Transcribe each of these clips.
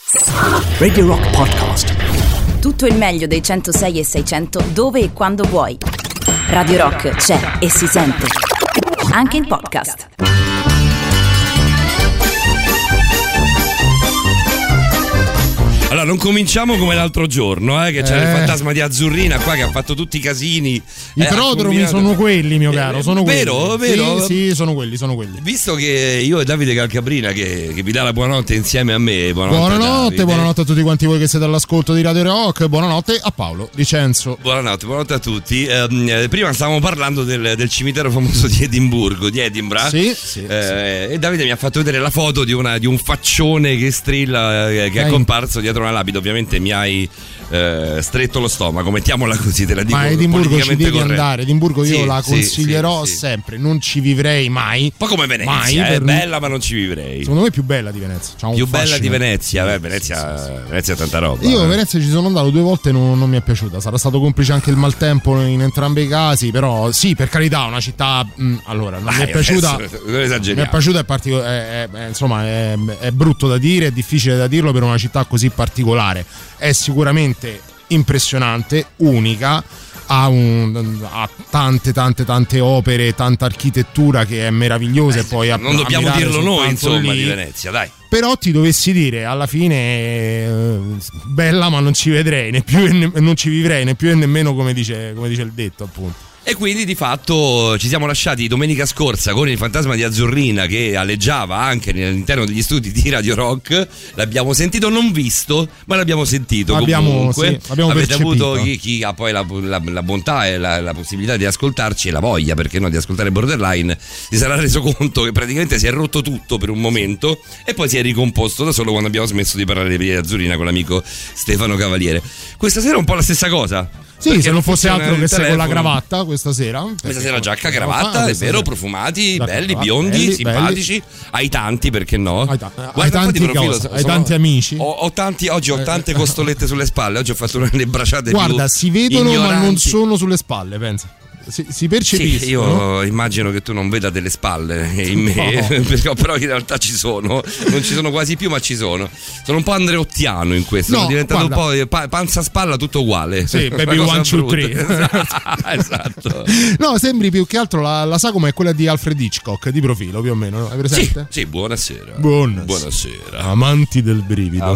Radio Rock Podcast. Tutto il meglio dei 106 e 600 dove e quando vuoi. Radio Rock c'è e si sente anche in podcast. Allora, non cominciamo come l'altro giorno, che c'era il fantasma di Azzurrina qua che ha fatto tutti i casini. I prodromi sono quelli, mio caro, sono vero, quelli. Vero? Sì, sono quelli. Visto che io e Davide Calcabrina che vi dà la buonanotte insieme a me. Buonanotte a tutti quanti voi che siete all'ascolto di Radio Rock. Buonanotte a Paolo Licenzo. Buonanotte a tutti. Prima stavamo parlando del cimitero famoso di Edimburgo, di Edinburgh. Sì. E Davide mi ha fatto vedere la foto di un faccione che strilla, che è comparso dietro una lapide. Ovviamente mi hai stretto lo stomaco, mettiamola così, te la dico. Ma Edimburgo ci devi corretto. Andare. Edimburgo io sì, la consiglierò sì. sempre. Non ci vivrei mai. Un po' come Venezia, è bella ma non ci vivrei. Secondo me è più bella di Venezia. Più bella di Venezia, Venezia è tanta roba. Io a Venezia ci sono andato 2 volte e non mi è piaciuta. Sarà stato complice anche il maltempo in entrambi i casi. Però sì, per carità, una città. Allora, non mi è piaciuta. Non esageriamo. Mi è piaciuta, insomma, è brutto da dire, è difficile da dirlo per una città così particolare. È sicuramente impressionante, unica, ha tante opere, tanta architettura che è meravigliosa. E poi non dobbiamo dirlo noi, insomma, lì. Di Venezia, dai. Però ti dovessi dire, alla fine bella, ma non ci vedrei né più non ci vivrei né più e nemmeno come dice il detto, appunto. E quindi di fatto ci siamo lasciati domenica scorsa con il fantasma di Azzurrina che aleggiava anche all'interno degli studi di Radio Rock. L'abbiamo sentito, non visto, ma l'abbiamo sentito comunque. Sì, abbiamo avete percepito. avuto chi ha poi la bontà e la possibilità di ascoltarci e la voglia, perché no, di ascoltare Borderline, si sarà reso conto che praticamente si è rotto tutto per un momento e poi si è ricomposto da solo quando abbiamo smesso di parlare di Azzurrina con l'amico Stefano Cavaliere. Questa sera è un po' la stessa cosa. Sì, se non fosse altro che sei con la telefono. cravatta questa sera. Questa sera giacca, cravatta, è vero, profumati, belli, biondi, simpatici. Hai tanti, perché no? Hai tanti amici. Oggi ho tante costolette sulle spalle. Oggi ho fatto le bracciate. Guarda, si vedono ignoranti. ma non sono sulle spalle, pensa. Si percepiscono. Sì, io immagino che tu non veda delle spalle in me, però in realtà ci sono. Non ci sono quasi più, ma ci sono. Sono un po' andreottiano in questo. Sono diventato un po' panza spalla, tutto uguale. Sì, baby 1, 2, 3. Esatto. No, sembri più che altro la sagoma è quella di Alfred Hitchcock, di profilo più o meno. Hai presente? Sì, buonasera. Buonasera. Amanti del brivido,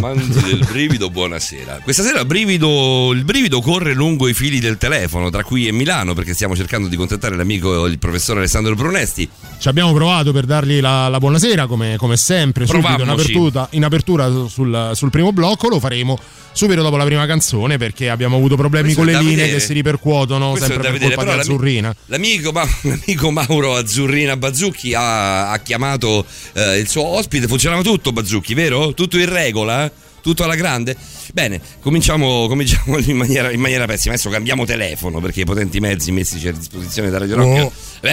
buonasera. Questa sera il brivido corre lungo i fili del telefono tra qui e Milano, perché stiamo cercando di contattare l'amico, il professor Alessandro Brunesti. Ci abbiamo provato per dargli la buonasera come sempre, subito in apertura sul primo blocco. Lo faremo subito dopo la prima canzone, perché abbiamo avuto problemi con le linee che si ripercuotono sempre per colpa di Azzurrina. L'amico Mauro Azzurrina Bazzucchi ha chiamato il suo ospite. Funzionava tutto, Bazzucchi, vero? Tutto in regola? Tutto alla grande? Bene, cominciamo in maniera pessima. Adesso cambiamo telefono, perché i potenti mezzi messi a disposizione da Radio Rock.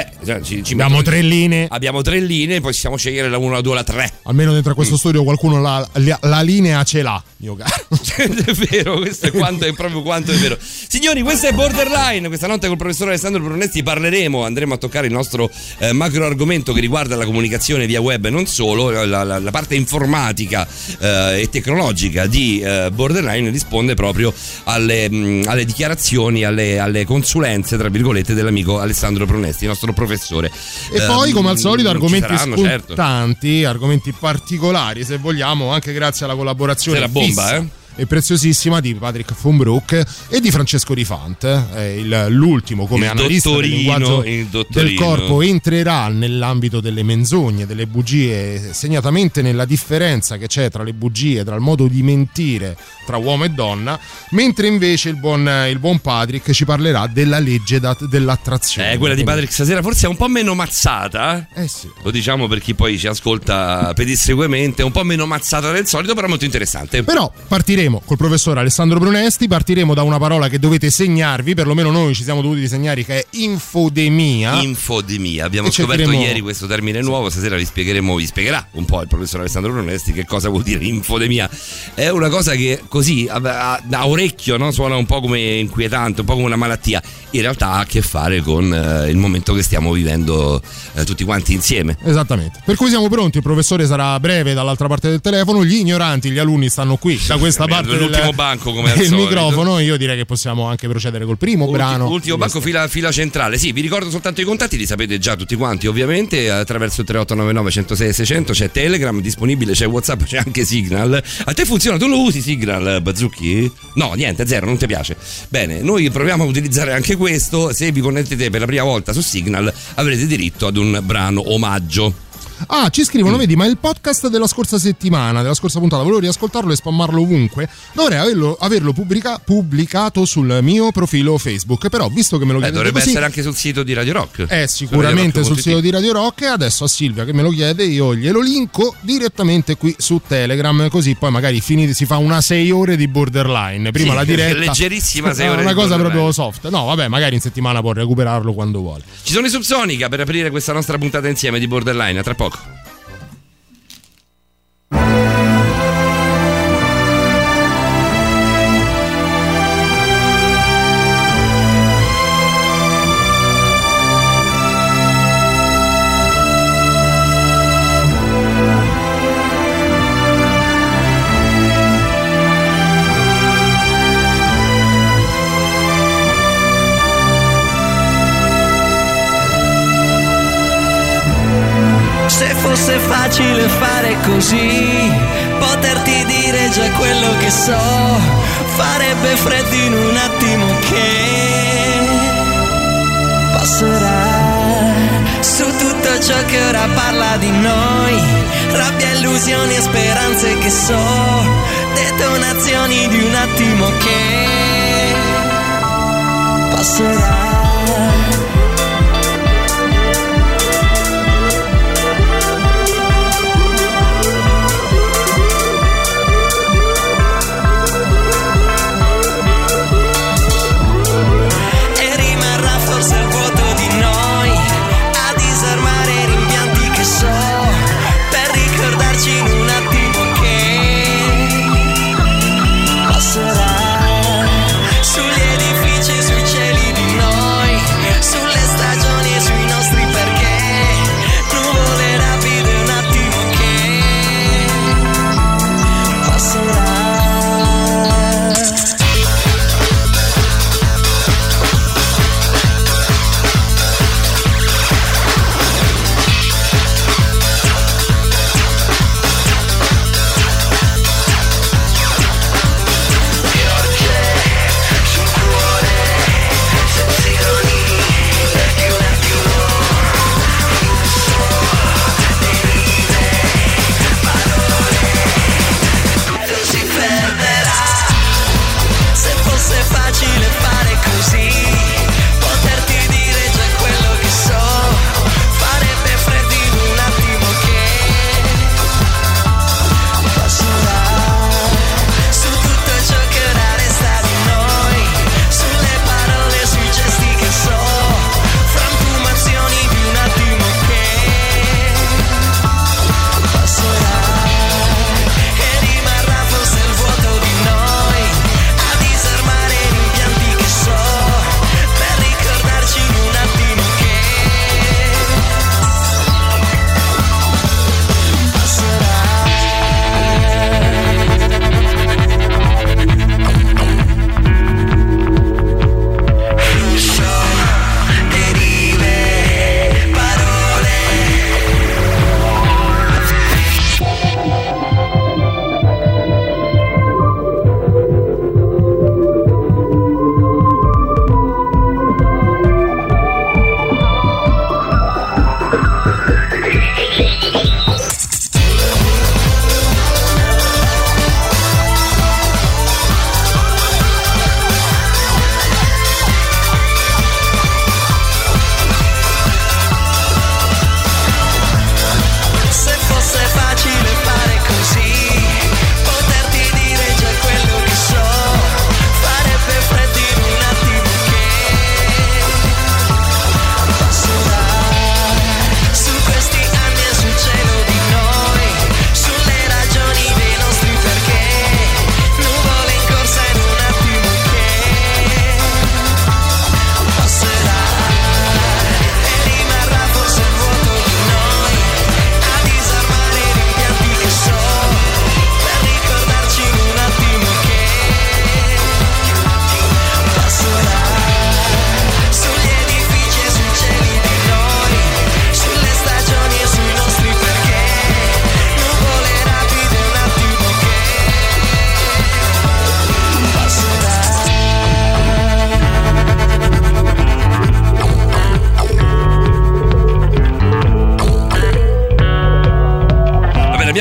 Abbiamo 3 linee. Abbiamo 3 linee, poi possiamo scegliere la 1, la 2, la 3. Almeno dentro a questo studio qualcuno la linea ce l'ha, mio caro. È vero, questo è proprio quanto è vero. Signori, questa è Borderline. Questa notte col professor Alessandro Brunesti andremo a toccare il nostro macro argomento che riguarda la comunicazione via web e non solo. La parte informatica e tecnologica di Borderline risponde proprio alle dichiarazioni, alle consulenze, tra virgolette, dell'amico Alessandro Brunesti, nostro professore. E poi, come al solito, argomenti spuntanti, certo. Argomenti particolari, se vogliamo, anche grazie alla collaborazione c'è la bomba, e preziosissima di Patrick von Broek e di Francesco Rifant. L'ultimo come analista del linguaggio del corpo entrerà nell'ambito delle menzogne, delle bugie, segnatamente nella differenza che c'è tra le bugie, tra il modo di mentire tra uomo e donna, mentre invece il buon Patrick ci parlerà della legge dell'attrazione. Quella di Patrick stasera forse è un po' meno mazzata. Sì. Lo diciamo per chi poi ci ascolta pedissequamente, un po' meno mazzata del solito, però molto interessante. Però partiremo Parleremo col professor Alessandro Brunesti, partiremo da una parola che dovete segnarvi, perlomeno noi ci siamo dovuti segnare, che è infodemia. Infodemia, abbiamo scoperto ieri questo termine nuovo, stasera vi spiegherà un po' il professor Alessandro Brunesti che cosa vuol dire infodemia. È una cosa che così a orecchio, no? Suona un po' come inquietante, un po' come una malattia, in realtà ha a che fare con il momento che stiamo vivendo tutti quanti insieme. Esattamente, per cui siamo pronti, il professore sarà breve dall'altra parte del telefono, gli ignoranti, gli alunni stanno qui da questa parte dell'ultimo banco come al solito. Il microfono, io direi che possiamo anche procedere col primo brano. Ultimo banco, fila centrale. Sì, vi ricordo soltanto i contatti, li sapete già tutti quanti ovviamente, attraverso il 3899 106 600 c'è Telegram disponibile, c'è WhatsApp, c'è anche Signal. A te funziona? Tu lo usi Signal, Bazzucchi? No, niente, zero, non ti piace. Bene, noi proviamo a utilizzare anche questo. Se vi connettete per la prima volta su Signal avrete diritto ad un brano omaggio. Ah, ci scrivono, vedi, ma il podcast della scorsa settimana, della scorsa puntata, volevo riascoltarlo e spammarlo ovunque. Dovrei averlo pubblicato sul mio profilo Facebook, però visto che me lo chiedete dovrebbe così, essere anche sul sito di Radio Rock. Sicuramente sul sito di Radio Rock, e adesso a Silvia che me lo chiede io glielo linko direttamente qui su Telegram, così poi magari si fa una 6 ore di Borderline, prima la diretta. Leggerissima 6 ore. Una cosa proprio soft. No, vabbè, magari in settimana può recuperarlo quando vuole. Ci sono i Subsonica per aprire questa nostra puntata insieme di Borderline, a tra poco. Fosse facile fare così, poterti dire già quello che so, farebbe freddo in un attimo che passerà. Su tutto ciò che ora parla di noi, rabbia, illusioni e speranze che so, detonazioni di un attimo che passerà. Sugli edifici, sui cieli di noi.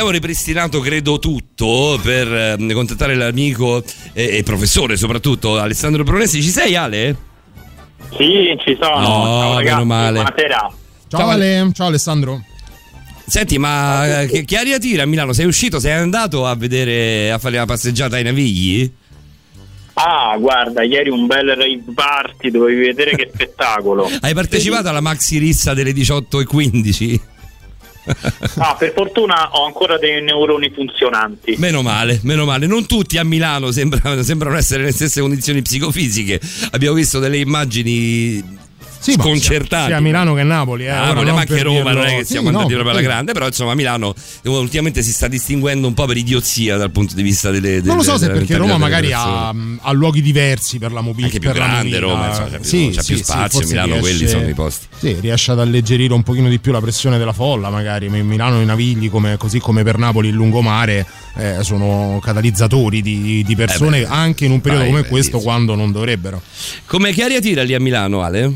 abbiamo ripristinato credo tutto per contattare l'amico e professore soprattutto Alessandro Brunesi. Ci sei, Ale? Sì, ci sono. Ciao ragazzi, meno male. Buonasera. Ciao Ale, ciao Alessandro. Senti, ma che aria tira a Milano? Sei uscito, sei andato a vedere, a fare la passeggiata ai Navigli? Ah, guarda, ieri un bel rave party, dovevi vedere che spettacolo. Hai partecipato alla maxi rissa delle 18:15? Ah, per fortuna ho ancora dei neuroni funzionanti. Meno male. Non tutti a Milano sembrano essere nelle stesse condizioni psicofisiche. Abbiamo visto delle immagini sconcertanti sia a Milano che a Napoli, ma anche Roma, non è che siamo andati proprio alla grande, però insomma Milano ultimamente si sta distinguendo un po' per idiozia dal punto di vista delle non lo so se perché Roma magari ha luoghi diversi per la mobilità, anche più grande Roma, insomma, c'è più spazio. Milano riesce, quelli sono i posti, riesce ad alleggerire un pochino di più la pressione della folla, magari Milano e i Navigli, così come per Napoli il lungomare, sono catalizzatori di persone anche in un periodo come questo, quando non dovrebbero. Che aria tira lì a Milano, Ale?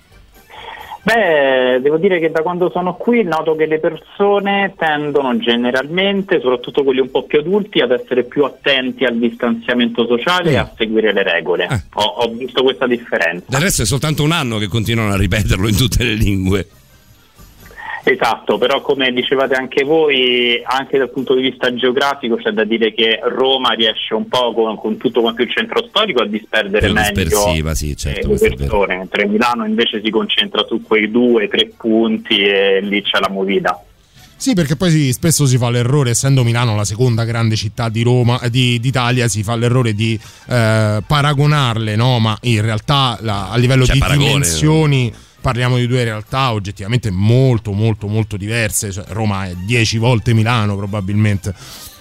Beh, devo dire che da quando sono qui noto che le persone tendono generalmente, soprattutto quelli un po' più adulti, ad essere più attenti al distanziamento sociale e a seguire le regole. Ho visto questa differenza. Del resto è soltanto un anno che continuano a ripeterlo in tutte le lingue. Esatto, però come dicevate anche voi, anche dal punto di vista geografico c'è da dire che Roma riesce un po' con tutto quanto il centro storico a disperdere meglio le persone, mentre Milano invece si concentra su quei 2-3 punti e lì c'è la movida. Sì, perché poi spesso si fa l'errore, essendo Milano la seconda grande città d'Italia, si fa l'errore di paragonarle, no? Ma in realtà a livello di dimensioni parliamo di due realtà oggettivamente molto molto molto diverse. Cioè, Roma è 10 volte Milano probabilmente.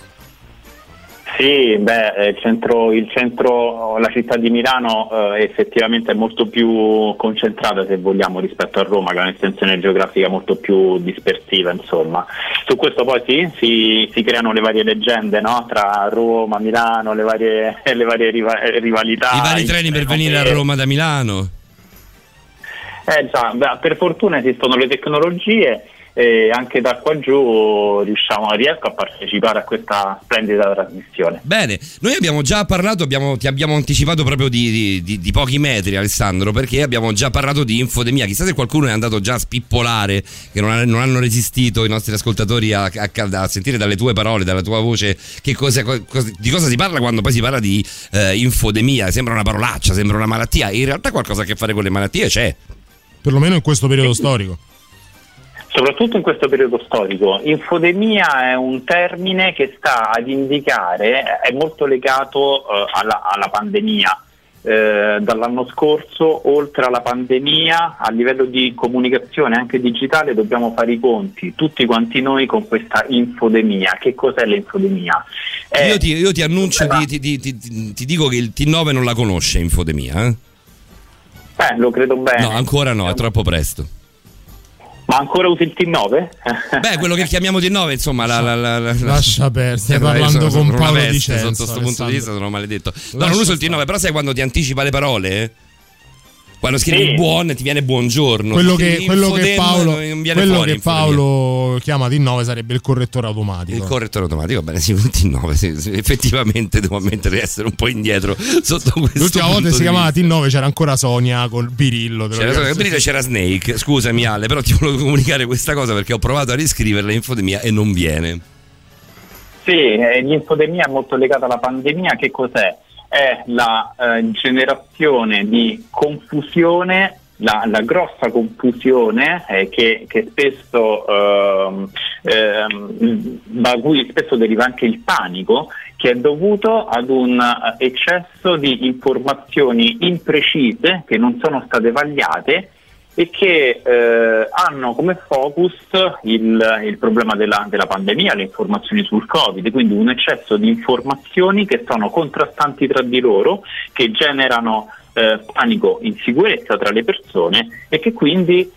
Sì, il centro, la città di Milano effettivamente è molto più concentrata, se vogliamo, rispetto a Roma, che ha un'estensione geografica molto più dispersiva, insomma. Su questo poi si creano le varie leggende, no? Tra Roma, Milano, le varie rivalità. I vari treni per venire a Roma da Milano. Per fortuna esistono le tecnologie e anche da qua giù riesco a partecipare a questa splendida trasmissione. Bene, noi abbiamo già parlato, ti abbiamo anticipato proprio di pochi metri, Alessandro, perché abbiamo già parlato di infodemia. Chissà se qualcuno è andato già a spippolare, che non hanno resistito i nostri ascoltatori a sentire dalle tue parole, dalla tua voce, di cosa si parla quando poi si parla di infodemia. Sembra una parolaccia, sembra una malattia, in realtà qualcosa a che fare con le malattie c'è. Perlomeno in questo periodo storico. Soprattutto in questo periodo storico. Infodemia è un termine che sta ad indicare, è molto legato alla pandemia. Dall'anno scorso, oltre alla pandemia, a livello di comunicazione anche digitale dobbiamo fare i conti, tutti quanti noi, con questa infodemia. Che cos'è l'infodemia? Io ti annuncio, ti dico che il T9 non la conosce, infodemia. Lo credo bene. No, ancora no, è troppo presto. Ma ancora usi il T9? Quello che chiamiamo T9, insomma, lascia perdere, stai parlando con Paolo Dicenzo. Sotto questo punto di vista sono maledetto. No, non uso il T9, però sai quando ti anticipa le parole? Quando scrivi buon ti viene buongiorno. Quello che Paolo chiama T9 sarebbe il correttore automatico. Il correttore automatico, bene, sì, il T9 effettivamente devo ammettere di essere un po' indietro sotto questo. L'ultima volta si chiamava T9 c'era ancora Sonia con Birillo. C'era Snake, scusami Ale, però ti volevo comunicare questa cosa perché ho provato a riscriverla infodemia e non viene. Sì, l'infodemia è molto legata alla pandemia. Che cos'è? È la generazione di confusione, la grossa confusione che spesso da cui spesso deriva anche il panico, che è dovuto ad un eccesso di informazioni imprecise che non sono state vagliate e che hanno come focus il problema della pandemia, le informazioni sul Covid, quindi un eccesso di informazioni che sono contrastanti tra di loro, che generano panico, insicurezza tra le persone e che quindi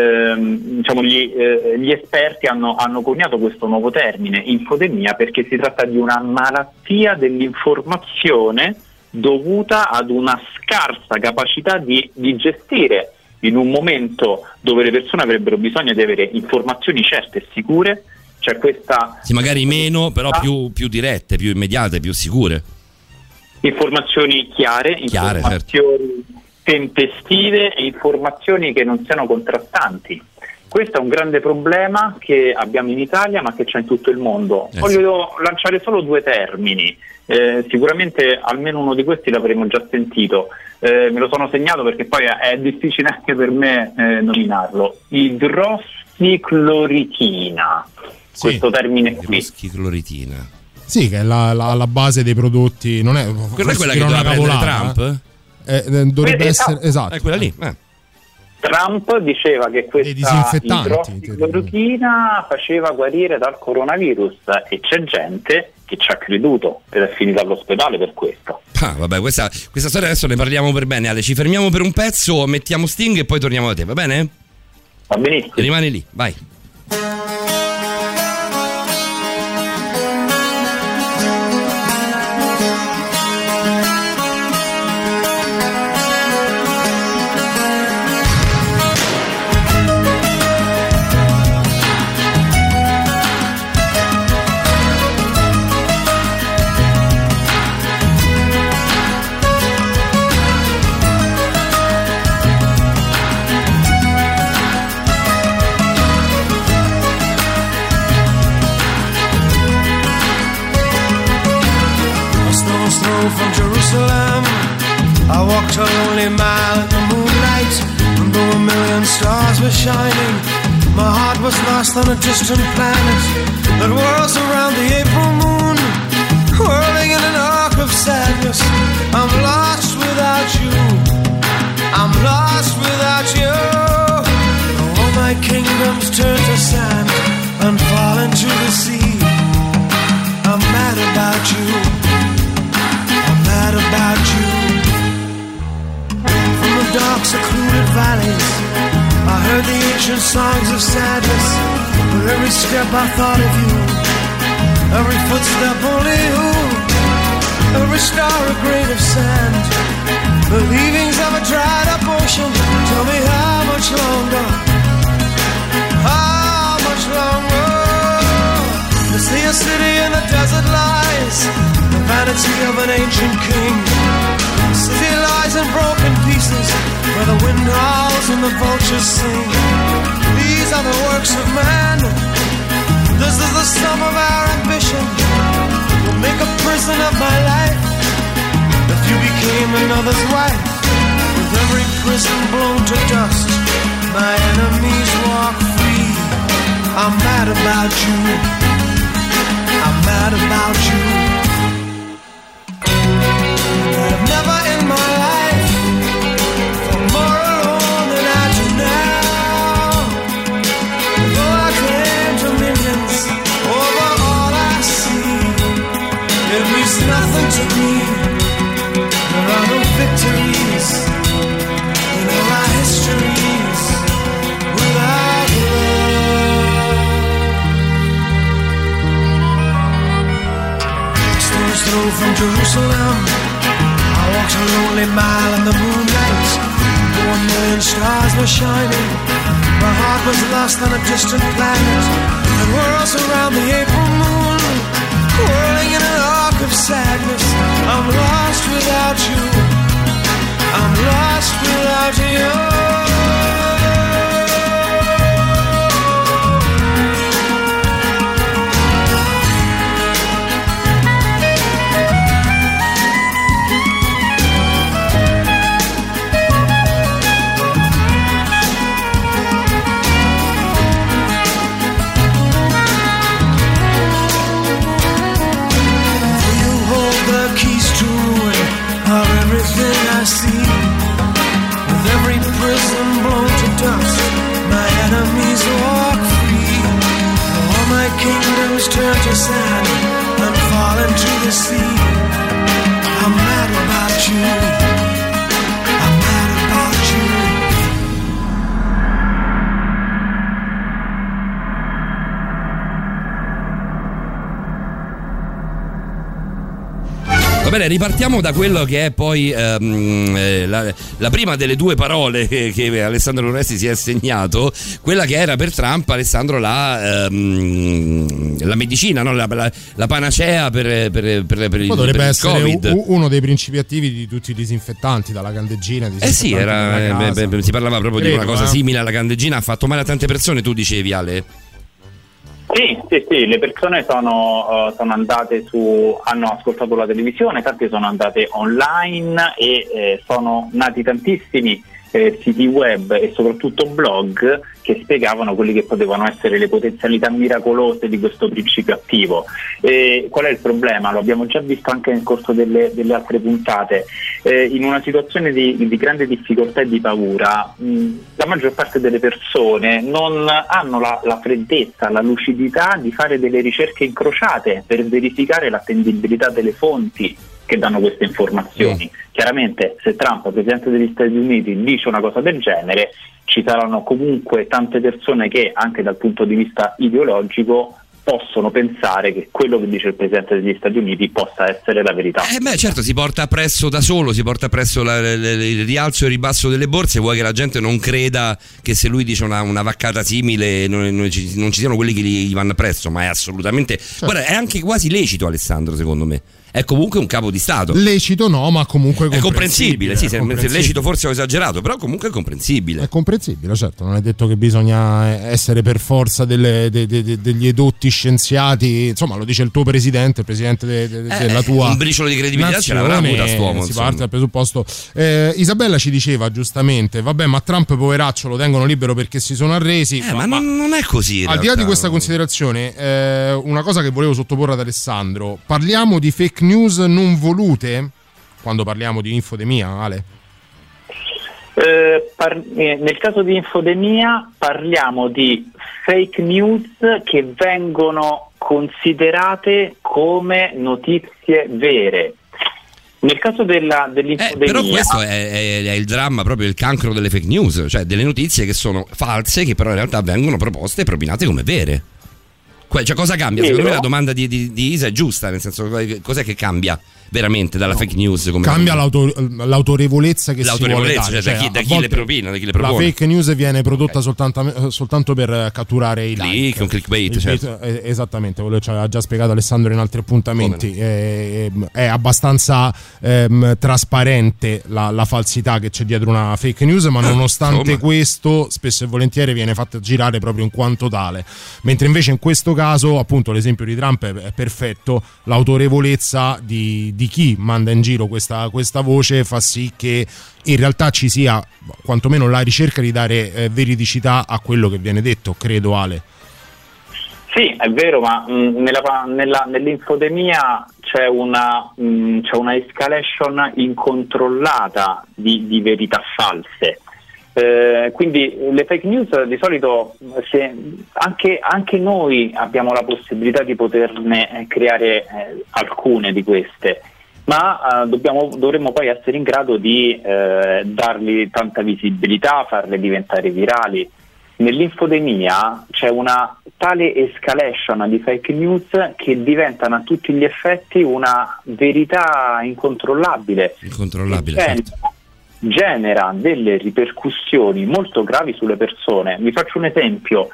gli esperti hanno coniato questo nuovo termine, infodemia, perché si tratta di una malattia dell'informazione dovuta ad una scarsa capacità di gestire, in un momento dove le persone avrebbero bisogno di avere informazioni certe e sicure, c'è questa... Sì, magari meno, però più dirette, più immediate, più sicure. Informazioni chiare, informazioni tempestive e informazioni che non siano contrastanti. Questo è un grande problema che abbiamo in Italia, ma che c'è in tutto il mondo. Voglio lanciare solo 2 termini. Sicuramente almeno uno di questi l'avremo già sentito. Me lo sono segnato perché poi è difficile anche per me nominarlo. Idrossiclorochina. Sì, questo termine qui. Idrossiclorochina. Sì, che è la base dei prodotti. Non è quella che doveva prendere Trump? Dovrebbe essere, esatto. È quella lì. Trump diceva che questa idrossiclorochina faceva guarire dal coronavirus e c'è gente che ci ha creduto ed è finita all'ospedale per questo. Vabbè, questa storia adesso ne parliamo per bene, Ale. Ci fermiamo per un pezzo, mettiamo Sting e poi torniamo da te, va bene? Va benissimo. Rimani lì, vai. From Jerusalem, I walked a lonely mile in the moonlight, and though a million stars were shining, my heart was lost on a distant planet that whirls around the April moon, whirling in an arc of sadness. I'm lost without you, I'm lost without you. All my kingdoms turn to sand and fall into the sea. I'm mad about you, mad about you. From the dark secluded valleys I heard the ancient songs of sadness. With every step I thought of you, every footstep only you, every star a grain of sand. The leavings of a dried up ocean. Tell me how much longer, how much longer? To see a city in the desert lies, the vanity of an ancient king. The city lies in broken pieces, where the wind howls and the vultures sing. These are the works of man, this is the sum of our ambition. We'll make a prison of my life, if you became another's wife. With every prison blown to dust, my enemies walk free. I'm mad about you, I'm mad about you. I've never in my life felt more alone than I do now. Though I claim dominions over all I see, it means nothing to me. There are no victories in all our histories without love. Stones throw from Jerusalem, I walked a lonely mile in the moonlight. 1,000,000 stars were shining, my heart was lost on a distant planet that whirls around the April moon, whirling in an arc of sadness. I'm lost without you, I'm lost without you. I see, with every prison blown to dust, my enemies walk free. All my kingdoms turn to sand and fall into the sea. I'm mad about you, I'm mad about you. Va bene, ripartiamo da quello che è poi la prima delle due parole che Alessandro Loresti si è segnato, quella che era per Trump, Alessandro, la medicina, no? la panacea per il dovrebbe essere Covid. Uno dei principi attivi di tutti i disinfettanti, dalla candeggina. Sì, si parlava proprio di una cosa simile alla candeggina. Ha fatto male a tante persone, tu dicevi, Ale? Sì, le persone sono andate hanno ascoltato la televisione, tante sono andate online e sono nati tantissimi siti web e soprattutto blog che spiegavano quelli che potevano essere le potenzialità miracolose di questo principio attivo. Qual è il problema? Lo abbiamo già visto anche nel corso delle altre puntate. In una situazione di grande difficoltà e di paura, la maggior parte delle persone non hanno la freddezza, la lucidità di fare delle ricerche incrociate per verificare l'attendibilità delle fonti che danno queste informazioni. Chiaramente, se Trump, presidente degli Stati Uniti, dice una cosa del genere, ci saranno comunque tante persone che, anche dal punto di vista ideologico, possono pensare che quello che dice il presidente degli Stati Uniti possa essere la verità. Certo, si porta appresso da solo, si porta appresso il rialzo e il ribasso delle borse. Vuoi che la gente non creda che se lui dice una vaccata simile non ci siano quelli che gli vanno appresso, ma è assolutamente... Certo. Guarda, è anche quasi lecito, Alessandro, secondo me. È comunque un capo di Stato. Lecito no, ma comunque è comprensibile. Sì, lecito forse ho esagerato, però comunque è comprensibile. È comprensibile, certo. Non è detto che bisogna essere per forza degli edotti scienziati. Insomma, lo dice il tuo presidente, il presidente della tua un briciolo di credibilità ce l'avrà avuta st'uomo. Si parte dal presupposto. Isabella ci diceva giustamente: vabbè, ma Trump poveraccio lo tengono libero perché si sono arresi. Ma non è così. Al di là di questa considerazione, una cosa che volevo sottoporre ad Alessandro: parliamo di fake news non volute quando parliamo di infodemia, Ale? Nel caso di infodemia parliamo di fake news che vengono considerate come notizie vere. Nel caso dell'infodemia, però questo è il dramma, proprio il cancro delle fake news, cioè delle notizie che sono false, che però in realtà vengono proposte e propinate come vere. Cioè, cosa cambia? Secondo me la domanda di Isa è giusta, nel senso, cos'è che cambia veramente dalla fake news? Cambia l'autorevolezza che si vuole dare. Cioè, da chi le propina, da chi le propone. La fake news viene prodotta soltanto per catturare i like. Con clickbait, certo. Esattamente, quello ci aveva già spiegato Alessandro in altri appuntamenti. È abbastanza trasparente la falsità che c'è dietro una fake news, ma nonostante questo spesso e volentieri viene fatta girare proprio in quanto tale. Mentre invece in questo caso, appunto, l'esempio di Trump è perfetto. L'autorevolezza di chi manda in giro questa voce fa sì che in realtà ci sia quantomeno la ricerca di dare veridicità a quello che viene detto, credo, Ale. Sì, è vero, ma nell'infodemia c'è una escalation incontrollata di verità false. Quindi le fake news di solito anche noi abbiamo la possibilità di poterne creare alcune di queste, ma dovremmo poi essere in grado di dargli tanta visibilità, farle diventare virali. Nell'infodemia c'è una tale escalation di fake news che diventano a tutti gli effetti una verità incontrollabile. Certo. Genera delle ripercussioni molto gravi sulle persone. Vi faccio un esempio: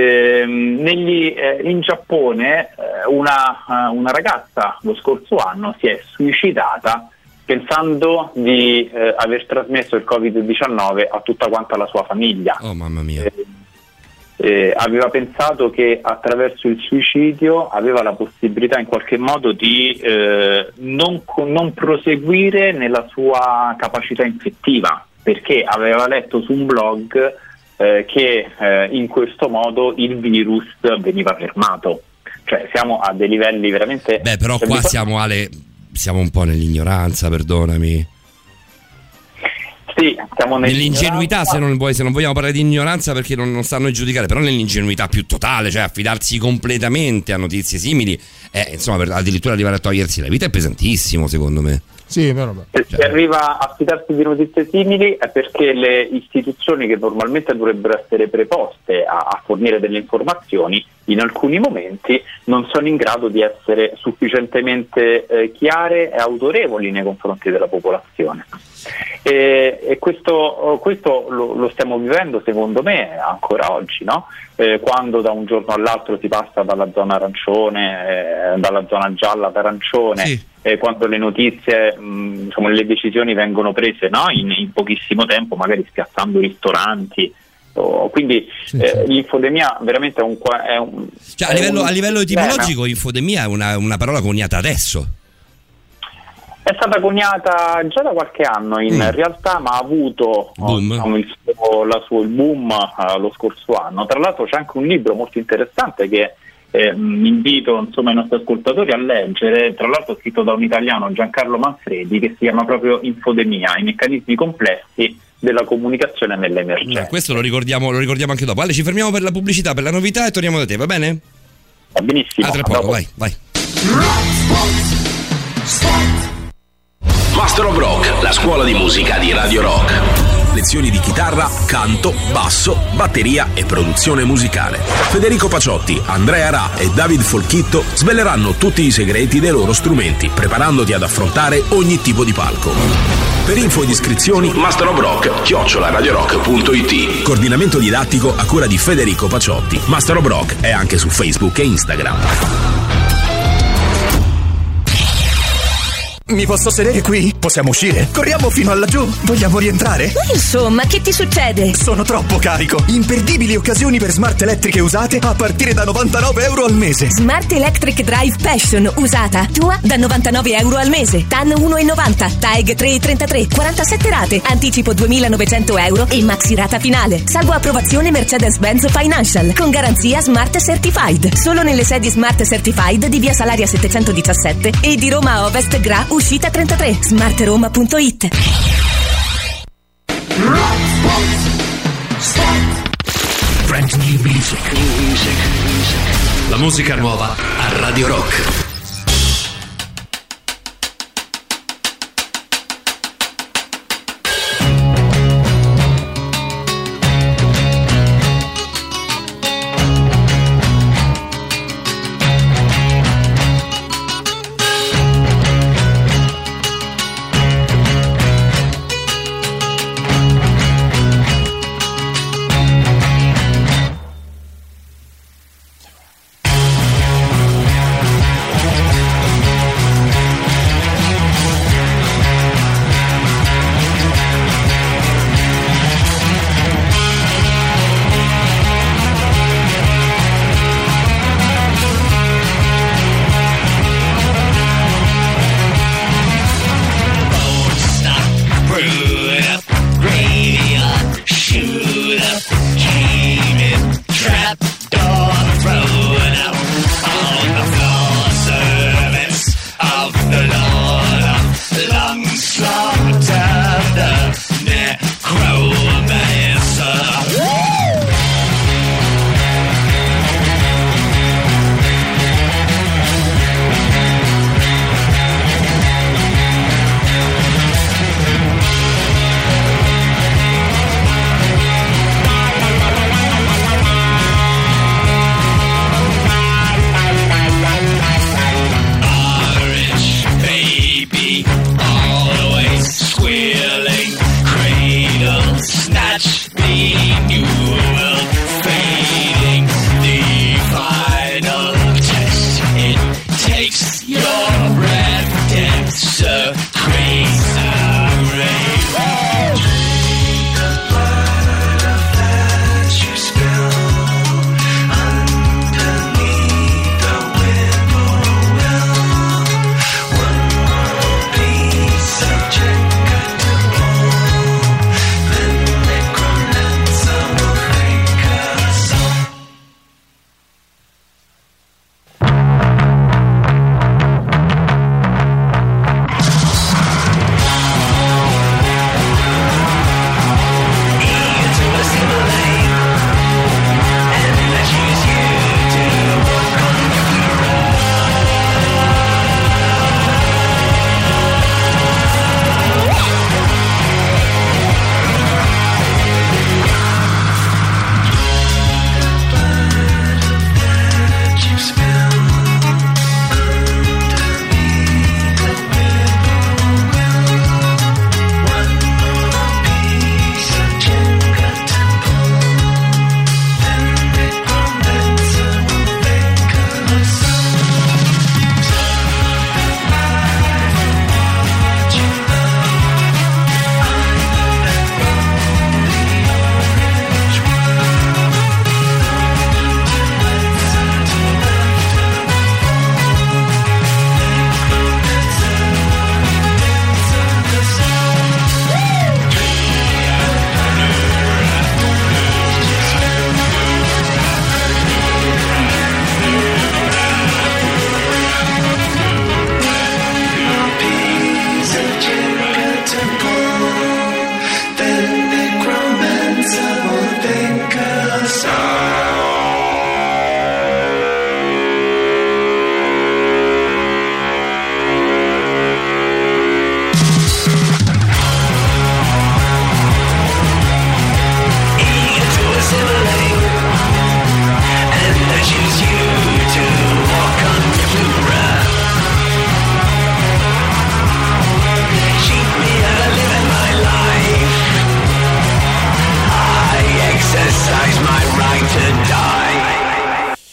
in Giappone una ragazza lo scorso anno si è suicidata pensando di aver trasmesso il Covid-19 a tutta quanta la sua famiglia. Oh, mamma mia. Aveva pensato che attraverso il suicidio aveva la possibilità in qualche modo di non proseguire nella sua capacità infettiva, perché aveva letto su un blog che in questo modo il virus veniva fermato. Cioè siamo a dei livelli veramente... però qua siamo un po' nell'ignoranza, perdonami. Sì, siamo nell'ingenuità, se non vogliamo parlare di ignoranza perché non stanno a giudicare, però nell'ingenuità più totale, cioè affidarsi completamente a notizie simili, insomma, per addirittura arrivare a togliersi la vita è pesantissimo, secondo me. Sì, però se si arriva a fidarsi di notizie simili è perché le istituzioni che normalmente dovrebbero essere preposte a fornire delle informazioni in alcuni momenti non sono in grado di essere sufficientemente chiare e autorevoli nei confronti della popolazione. E questo lo stiamo vivendo, secondo me, ancora oggi, no? Quando da un giorno all'altro si passa dalla zona arancione, dalla zona gialla ad arancione, sì. Quando le notizie, le decisioni vengono prese, no? in pochissimo tempo, magari spiazzando ristoranti. Quindi l'infodemia veramente è un cioè, a livello etimologico infodemia è una parola coniata adesso. È stata coniata già da qualche anno in realtà, ma ha avuto il boom lo scorso anno. Tra l'altro c'è anche un libro molto interessante che invito i nostri ascoltatori a leggere, tra l'altro scritto da un italiano, Giancarlo Manfredi, che si chiama proprio Infodemia, i meccanismi complessi della comunicazione nell'emergenza. Questo lo ricordiamo anche dopo. Ale, ci fermiamo per la pubblicità, per la novità e torniamo da te, va bene? Va benissimo. A tra poco, vai. Master of Rock, la scuola di musica di Radio Rock. Lezioni di chitarra, canto, basso, batteria e produzione musicale. Federico Paciotti, Andrea Ra e David Folchitto sveleranno tutti i segreti dei loro strumenti, preparandoti ad affrontare ogni tipo di palco. Per info ed iscrizioni, masterofrock@radiorock.it. Coordinamento didattico a cura di Federico Paciotti. Master of Rock è anche su Facebook e Instagram. Mi posso sedere qui? Possiamo uscire? Corriamo fino a laggiù? Vogliamo rientrare? Ma insomma, che ti succede? Sono troppo carico. Imperdibili occasioni per smart elettriche usate a partire da €99 al mese. Smart Electric Drive Passion usata. Tua da €99 al mese. TAN 1,90. TAEG 3,33. 47 rate. Anticipo €2.900 e maxi rata finale. Salvo approvazione Mercedes-Benz Financial. Con garanzia Smart Certified. Solo nelle sedi Smart Certified di via Salaria 717 e di Roma Ovest Gra uscita 33. smartroma.it. Brand new music. La musica nuova a Radio Rock.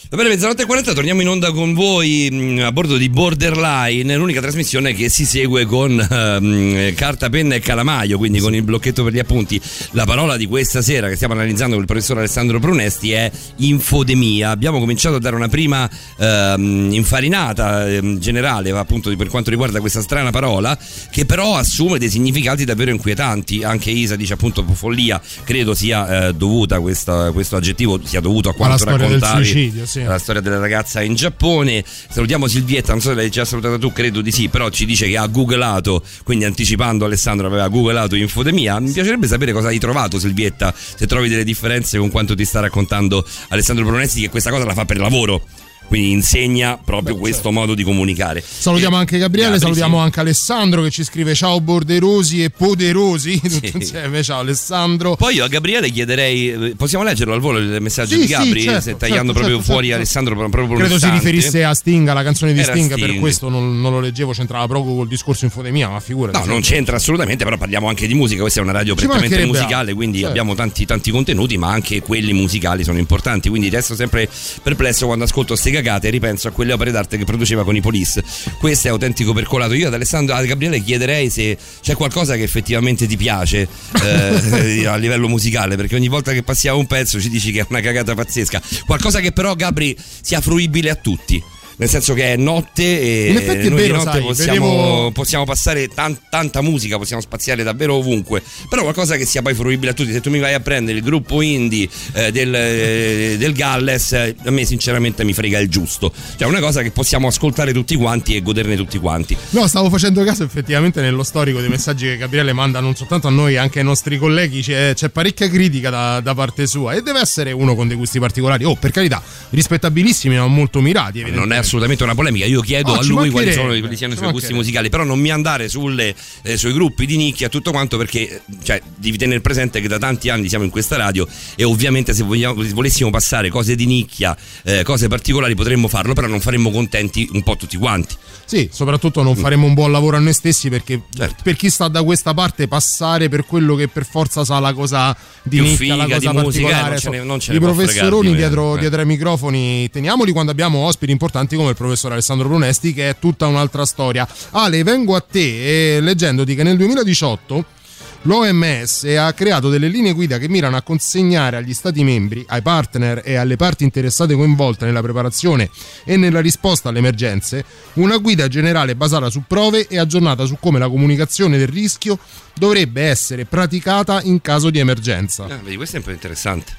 Va bene, 00:40, torniamo in onda con voi a bordo di Borderline, l'unica trasmissione che si segue con carta, penna e calamaio, quindi con il blocchetto per gli appunti. La parola di questa sera che stiamo analizzando con il professor Alessandro Brunesti è infodemia. Abbiamo cominciato a dare una prima infarinata generale, appunto, per quanto riguarda questa strana parola, che però assume dei significati davvero inquietanti. Anche Isa dice appunto follia, credo sia dovuta, questo aggettivo sia dovuto a quanto raccontavi, suicidio, sì, la storia della ragazza in Giappone. Salutiamo Silvietta, non so se l'hai già salutata tu, credo di sì, però ci dice che ha googlato, quindi anticipando Alessandro aveva googlato infodemia. Mi piacerebbe sapere cosa hai trovato, Silvietta, se trovi delle differenze con quanto ti sta raccontando Alessandro Brunesti, che questa cosa la fa per lavoro, quindi insegna proprio questo modo di comunicare. Salutiamo anche Gabriele, salutiamo anche Alessandro che ci scrive ciao borderosi e poderosi, tutti insieme, ciao Alessandro. Poi io a Gabriele chiederei, possiamo leggerlo al volo il messaggio di Gabri? Certo, tagliando proprio fuori Alessandro proprio per credo si riferisse a Sting, alla canzone di Sting, per questo non lo leggevo, c'entrava proprio col discorso infodemia, ma figurati. No, non c'entra assolutamente, però parliamo anche di musica, questa è una radio prettamente musicale, quindi abbiamo tanti contenuti, ma anche quelli musicali sono importanti, quindi resto sempre perplesso quando ascolto ste cagate e ripenso a quelle opere d'arte che produceva con i Police. Questo è autentico percolato. Io a Gabriele chiederei se c'è qualcosa che effettivamente ti piace a livello musicale, perché ogni volta che passiamo un pezzo ci dici che è una cagata pazzesca, qualcosa che però, Gabri, sia fruibile a tutti, nel senso che è notte e in effetti noi è vero, di notte possiamo passare tanta musica, possiamo spaziare davvero ovunque, però qualcosa che sia poi fruibile a tutti. Se tu mi vai a prendere il gruppo indie del Galles, a me sinceramente mi frega il giusto, cioè una cosa che possiamo ascoltare tutti quanti e goderne tutti quanti. No, stavo facendo caso effettivamente nello storico dei messaggi che Gabriele manda non soltanto a noi, anche ai nostri colleghi, c'è parecchia critica da parte sua, e deve essere uno con dei gusti particolari, per carità, rispettabilissimi ma molto mirati, non è assolutamente una polemica. Io chiedo a lui quali siano i suoi gusti musicali, però non mi andare sui gruppi di nicchia tutto quanto, perché devi tenere presente che da tanti anni siamo in questa radio e ovviamente se volessimo passare cose di nicchia, cose particolari, potremmo farlo, però non faremmo contenti un po' tutti quanti. Sì, soprattutto non faremo un buon lavoro a noi stessi, perché per chi sta da questa parte passare per quello che per forza sa la cosa di nicchia, la cosa particolare, i professoroni dietro ai microfoni teniamoli quando abbiamo ospiti importanti come il professor Alessandro Brunesti, che è tutta un'altra storia. Ale, vengo a te leggendoti che nel 2018 l'OMS ha creato delle linee guida che mirano a consegnare agli Stati membri, ai partner e alle parti interessate coinvolte nella preparazione e nella risposta alle emergenze, una guida generale basata su prove e aggiornata su come la comunicazione del rischio dovrebbe essere praticata in caso di emergenza. Vedi, questo è un po' interessante.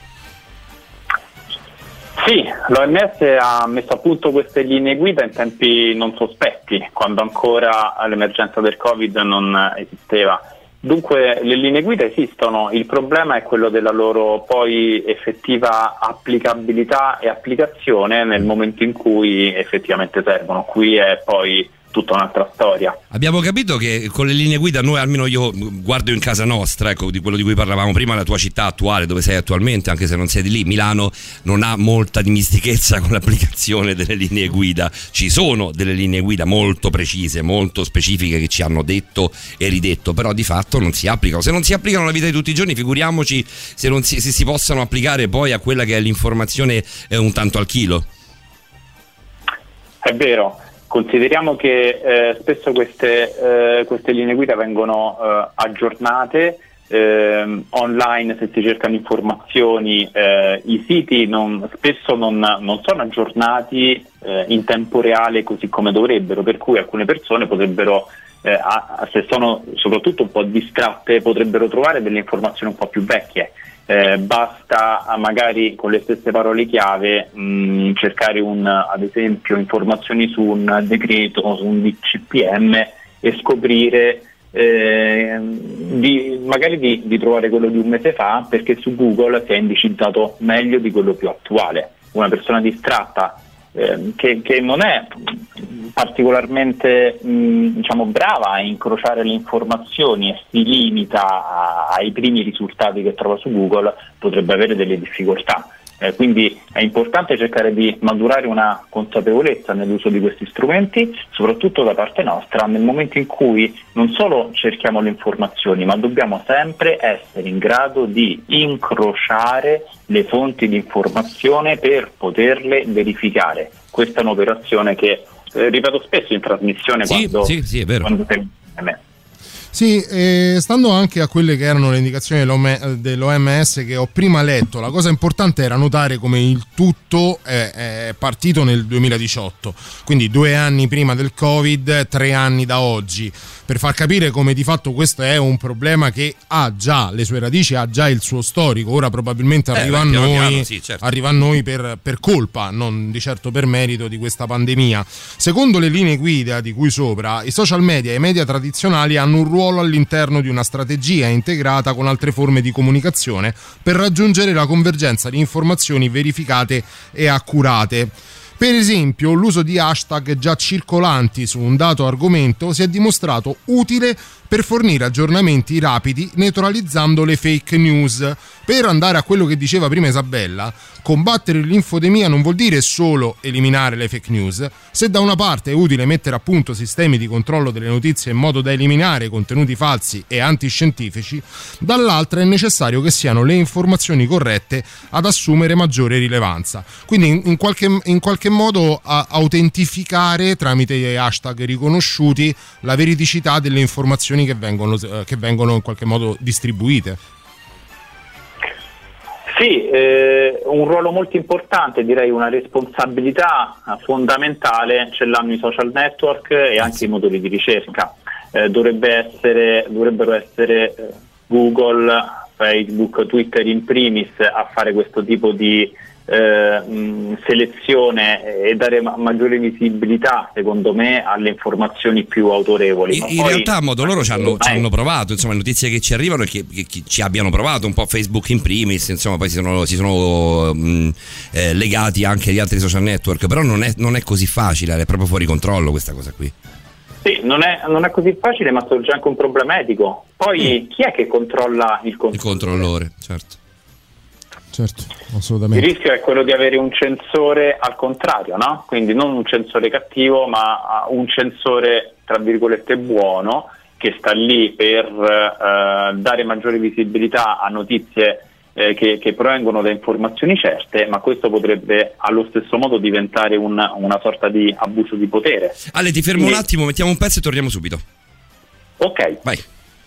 Sì, l'OMS ha messo a punto queste linee guida in tempi non sospetti, quando ancora l'emergenza del Covid non esisteva. Dunque le linee guida esistono, il problema è quello della loro poi effettiva applicabilità e applicazione nel momento in cui effettivamente servono. Qui è poi tutta un'altra storia. Abbiamo capito che con le linee guida noi, almeno io guardo in casa nostra, ecco, di quello di cui parlavamo prima, la tua città attuale dove sei attualmente, anche se non sei di lì, Milano, non ha molta dimestichezza con l'applicazione delle linee guida. Ci sono delle linee guida molto precise, molto specifiche, che ci hanno detto e ridetto, però di fatto non si applicano. Se non si applicano alla vita di tutti i giorni, figuriamoci se si possono applicare poi a quella che è l'informazione un tanto al chilo. È vero. Consideriamo che spesso queste linee guida vengono aggiornate online. Se si cercano informazioni, i siti spesso non sono aggiornati in tempo reale così come dovrebbero, per cui alcune persone potrebbero, se sono soprattutto un po' distratte, potrebbero trovare delle informazioni un po' più vecchie. Basta magari con le stesse parole chiave cercare ad esempio informazioni su un decreto, su un DCPM, e scoprire di trovare quello di un mese fa, perché su Google si è indicizzato meglio di quello più attuale. Una persona distratta che non è particolarmente brava a incrociare le informazioni e si limita ai primi risultati che trova su Google, potrebbe avere delle difficoltà. Quindi è importante cercare di maturare una consapevolezza nell'uso di questi strumenti, soprattutto da parte nostra, nel momento in cui non solo cerchiamo le informazioni, ma dobbiamo sempre essere in grado di incrociare le fonti di informazione per poterle verificare. Questa è un'operazione che ripeto spesso in trasmissione quando è vero. Quando a me. Sì, stando anche a quelle che erano le indicazioni dell'OMS che ho prima letto, la cosa importante era notare come il tutto è partito nel 2018, quindi 2 anni prima del Covid, 3 anni da oggi, per far capire come di fatto questo è un problema che ha già le sue radici, ha già il suo storico. Ora probabilmente arriva a noi per colpa, non di certo per merito di questa pandemia. Secondo le linee guida di cui sopra, i social media e i media tradizionali hanno un ruolo all'interno di una strategia integrata con altre forme di comunicazione per raggiungere la convergenza di informazioni verificate e accurate. Per esempio, l'uso di hashtag già circolanti su un dato argomento si è dimostrato utile per fornire aggiornamenti rapidi neutralizzando le fake news. Per andare a quello che diceva prima Isabella, combattere l'infodemia non vuol dire solo eliminare le fake news. Se da una parte è utile mettere a punto sistemi di controllo delle notizie in modo da eliminare contenuti falsi e antiscientifici, dall'altra è necessario che siano le informazioni corrette ad assumere maggiore rilevanza. Quindi in qualche modo autentificare tramite hashtag riconosciuti la veridicità delle informazioni che vengono in qualche modo distribuite. Sì, un ruolo molto importante, direi una responsabilità fondamentale ce l'hanno i social network e anche i motori di ricerca. Dovrebbero essere Google, Facebook, Twitter in primis a fare questo tipo di selezione e dare maggiore visibilità, secondo me, alle informazioni più autorevoli. In realtà a modo loro ci hanno provato, insomma, le notizie che ci arrivano e che ci abbiano provato un po', Facebook in primis, insomma, poi si sono legati anche agli altri social network, però non è così facile, è proprio fuori controllo questa cosa qui. Sì, non è così facile, ma sorge anche un problema etico. Poi chi è che controlla il controllore? Il controllore, certo, assolutamente. Il rischio è quello di avere un censore al contrario, no? Quindi non un censore cattivo, ma un censore tra virgolette buono, che sta lì per dare maggiore visibilità a notizie che provengono da informazioni certe, ma questo potrebbe allo stesso modo diventare una sorta di abuso di potere. Ale, ti fermo un attimo, mettiamo un pezzo e torniamo subito. Ok, vai.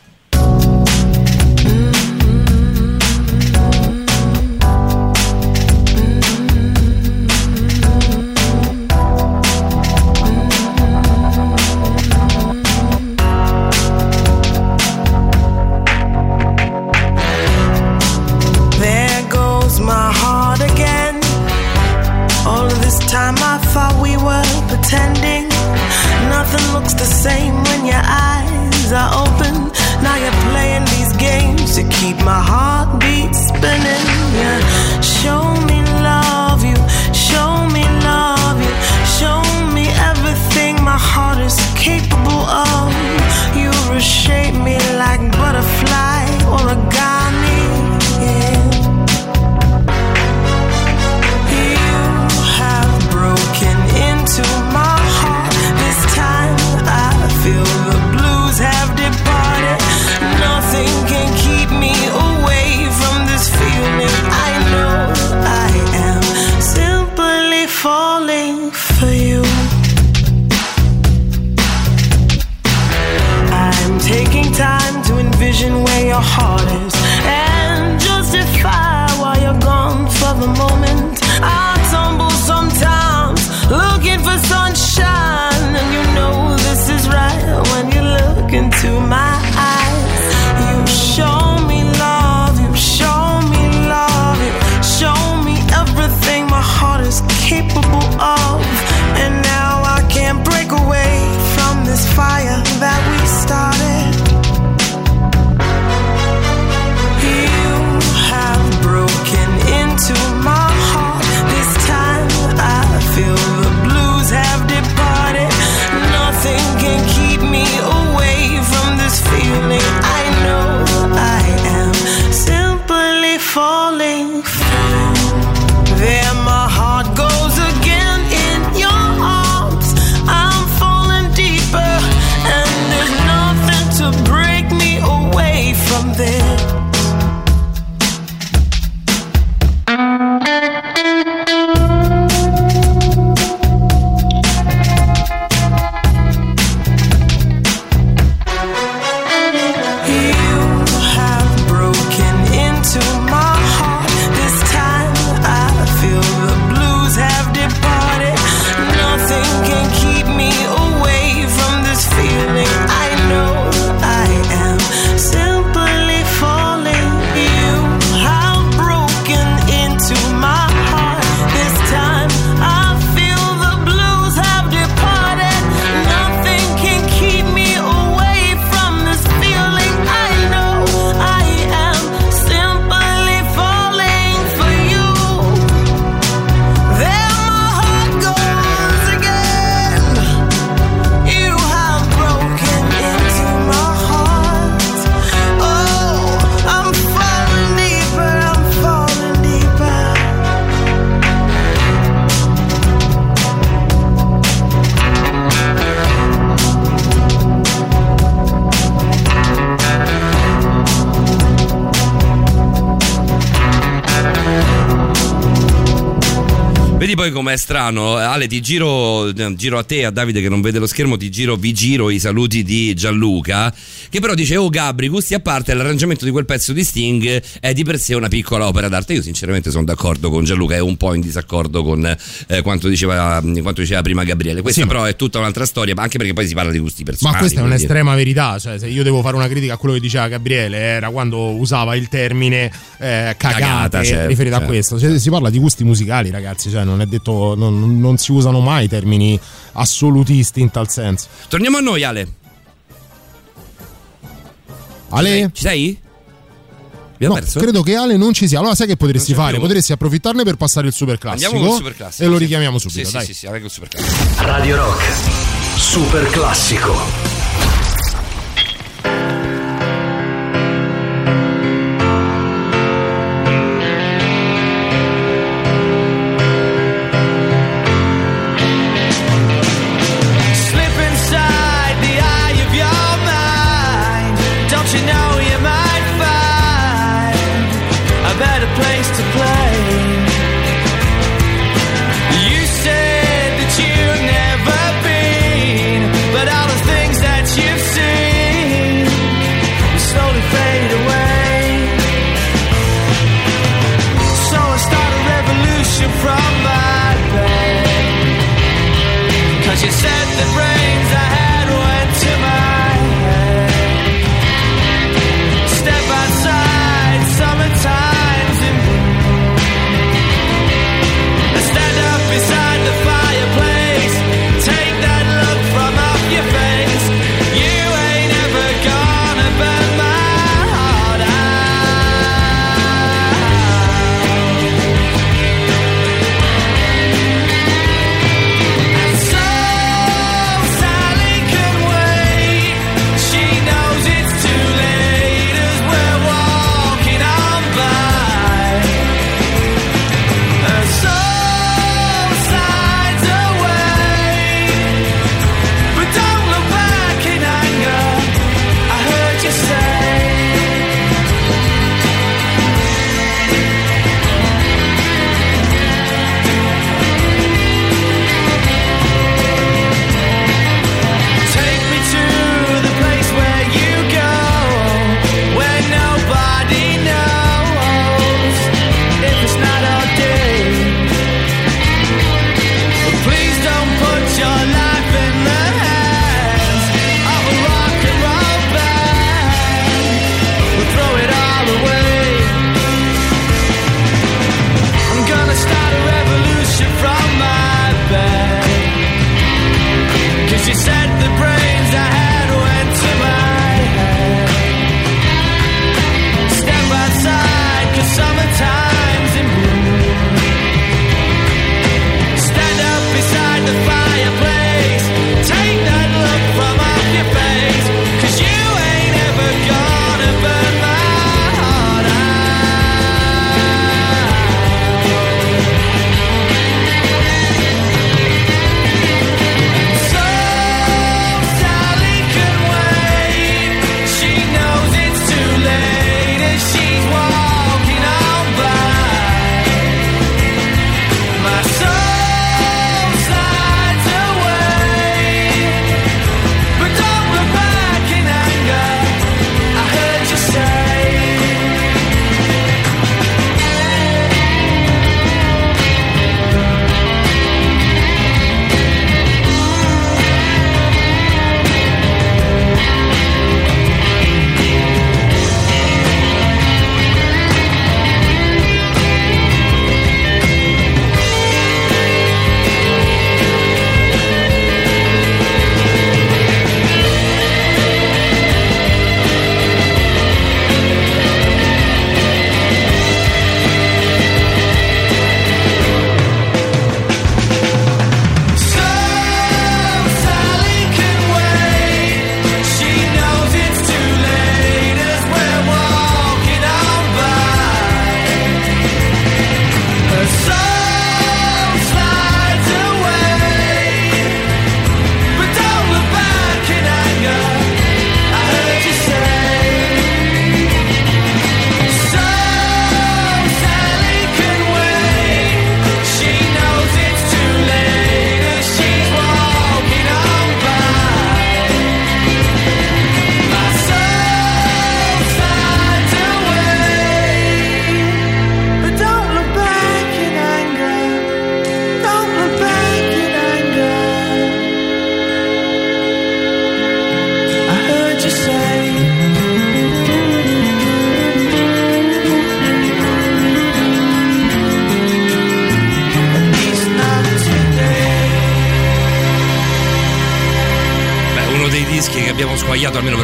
Time I thought we were pretending. Nothing looks the same when your eyes are open. Now you're playing these games to keep my heartbeat spinning. Yeah. Show me love you, show me love you, show me everything my heart is capable of. You reshape me like butterfly origami. Yeah. To my heart, this time I feel the blues have departed. Nothing can keep me away from this feeling. I know I am simply falling for you. I'm taking time to envision where your heart is and justify why you're gone for the moment. I tumble sometimes looking for sunshine, and you know this is right when you look into my eyes. You show me love, you show me love, you show me everything my heart is capable of. And now I can't break away from this fire that we started. You have broken into my heart. poi com'è strano, Ale, ti giro a te, a Davide che non vede lo schermo, vi giro i saluti di Gianluca, che però dice: oh Gabri, gusti a parte, l'arrangiamento di quel pezzo di Sting è di per sé una piccola opera d'arte. Io sinceramente sono d'accordo con Gianluca, è un po' in disaccordo con quanto diceva prima Gabriele. Questa però è tutta un'altra storia, anche perché poi si parla di gusti personali. Ma questa è un'estrema verità, cioè se io devo fare una critica a quello che diceva Gabriele, era quando usava il termine cagata, certo, riferito a questo. Cioè, si parla di gusti musicali, ragazzi, cioè non è detto, non si usano mai termini assolutisti in tal senso. Torniamo a noi, Ale. Ci sei? No, credo che Ale non ci sia. Allora sai che potresti fare? Potresti approfittarne per passare il super classico. Andiamo col super classico. E lo richiamiamo subito. Sì, dai. sì, anche il super classico. Radio Rock Super Classico. You said that you've never been, but all the things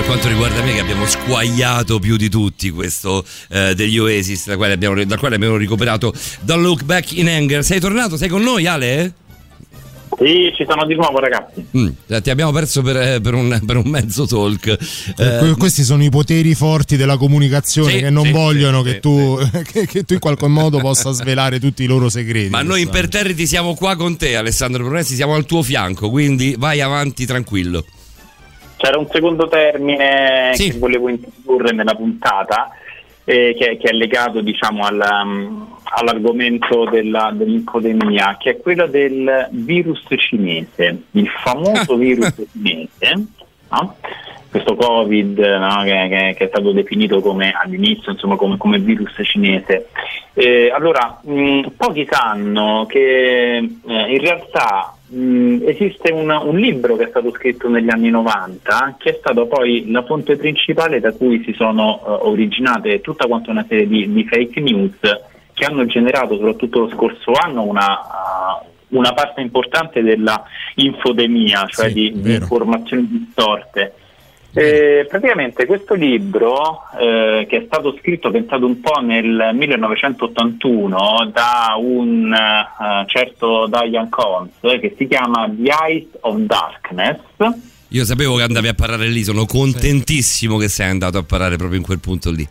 quanto riguarda me, che abbiamo squagliato più di tutti questo degli Oasis, dal quale abbiamo recuperato Don't Look Back in Anger. Sei tornato? Sei con noi, Ale? Sì, ci sono di nuovo, ragazzi. Ti abbiamo perso per un mezzo talk. Questi sono i poteri forti della comunicazione, che non vogliono che tu in qualche modo possa svelare tutti i loro segreti. Ma noi imperterriti siamo qua con te, Alessandro Brunesi, siamo al tuo fianco, quindi vai avanti tranquillo. C'era un secondo termine che volevo introdurre nella puntata, che è legato, diciamo, all'argomento dell'infodemia, che è quello del virus cinese, il famoso virus cinese, no? Questo Covid, no? che è stato definito come all'inizio, insomma, come virus cinese. Allora, pochi sanno che in realtà esiste un libro che è stato scritto negli anni 90, che è stato poi la fonte principale da cui si sono originate tutta quanta una serie di fake news che hanno generato, soprattutto lo scorso anno, una parte importante della infodemia, cioè di informazioni distorte. Praticamente questo libro, che è stato scritto, pensato un po' nel 1981 da un certo Diane Cons, che si chiama The Eyes of Darkness. Io sapevo che andavi a parlare lì, sono contentissimo che sei andato a parlare proprio in quel punto lì.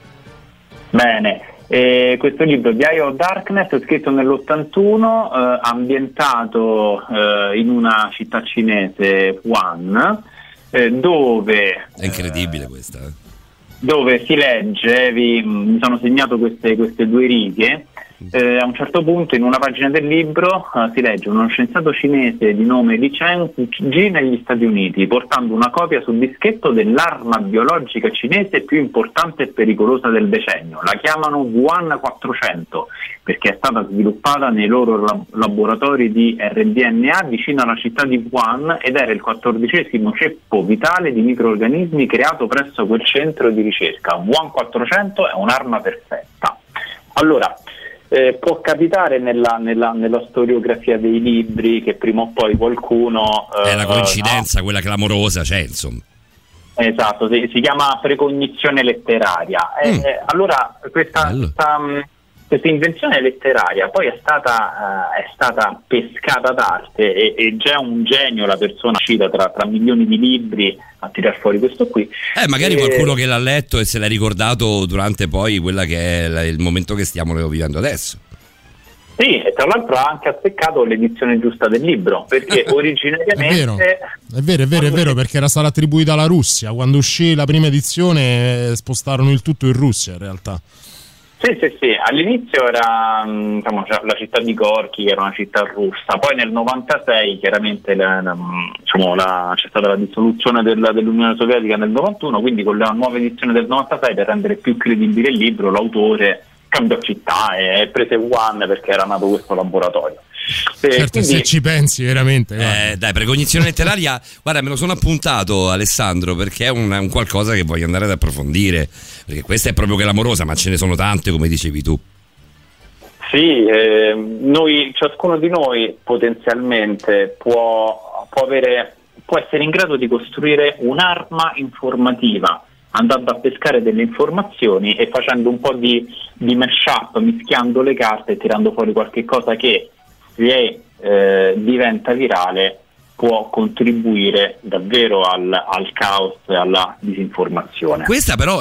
Bene, questo libro The Eyes of Darkness è scritto nell'81, ambientato in una città cinese, Wuhan, dove è incredibile questa dove si legge, mi sono segnato queste due righe, a un certo punto in una pagina del libro si legge: uno scienziato cinese di nome Li Cheng-ji negli Stati Uniti, portando una copia sul dischetto dell'arma biologica cinese più importante e pericolosa del decennio. La chiamano Wuhan 400 perché è stata sviluppata nei loro laboratori di rDNA vicino alla città di Wuhan ed era il 14° ceppo vitale di microrganismi creato presso quel centro di ricerca. Wuhan 400 è un'arma perfetta. Allora, può capitare nella storiografia dei libri che prima o poi qualcuno è la coincidenza, quella clamorosa, c'è, insomma. Esatto, si chiama precognizione letteraria. Allora questa invenzione letteraria poi è stata pescata d'arte e già un genio la persona uscita tra milioni di libri a tirar fuori questo qui. Magari qualcuno che l'ha letto e se l'ha ricordato durante poi quella che è il momento che stiamo vivendo adesso. Sì, e tra l'altro ha anche azzeccato l'edizione giusta del libro, perché originariamente è vero, perché era stata attribuita alla Russia. Quando uscì la prima edizione spostarono il tutto in Russia in realtà. Sì, all'inizio era la città di Gorky, che era una città russa, poi nel 96 chiaramente c'è stata la dissoluzione dell'Unione Sovietica nel 91, quindi con la nuova edizione del 96, per rendere più credibile il libro, l'autore cambiò città e prese Wuhan perché era nato questo laboratorio. Certo, quindi, se ci pensi veramente dai, precognizione letteraria, guarda, me lo sono appuntato, Alessandro, perché è un qualcosa che voglio andare ad approfondire, perché questa è proprio clamorosa, ma ce ne sono tante, come dicevi tu. Sì, ciascuno di noi potenzialmente può essere in grado di costruire un'arma informativa, andando a pescare delle informazioni e facendo un po' di mashup, mischiando le carte e tirando fuori qualche cosa che, se diventa virale, può contribuire davvero al caos e alla disinformazione. Questa però,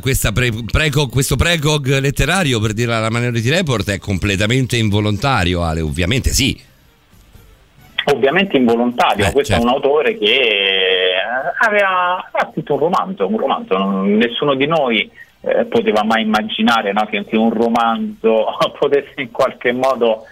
questo precog letterario, per dirla alla Minority Report, è completamente involontario, Ale, ovviamente sì. Ovviamente involontario, questo certo. È un autore che aveva scritto un romanzo. Nessuno di noi poteva mai immaginare, no, che anche un romanzo potesse in qualche modo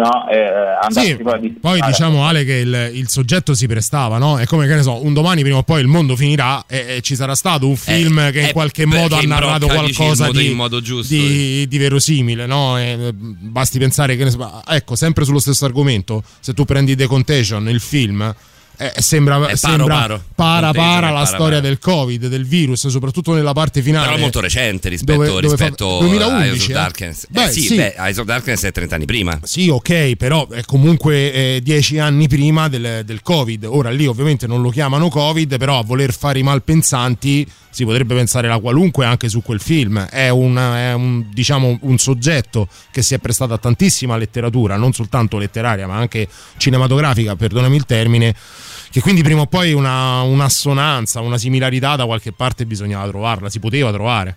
sì, poi diciamo, Ale, che il soggetto si prestava, no? È come, che ne so, un domani prima o poi il mondo finirà e ci sarà stato un film che in qualche modo ha narrato qualcosa di verosimile, no? Basti pensare che, ecco, sempre sullo stesso argomento, se tu prendi The Contagion, il film, sembra la storia del Covid, del virus, soprattutto nella parte finale. Però molto recente rispetto 2011, a Eyes of Darkness. Eyes of Darkness è 30 anni prima. Sì, ok, però è comunque 10 anni prima del Covid. Ora lì ovviamente non lo chiamano Covid, però a voler fare i malpensanti si potrebbe pensare la qualunque anche su quel film. È un soggetto che si è prestato a tantissima letteratura, non soltanto letteraria ma anche cinematografica, perdonami il termine, che quindi prima o poi un'assonanza, una similarità da qualche parte bisognava trovarla, si poteva trovare.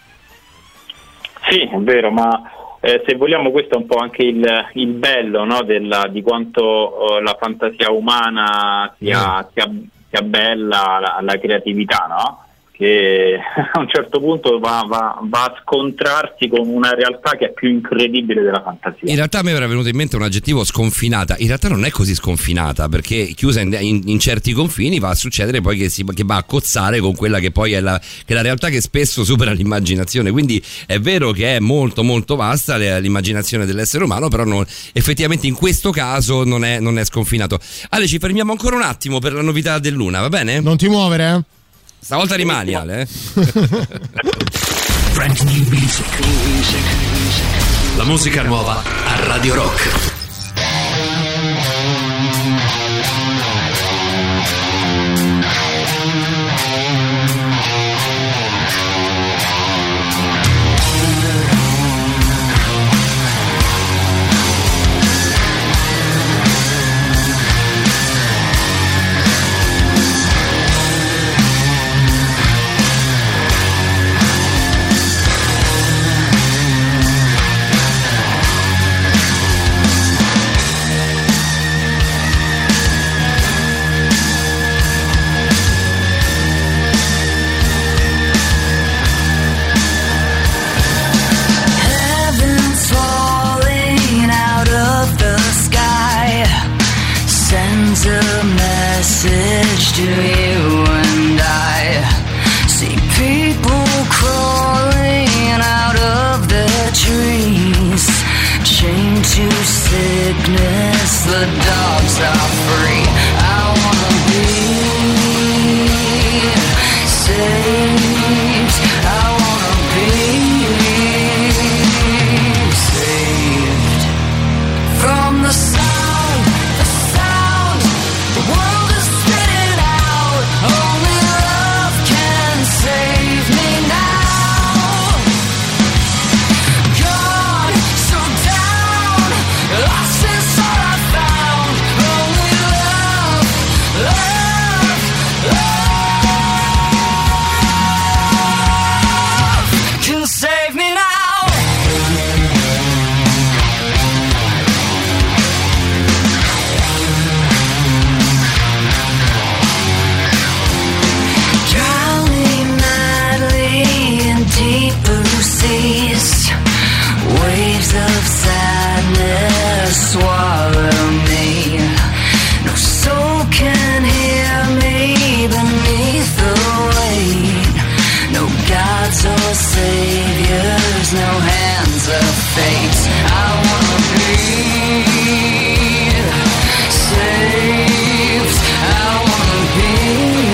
Sì, è vero, ma se vogliamo questo è un po' anche il bello, no, di quanto la fantasia umana sia bella, la creatività, no? Che a un certo punto va a scontrarsi con una realtà che è più incredibile della fantasia. In realtà a me era venuto in mente un aggettivo: sconfinata. In realtà non è così sconfinata, perché chiusa in certi confini va a succedere poi che va a cozzare con quella che poi è la realtà, che spesso supera l'immaginazione. Quindi è vero che è molto molto vasta l'immaginazione dell'essere umano, però effettivamente in questo caso non è sconfinato. Ale, ci fermiamo ancora un attimo per la novità del Luna, va bene? Non ti muovere, Stavolta rimani, Ale. Brand new music. La musica nuova a Radio Rock. To you and I see people crawling out of their trees, chained to sickness, the dogs are free. I wanna be saved, I wanna be saved from the sound, the world is spinning out. Only love can save me now. Gone, so down, lost is all I found. Only love, love, love can save me now. Waves of sadness swallow me. No soul can hear me beneath the weight. No gods or saviors, no hands of fate. I wanna be saved. I wanna be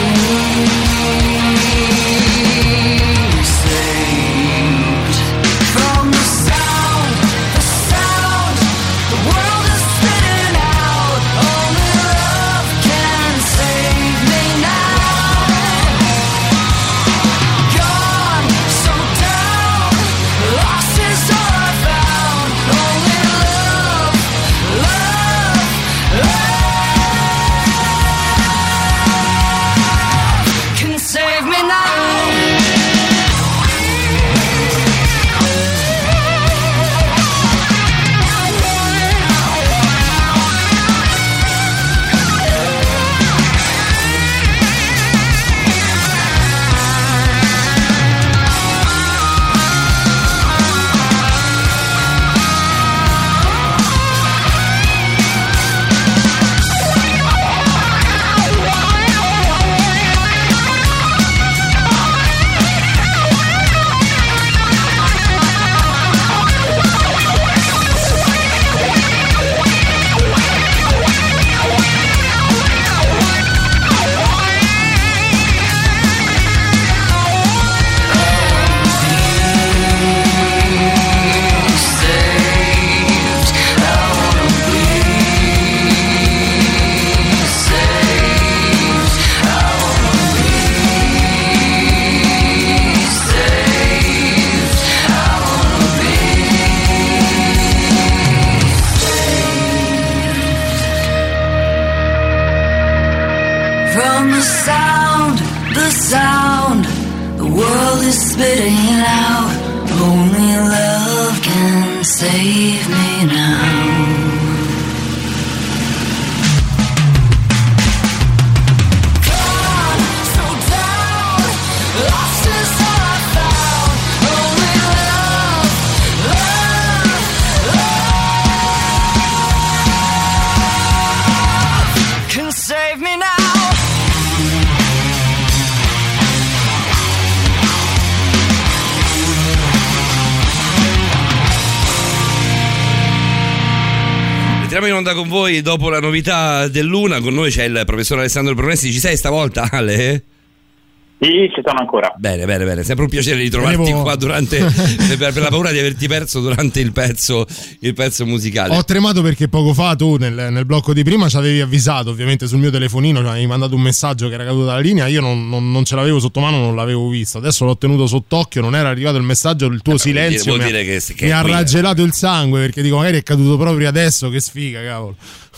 is spitting out. Only love can save me now. Entriamo in onda con voi dopo la novità dell'una. Con noi c'è il professor Alessandro Brunesti. Ci sei stavolta, Ale? Sì, ci sono ancora. Bene, sempre un piacere ritrovarti qua durante per la paura di averti perso durante il pezzo musicale. Ho tremato perché poco fa tu nel blocco di prima ci avevi avvisato, ovviamente sul mio telefonino mi avevi mandato un messaggio che era caduto dalla linea, io non ce l'avevo sotto mano, non l'avevo visto, adesso l'ho tenuto sott'occhio, non era arrivato il messaggio, il tuo silenzio mi ha raggelato il sangue, perché dico magari è caduto proprio adesso, che sfiga, cavolo.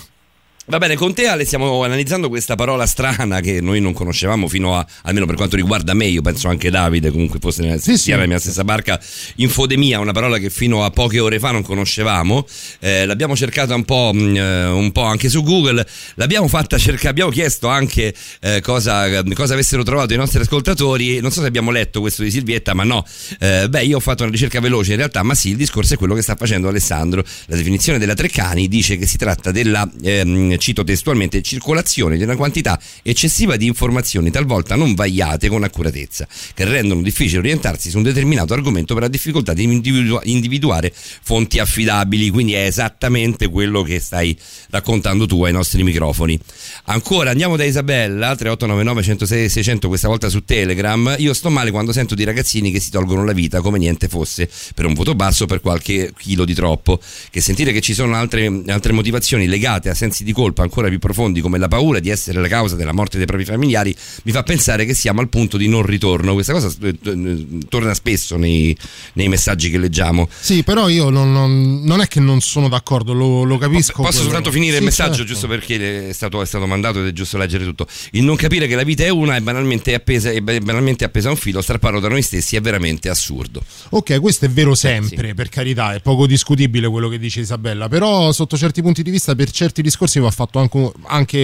Va bene, con te Ale stiamo analizzando questa parola strana che noi non conoscevamo fino a, almeno per quanto riguarda me, io penso anche Davide comunque fosse nella mia stessa barca, infodemia, una parola che fino a poche ore fa non conoscevamo, l'abbiamo cercata un po' anche su Google, l'abbiamo fatta cercare, abbiamo chiesto anche cosa avessero trovato i nostri ascoltatori, non so se abbiamo letto questo di Silvietta, ma no, io ho fatto una ricerca veloce in realtà, ma sì, il discorso è quello che sta facendo Alessandro. La definizione della Treccani dice che si tratta della cito testualmente, circolazione di una quantità eccessiva di informazioni talvolta non vagliate con accuratezza, che rendono difficile orientarsi su un determinato argomento per la difficoltà di individuare fonti affidabili. Quindi è esattamente quello che stai raccontando tu ai nostri microfoni. Ancora andiamo da Isabella, 3899 106 600, questa volta su Telegram. Io sto male quando sento di ragazzini che si tolgono la vita come niente fosse, per un voto basso o per qualche chilo di troppo, che sentire che ci sono altre motivazioni legate a sensi di colpa ancora più profondi come la paura di essere la causa della morte dei propri familiari mi fa pensare che siamo al punto di non ritorno. Questa cosa torna spesso nei messaggi che leggiamo. Sì, però io non è che non sono d'accordo, lo capisco. Posso soltanto finire il messaggio, certo. Giusto perché è stato mandato ed è giusto leggere tutto. Il non capire che la vita è una e banalmente appesa a un filo, strapparlo da noi stessi, è veramente assurdo. Ok, questo è vero sempre, per carità, è poco discutibile quello che dice Isabella, però sotto certi punti di vista, per certi discorsi va fatto anche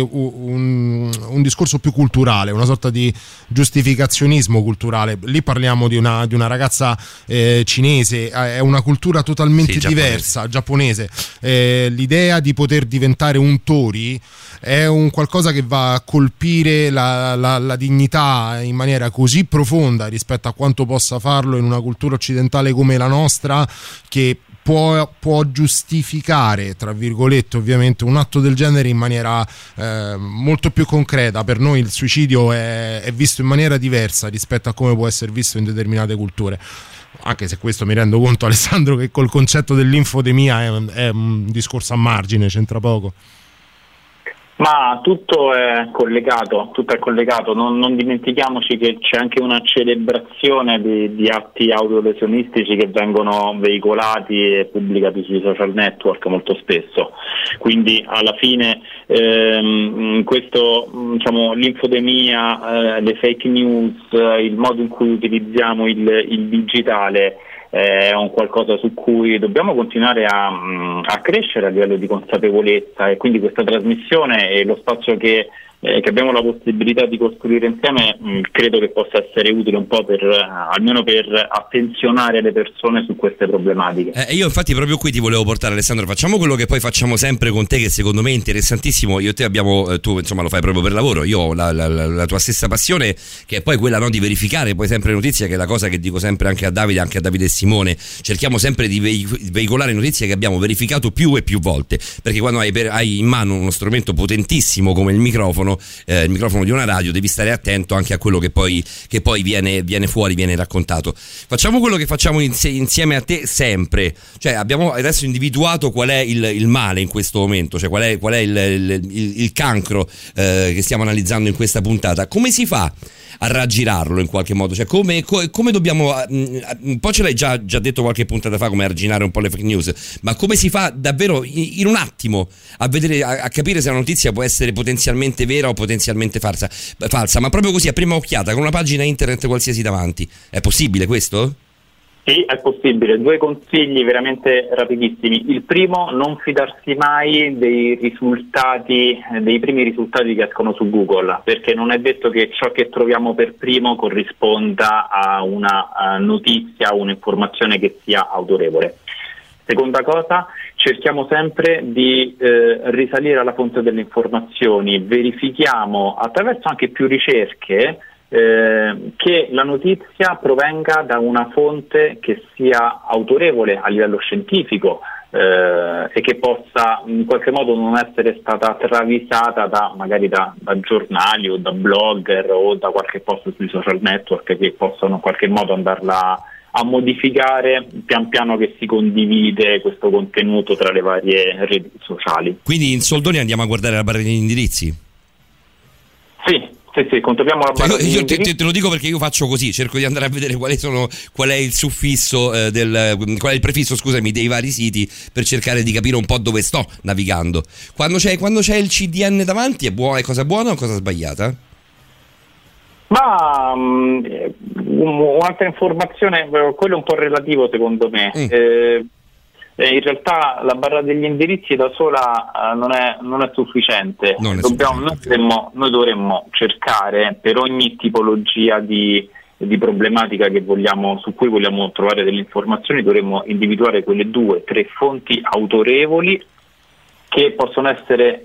un discorso più culturale, una sorta di giustificazionismo culturale. Lì parliamo di una ragazza cinese, è una cultura totalmente diversa, giapponese. L'idea di poter diventare un tori è un qualcosa che va a colpire la dignità in maniera così profonda rispetto a quanto possa farlo in una cultura occidentale come la nostra, che può giustificare, tra virgolette, ovviamente un atto del genere in maniera molto più concreta. Per noi il suicidio è visto in maniera diversa rispetto a come può essere visto in determinate culture. Anche se questo mi rendo conto, Alessandro, che col concetto dell'infodemia è un discorso a margine, c'entra poco. Ma tutto è collegato, non dimentichiamoci che c'è anche una celebrazione di atti autolesionistici che vengono veicolati e pubblicati sui social network molto spesso, quindi alla fine l'infodemia, le fake news, il modo in cui utilizziamo il digitale è un qualcosa su cui dobbiamo continuare a crescere a livello di consapevolezza, e quindi questa trasmissione e lo spazio che abbiamo la possibilità di costruire insieme credo che possa essere utile un po' almeno per attenzionare le persone su queste problematiche. Io infatti proprio qui ti volevo portare, Alessandro, facciamo quello che poi facciamo sempre con te, che secondo me è interessantissimo. Io e te abbiamo, tu insomma lo fai proprio per lavoro, io ho la tua stessa passione, che è poi quella, no, di verificare poi sempre notizie, che è la cosa che dico sempre anche a Davide e Simone. Cerchiamo sempre di veicolare notizie che abbiamo verificato più e più volte, perché quando hai in mano uno strumento potentissimo come il microfono di una radio, devi stare attento anche a quello che poi viene fuori, viene raccontato. Facciamo quello che facciamo insieme a te sempre, cioè abbiamo adesso individuato qual è il male in questo momento, cioè qual è il cancro che stiamo analizzando in questa puntata. Come si fa a raggirarlo in qualche modo? Cioè come dobbiamo, un po' ce l'hai già detto qualche puntata fa, come arginare un po' le fake news, ma come si fa davvero in un attimo a capire se una notizia può essere potenzialmente vera vera o potenzialmente falsa, ma proprio così a prima occhiata con una pagina internet qualsiasi davanti. È possibile questo? Sì, è possibile. 2 consigli veramente rapidissimi. Il primo, non fidarsi mai dei primi risultati che escono su Google, perché non è detto che ciò che troviamo per primo corrisponda a una notizia, un'informazione che sia autorevole. Seconda cosa, cerchiamo sempre di risalire alla fonte delle informazioni, verifichiamo attraverso anche più ricerche che la notizia provenga da una fonte che sia autorevole a livello scientifico e che possa in qualche modo non essere stata travisata magari da giornali o da blogger o da qualche post sui social network che possono in qualche modo andarla a modificare pian piano che si condivide questo contenuto tra le varie reti sociali. Quindi in soldoni andiamo a guardare la barra degli indirizzi? Sì, controlliamo la barra degli indirizzi. Te lo dico perché io faccio così, cerco di andare a vedere qual è il suffisso qual è il prefisso, scusami, dei vari siti per cercare di capire un po' dove sto navigando. Quando c'è il CDN davanti è cosa buona o cosa sbagliata? Ma un'altra informazione, quello è un po' relativo secondo me. In realtà la barra degli indirizzi da sola non è sufficiente. Noi dovremmo cercare per ogni tipologia di problematica su cui vogliamo trovare delle informazioni, dovremmo individuare quelle 2-3 fonti autorevoli che possono essere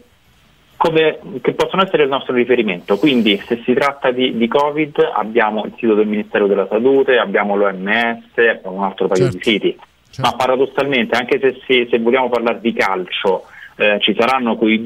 il nostro riferimento. Quindi se si tratta di Covid abbiamo il sito del Ministero della Salute, abbiamo l'OMS, abbiamo un altro paio di siti. Ma paradossalmente, anche se vogliamo parlare di calcio, ci saranno quelle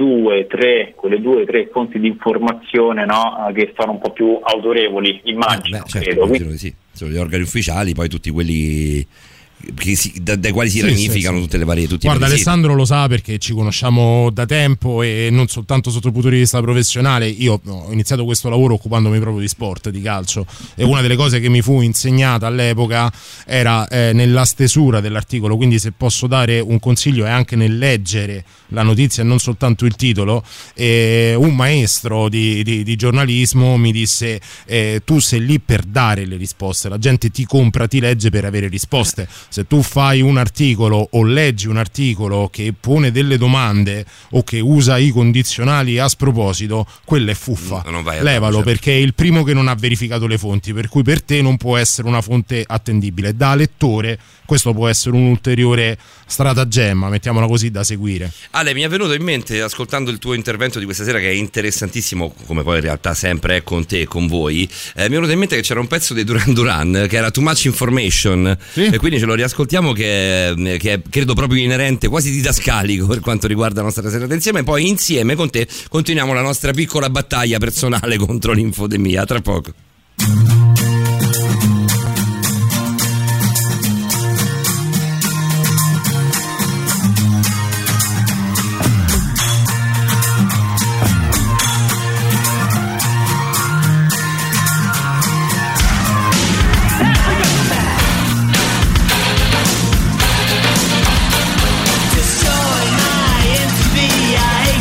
2-3 fonti di informazione, no? Che sono un po' più autorevoli, immagino. Certo, credo. Sì. Sono gli organi ufficiali, poi tutti quelli dai quali si ramificano tutte le varie. Guarda, Alessandro lo sa perché ci conosciamo da tempo e non soltanto sotto il punto di vista professionale. Io ho iniziato questo lavoro occupandomi proprio di sport, di calcio, e una delle cose che mi fu insegnata all'epoca era nella stesura dell'articolo, quindi se posso dare un consiglio è anche nel leggere la notizia e non soltanto il titolo. Un maestro di giornalismo mi disse tu sei lì per dare le risposte, la gente ti compra, ti legge per avere risposte. Se tu fai un articolo o leggi un articolo che pone delle domande o che usa i condizionali a sproposito, quello è fuffa, levalo, perché è il primo che non ha verificato le fonti, per cui per te non può essere una fonte attendibile. Da lettore questo può essere un ulteriore stratagemma, mettiamola così, da seguire. Ale, mi è venuto in mente, ascoltando il tuo intervento di questa sera, che è interessantissimo, come poi in realtà sempre è con te e con voi, mi è venuto in mente che c'era un pezzo dei Duran Duran che era Too Much Information, e quindi ce lo riascoltiamo, che è credo proprio inerente, quasi didascalico per quanto riguarda la nostra serata insieme, e poi insieme con te continuiamo la nostra piccola battaglia personale contro l'infodemia. Tra poco.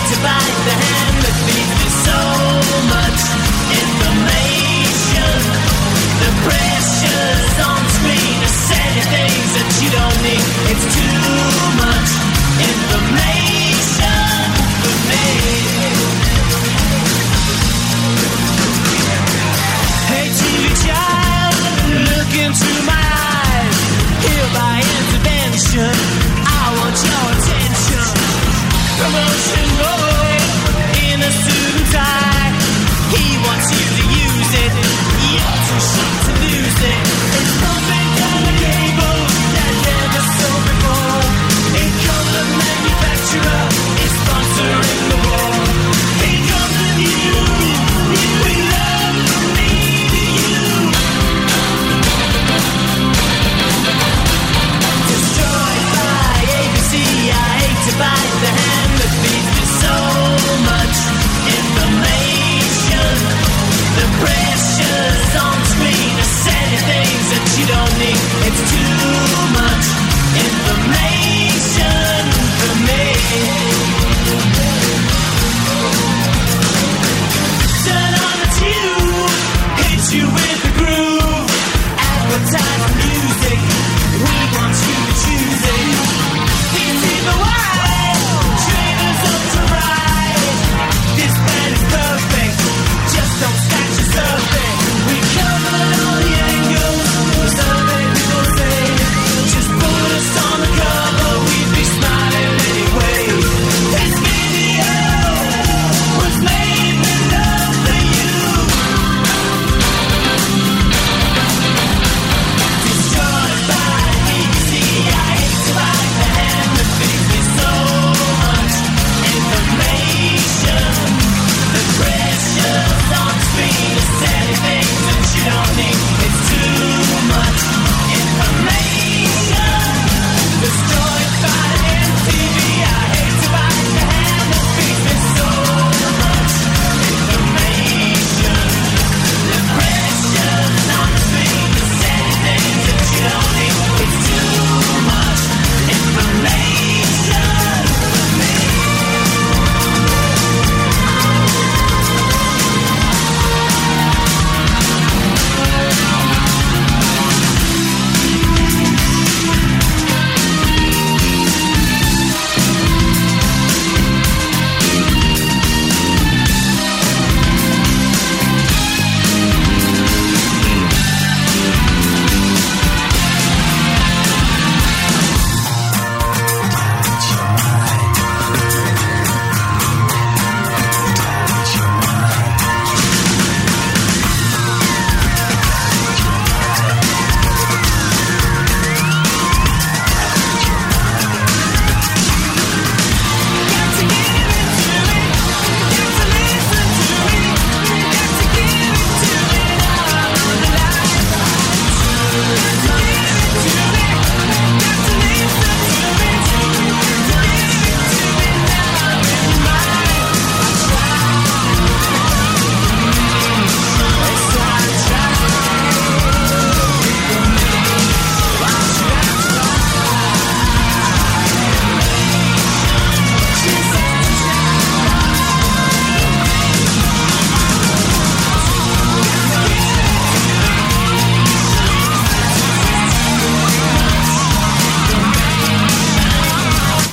Bite the hand that feeds me so much information.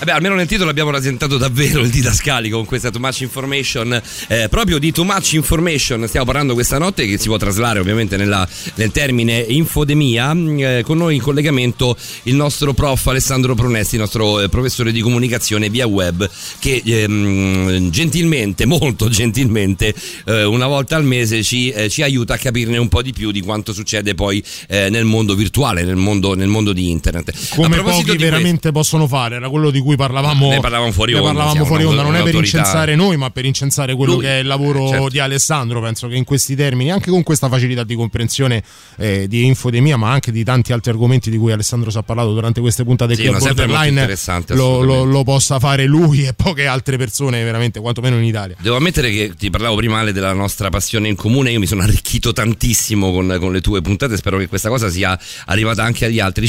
Beh, almeno nel titolo abbiamo rasentato davvero il didascalico con questa Too Much Information. Proprio di Too Much Information stiamo parlando questa notte, che si può traslare ovviamente nel termine infodemia. Con noi in collegamento il nostro prof Alessandro Pronesti, il nostro professore di comunicazione via web, che gentilmente, molto gentilmente, una volta al mese ci aiuta a capirne un po' di più di quanto succede poi nel mondo virtuale, nel mondo di internet. Come pochi veramente possono fare, era quello di cui parlavamo fuori onda. Non è per incensare noi, ma per incensare quello che è il lavoro di Alessandro. Penso che in questi termini, anche con questa facilità di comprensione di infodemia, ma anche di tanti altri argomenti di cui Alessandro ci ha parlato durante queste puntate qui a Borderline, lo possa fare lui e poche altre persone, veramente, quantomeno in Italia. Devo ammettere che ti parlavo prima, Ale, della nostra passione in comune. Io mi sono arricchito tantissimo con le tue puntate, spero che questa cosa sia arrivata anche agli altri.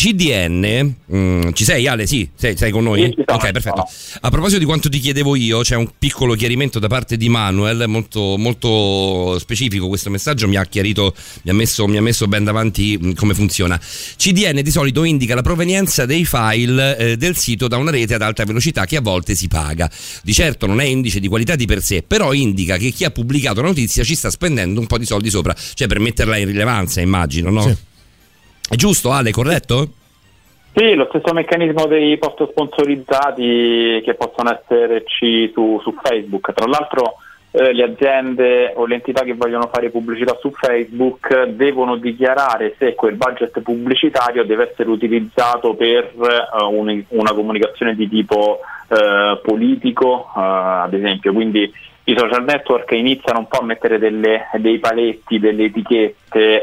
CDN, ci sei, Ale? Sì, sei con noi? Sì, ok, perfetto. A proposito di quanto ti chiedevo io, c'è un piccolo chiarimento da parte di Manuel, molto, molto specifico. Questo messaggio mi ha chiarito, mi ha messo ben davanti come funziona. CDN di solito indica la provenienza dei file del sito da una rete ad alta velocità, che a volte si paga. Di certo non è indice di qualità di per sé, però indica che chi ha pubblicato la notizia ci sta spendendo un po' di soldi sopra, cioè per metterla in rilevanza, immagino, no? Sì. È giusto, Ale, corretto? Sì, lo stesso meccanismo dei post sponsorizzati che possono esserci su Facebook. Tra l'altro le aziende o le entità che vogliono fare pubblicità su Facebook devono dichiarare se quel budget pubblicitario deve essere utilizzato per una comunicazione di tipo politico, ad esempio. Quindi i social network iniziano un po' a mettere dei paletti, delle etichette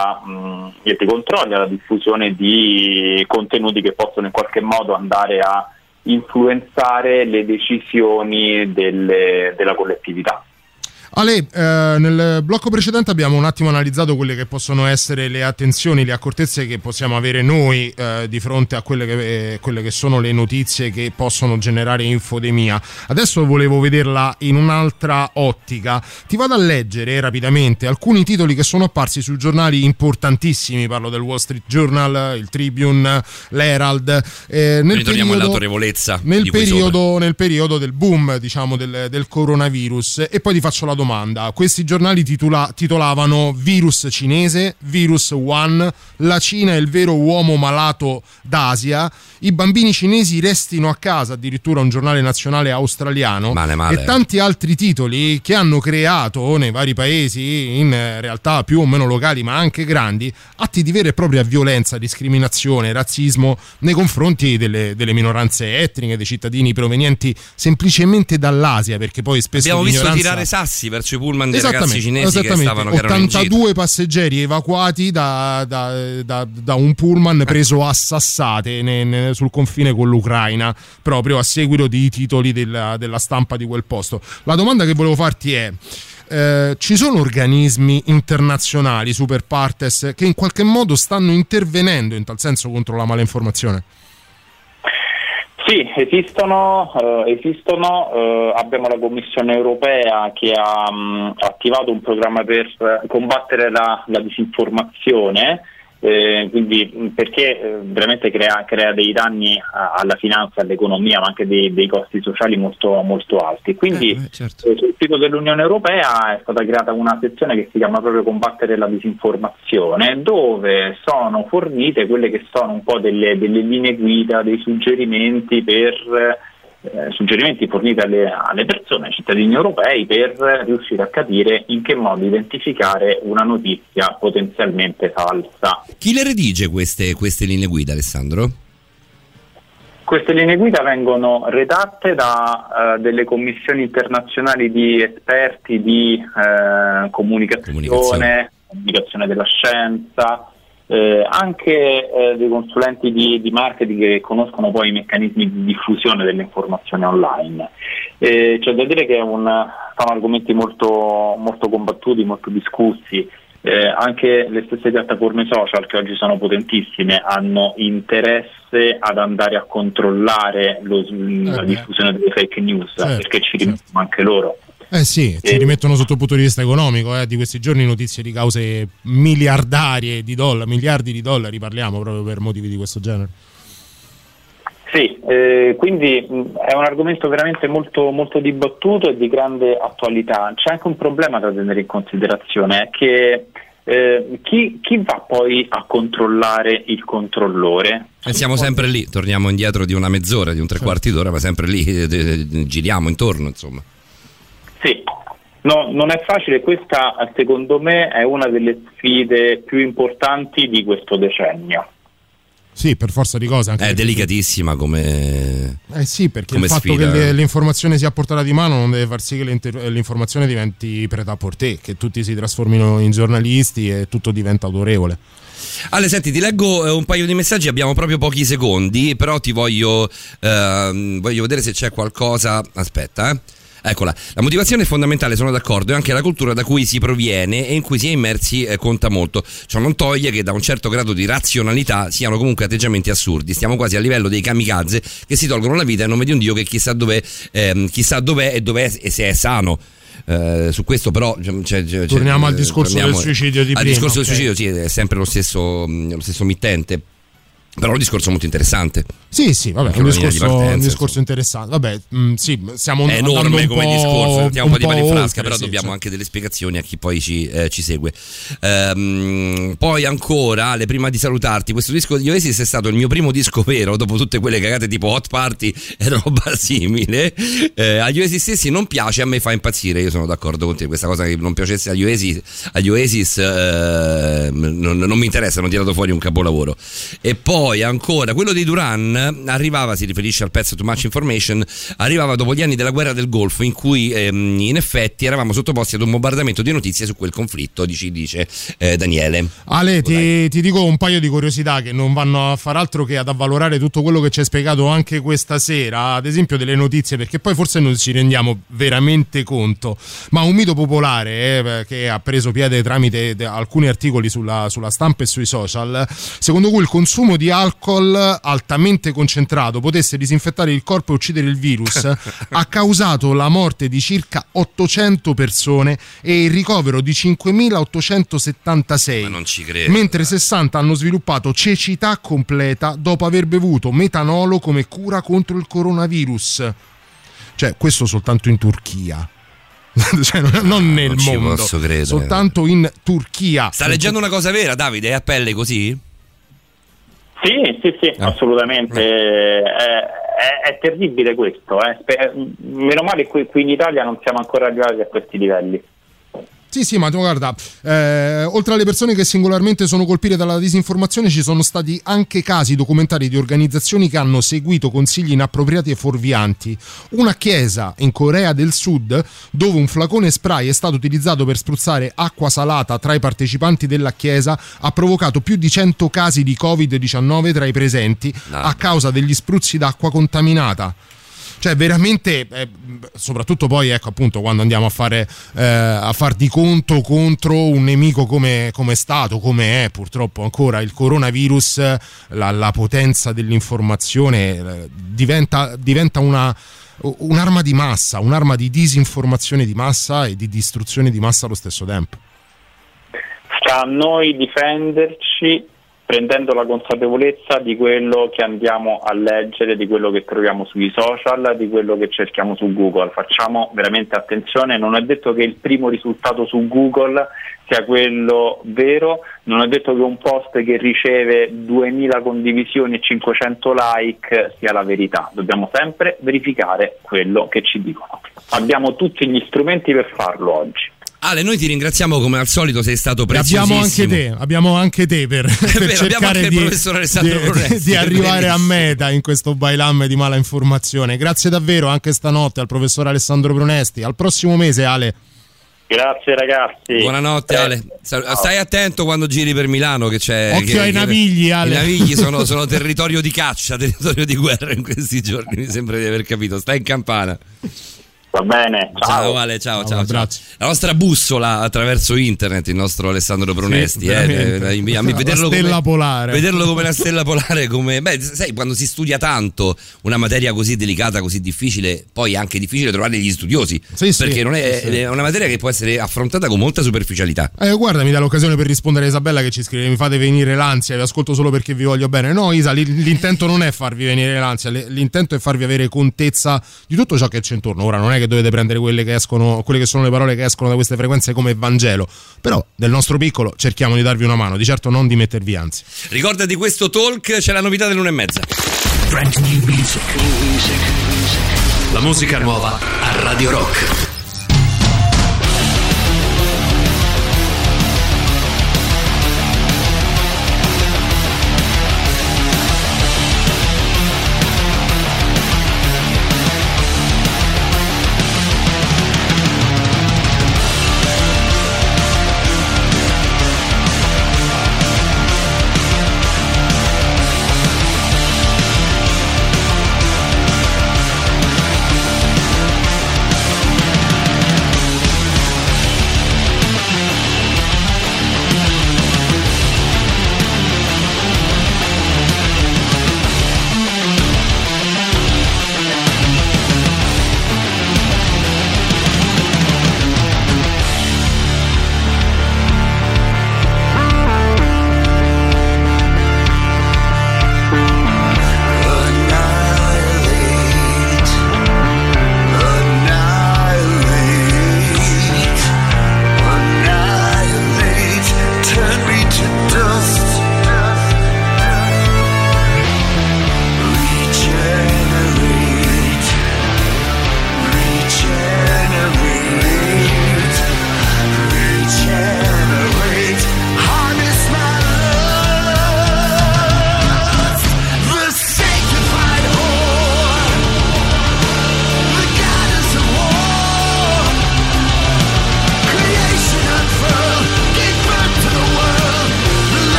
agli controlli, alla diffusione di contenuti che possono in qualche modo andare a influenzare le decisioni della collettività. Ale, nel blocco precedente abbiamo un attimo analizzato quelle che possono essere le attenzioni, le accortezze che possiamo avere noi di fronte a quelle che sono le notizie che possono generare infodemia. Adesso volevo vederla in un'altra ottica. Ti vado a leggere rapidamente alcuni titoli che sono apparsi sui giornali importantissimi. Parlo del Wall Street Journal, il Tribune, l'Herald. Ritorniamo all'autorevolezza. Nel periodo del boom, diciamo, del coronavirus. E poi ti faccio la domanda. Questi giornali titolavano virus cinese, virus Wuhan, la Cina è il vero uomo malato d'Asia, i bambini cinesi restino a casa, addirittura un giornale nazionale australiano, male. E tanti altri titoli che hanno creato nei vari paesi, in realtà più o meno locali ma anche grandi, atti di vera e propria violenza, discriminazione, razzismo nei confronti delle minoranze etniche, dei cittadini provenienti semplicemente dall'Asia, perché poi spesso abbiamo visto tirare sassi verso i pullman dei ragazzi cinesi che stavano 82 passeggeri evacuati da un pullman preso a sassate sul confine con l'Ucraina, proprio a seguito di titoli della stampa di quel posto. La domanda che volevo farti è: ci sono organismi internazionali super partes che in qualche modo stanno intervenendo in tal senso contro la malinformazione? Sì, esistono, abbiamo la Commissione europea che ha attivato un programma per combattere la disinformazione, quindi perché veramente crea dei danni alla finanza, all'economia, ma anche dei costi sociali molto, molto alti. Quindi certo. Sul sito dell'Unione Europea è stata creata una sezione che si chiama proprio combattere la disinformazione, dove sono fornite quelle che sono un po' delle linee guida, dei suggerimenti suggerimenti forniti alle persone, ai cittadini europei, per riuscire a capire in che modo identificare una notizia potenzialmente falsa. Chi le redige queste linee guida, Alessandro? Queste linee guida vengono redatte da delle commissioni internazionali di esperti di comunicazione della scienza, anche dei consulenti di marketing che conoscono poi i meccanismi di diffusione delle informazioni online. C'è da dire che sono argomenti molto, molto combattuti, molto discussi. Anche le stesse piattaforme social, che oggi sono potentissime, hanno interesse ad andare a controllare la diffusione delle fake news, perché ci rimettono anche loro. Sì, ci rimettono sotto il punto di vista economico, di questi giorni notizie di cause miliardarie di dollari, miliardi di dollari, parliamo proprio per motivi di questo genere. Sì, quindi è un argomento veramente molto, molto dibattuto e di grande attualità. C'è anche un problema da tenere in considerazione, che chi va poi a controllare il controllore? E siamo sempre lì, torniamo indietro di una mezz'ora, di un tre quarti d'ora, ma sempre lì, giriamo intorno, insomma. Sì, no, non è facile. Questa secondo me è una delle sfide più importanti di questo decennio. Sì, per forza di cose. Anche è delicatissima come sì, perché come il fatto sfida. Che l'informazione sia a portata di mano non deve far sì che l'informazione diventi prêt-à-porter, che tutti si trasformino in giornalisti e tutto diventa autorevole. Ale, senti, ti leggo un paio di messaggi, abbiamo proprio pochi secondi, però ti voglio vedere se c'è qualcosa. Aspetta, Eccola, la motivazione è fondamentale, sono d'accordo, e anche la cultura da cui si proviene e in cui si è immersi conta molto. Ciò non toglie che da un certo grado di razionalità siano comunque atteggiamenti assurdi. Stiamo quasi a livello dei kamikaze che si tolgono la vita in nome di un Dio che chissà dov'è e dov'è e se è sano. Su questo però torniamo al discorso del suicidio di prima. Al discorso del suicidio, sì, è sempre lo stesso mittente. Però è un discorso molto interessante. Sì, vabbè, è un discorso interessante. Vabbè, sì, siamo è enorme come discorso, mettiamo un po' di mani in frasca, però sì, dobbiamo anche delle spiegazioni a chi poi ci segue. Poi ancora, Ale, prima di salutarti, questo disco di Oasis è stato il mio primo disco vero, dopo tutte quelle cagate tipo Hot Party e roba simile. Agli Oasis stessi non piace, a me fa impazzire, io sono d'accordo con te, questa cosa che non piacesse agli Oasis non mi interessa, hanno tirato fuori un capolavoro. E poi ancora quello di Duran arrivava, si riferisce al pezzo Too Much Information, arrivava dopo gli anni della guerra del Golfo, in cui in effetti eravamo sottoposti ad un bombardamento di notizie su quel conflitto, dice Daniele. Ale, ti dico un paio di curiosità che non vanno a far altro che ad avvalorare tutto quello che ci hai spiegato anche questa sera, ad esempio delle notizie, perché poi forse non ci rendiamo veramente conto, ma un mito popolare che ha preso piede tramite alcuni articoli sulla stampa e sui social, secondo cui il consumo di alcol altamente concentrato potesse disinfettare il corpo e uccidere il virus ha causato la morte di circa 800 persone e il ricovero di 5.876. Ma non ci credo. Mentre 60 hanno sviluppato cecità completa dopo aver bevuto metanolo come cura contro il coronavirus. Cioè, questo soltanto in Turchia. Cioè, non nel mondo, posso credere. Soltanto in Turchia. Sta leggendo una cosa vera, Davide? È a pelle così? Sì, assolutamente. È terribile questo. Meno male qui in Italia non siamo ancora arrivati a questi livelli. Sì, ma guarda, oltre alle persone che singolarmente sono colpite dalla disinformazione, ci sono stati anche casi documentari di organizzazioni che hanno seguito consigli inappropriati e fuorvianti. Una chiesa in Corea del Sud, dove un flacone spray è stato utilizzato per spruzzare acqua salata tra i partecipanti della chiesa, ha provocato più di 100 casi di Covid-19 tra i presenti a causa degli spruzzi d'acqua contaminata. Cioè veramente, soprattutto poi ecco appunto quando andiamo a far di conto contro un nemico come è stato, come è purtroppo ancora il coronavirus, la potenza dell'informazione diventa un'arma di massa, un'arma di disinformazione di massa e di distruzione di massa allo stesso tempo. Sta a noi difenderci prendendo la consapevolezza di quello che andiamo a leggere, di quello che troviamo sui social, di quello che cerchiamo su Google. Facciamo veramente attenzione, non è detto che il primo risultato su Google sia quello vero, non è detto che un post che riceve 2000 condivisioni e 500 like sia la verità. Dobbiamo sempre verificare quello che ci dicono. Abbiamo tutti gli strumenti per farlo oggi. Ale, noi ti ringraziamo come al solito, sei stato preziosissimo. Abbiamo anche te per cercare di arrivare a meta in questo bailamme di mala informazione. Grazie davvero anche stanotte al professor Alessandro Pronesti. Al prossimo mese, Ale. Grazie ragazzi. Buonanotte Ale. Stai attento quando giri per Milano che c'è. Occhio ai navigli, Ale. I navigli sono territorio di caccia, territorio di guerra in questi giorni, mi sembra di aver capito. Stai in campana. Va bene, ciao. Vale, ciao. La nostra bussola attraverso internet, il nostro Alessandro Brunesti, vederlo come la stella polare, sai, quando si studia tanto una materia così delicata, così difficile, poi è anche difficile trovare gli studiosi, perché non è una materia che può essere affrontata con molta superficialità. Guarda, mi dà l'occasione per rispondere a Isabella che ci scrive: mi fate venire l'ansia, vi ascolto solo perché vi voglio bene. No, Isa, l'intento non è farvi venire l'ansia, l'intento è farvi avere contezza di tutto ciò che c'è intorno. Ora non è che dovete prendere quelle che sono le parole che escono da queste frequenze come Vangelo, però nel nostro piccolo cerchiamo di darvi una mano, di certo non di mettervi ansia. Ricordati questo talk, c'è la novità dell'1:30. Brand new music. La musica nuova a Radio Rock.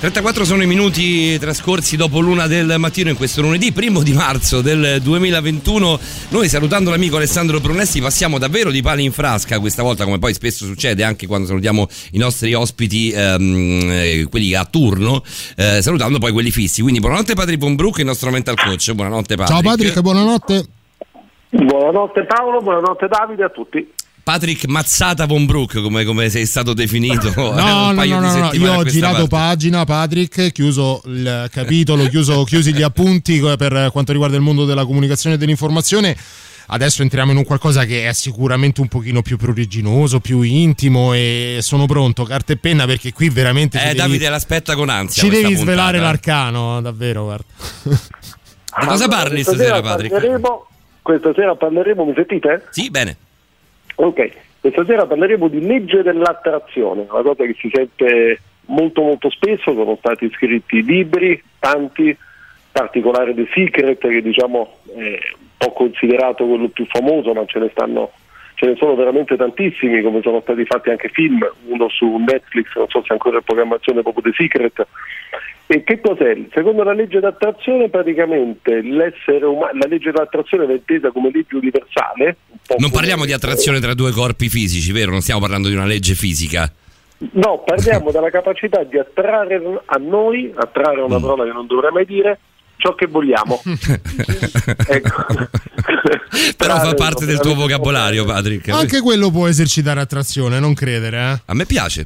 34 sono i minuti trascorsi dopo l'una del mattino in questo lunedì 1 di marzo del 2021. Noi, salutando l'amico Alessandro Brunesti, passiamo davvero di pali in frasca questa volta, come poi spesso succede anche quando salutiamo i nostri ospiti, quelli a turno, salutando poi quelli fissi. Quindi buonanotte Patrick Von Broek, il nostro mental coach. Buonanotte Patrick. Ciao Patrick, buonanotte. Buonanotte Paolo, buonanotte Davide, a tutti. Patrick Mazzata Von Broek, come sei stato definito. No, io ho girato pagina, Patrick, chiuso il capitolo, chiusi gli appunti per quanto riguarda il mondo della comunicazione e dell'informazione. Adesso entriamo in un qualcosa che è sicuramente un pochino più pruriginoso, più intimo, e sono pronto, carta e penna, perché qui veramente Davide l'aspetta con ansia. Ci devi svelare l'arcano, davvero, guarda. Di cosa parli stasera, Patrick? Questa sera parleremo, mi sentite? Sì, bene. Ok, questa sera parleremo di legge dell'attrazione, una cosa che si sente molto molto spesso. Sono stati scritti libri, tanti, in particolare The Secret, che diciamo è un po' considerato quello più famoso, ma ce ne sono veramente tantissimi, come sono stati fatti anche film, uno su Netflix, non so se è ancora in programmazione, proprio The Secret. E che cos'è? Secondo la legge d'attrazione, praticamente l'essere umano, la legge dell'attrazione è intesa come legge universale. Non parliamo di attrazione tra due corpi fisici, vero? Non stiamo parlando di una legge fisica. No, parliamo della capacità di attrarre a noi, attrarre è una parola che non dovrei mai dire, ciò che vogliamo. Ecco. Però fa parte del tuo vocabolario, Patrick. Anche quello può esercitare attrazione, non credere, eh? A me piace.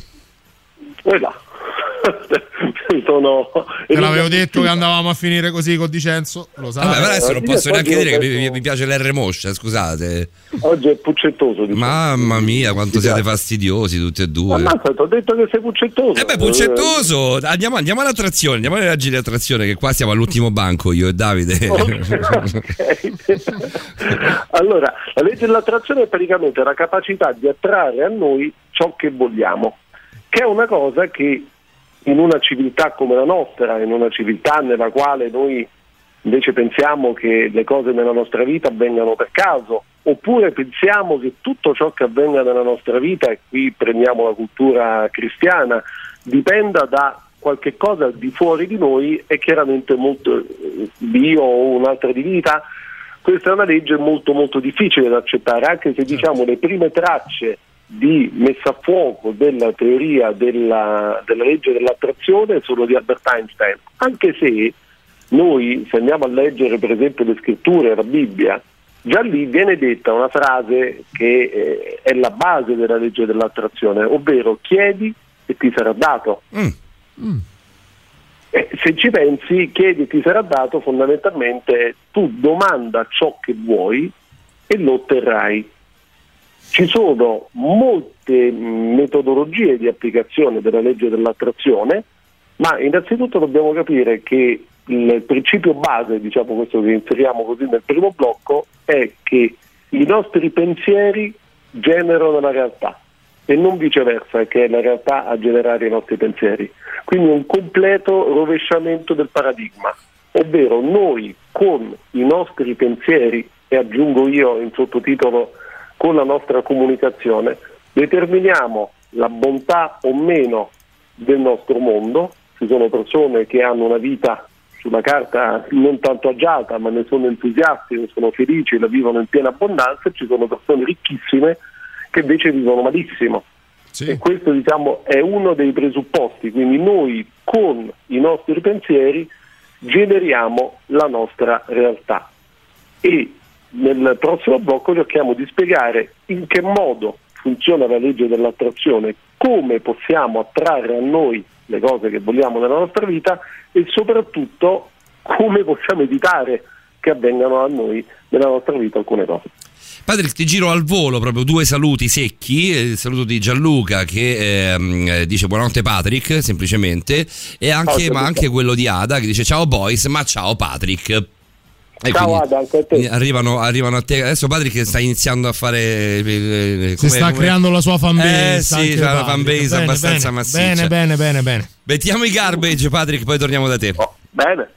Te l'avevo detto che andavamo a finire così con Dicenzo, lo sai. Vabbè, adesso non posso neanche dire che mi piace l'R moscia, scusate. Oggi è puccettoso, diciamo. Mamma mia, quanto siete fastidiosi tutti e due. Ma ho detto che sei puccettoso. Puccettoso. Andiamo all'attrazione, andiamo alle leggi di attrazione, che qua siamo all'ultimo banco, io e Davide. Okay. Allora, la legge dell'attrazione è praticamente la capacità di attrarre a noi ciò che vogliamo, che è una cosa che in una civiltà come la nostra, in una civiltà nella quale noi invece pensiamo che le cose nella nostra vita avvengano per caso, oppure pensiamo che tutto ciò che avvenga nella nostra vita, e qui prendiamo la cultura cristiana, dipenda da qualche cosa di fuori di noi, e chiaramente molto Dio o un'altra divinità. Questa è una legge molto molto difficile da accettare, anche se diciamo le prime tracce di messa a fuoco della teoria della legge dell'attrazione sono di Albert Einstein, anche se noi, se andiamo a leggere per esempio le scritture, la Bibbia, già lì viene detta una frase che è la base della legge dell'attrazione, ovvero chiedi e ti sarà dato. Se ci pensi, chiedi e ti sarà dato, fondamentalmente tu domanda ciò che vuoi e lo otterrai. Ci sono molte metodologie di applicazione della legge dell'attrazione, ma innanzitutto dobbiamo capire che il principio base, diciamo questo che inseriamo così nel primo blocco, è che i nostri pensieri generano la realtà e non viceversa, che è la realtà a generare i nostri pensieri. Quindi un completo rovesciamento del paradigma, ovvero noi con i nostri pensieri, e aggiungo io in sottotitolo con la nostra comunicazione, determiniamo la bontà o meno del nostro mondo. Ci sono persone che hanno una vita sulla carta non tanto agiata, ma ne sono entusiasti, ne sono felici, la vivono in piena abbondanza, e ci sono persone ricchissime che invece vivono malissimo. Sì. E questo, diciamo, è uno dei presupposti. Quindi noi con i nostri pensieri generiamo la nostra realtà, e nel prossimo blocco cerchiamo di spiegare in che modo funziona la legge dell'attrazione, come possiamo attrarre a noi le cose che vogliamo nella nostra vita, e soprattutto come possiamo evitare che avvengano a noi nella nostra vita alcune cose. Patrick, ti giro al volo proprio due saluti secchi. Il saluto di Gianluca che dice buonanotte Patrick, semplicemente, e anche, ma anche quello di Ada che dice ciao boys, ma ciao Patrick. E ciao Ada, anche a te. Arrivano a te. Adesso Patrick sta iniziando a fare creando la sua fanbase. Sì, c'ha una fanbase abbastanza massiccia. Bene. Mettiamo i garbage, Patrick, poi torniamo da te. Bene.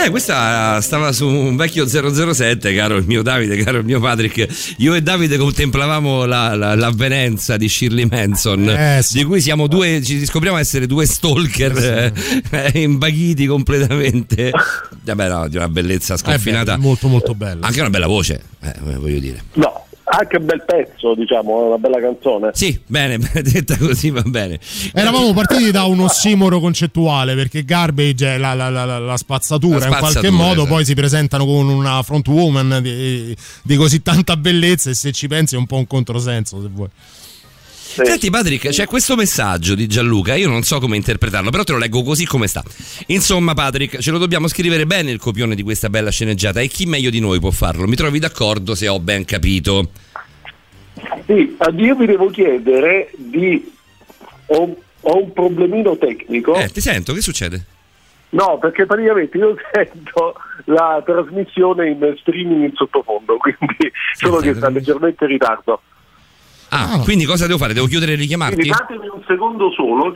Questa stava su un vecchio 007, caro il mio Davide, caro il mio Patrick. Io e Davide contemplavamo l'avvenenza di Shirley Manson, sì, di cui siamo due, ci scopriamo essere due stalker imbaghiti completamente. Vabbè, no, di una bellezza sconfinata. Molto molto bella. Anche una bella voce, voglio dire. No. Anche un bel pezzo, diciamo, una bella canzone. Sì, bene, detta così va bene. Eravamo partiti da un ossimoro concettuale, perché garbage è la spazzatura, in qualche modo, esatto. Poi si presentano con una front woman di così tanta bellezza, e se ci pensi è un po' un controsenso, se vuoi. Senti Patrick, c'è questo messaggio di Gianluca, io non so come interpretarlo, però te lo leggo così come sta. Insomma Patrick, ce lo dobbiamo scrivere bene il copione di questa bella sceneggiata, e chi meglio di noi può farlo? Mi trovi d'accordo, se ho ben capito? Sì, io vi devo chiedere ho un problemino tecnico. Ti sento, che succede? No, perché praticamente io sento la trasmissione in streaming in sottofondo, quindi solo che sta leggermente in ritardo. Quindi cosa devo fare? Devo chiudere e richiamarti? Quindi datemi un secondo solo,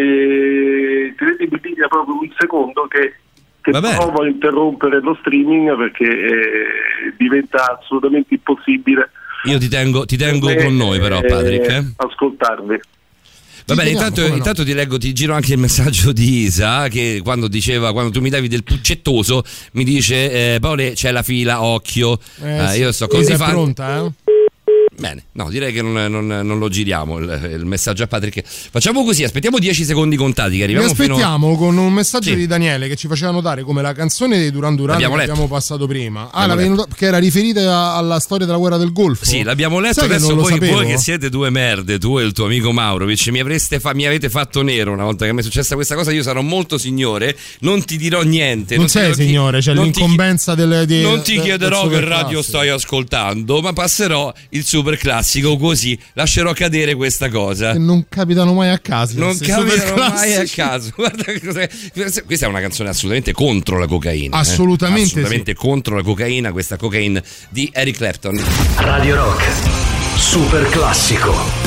che tenetemi in linea proprio un secondo, che provo a interrompere lo streaming, perché diventa assolutamente impossibile. Io ti tengo con noi però, Patrick. Ascoltarvi. Va bene, intanto ti giro anche il messaggio di Isa, che quando tu mi davi del puccettoso mi dice Paolo, c'è la fila, occhio. Io sto così Isa è pronta, Bene, no, direi che non lo giriamo il messaggio a Patrick. Facciamo così, aspettiamo 10 secondi contati che arriviamo. Aspettiamo con un messaggio di Daniele che ci faceva notare come la canzone dei Duran Duran che abbiamo passato prima, che era riferita alla storia della guerra del Golfo. Sì, l'abbiamo letto. Adesso voi che siete due merde, tu e il tuo amico Maurovic, mi avete fatto nero una volta che mi è successa questa cosa. Io sarò molto signore, non ti dirò niente. Non sei signore, c'è l'incombenza non ti chiederò che radio stai ascoltando, ma passerò il super classico, così lascerò cadere questa cosa. Che non capitano mai a caso. Non capitano mai a caso. Guarda che cos'è. Questa è una canzone assolutamente contro la cocaina. Assolutamente contro la cocaina, questa Cocaine di Eric Clapton. Radio Rock, super classico.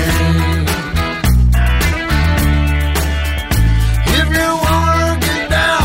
If you wanna get down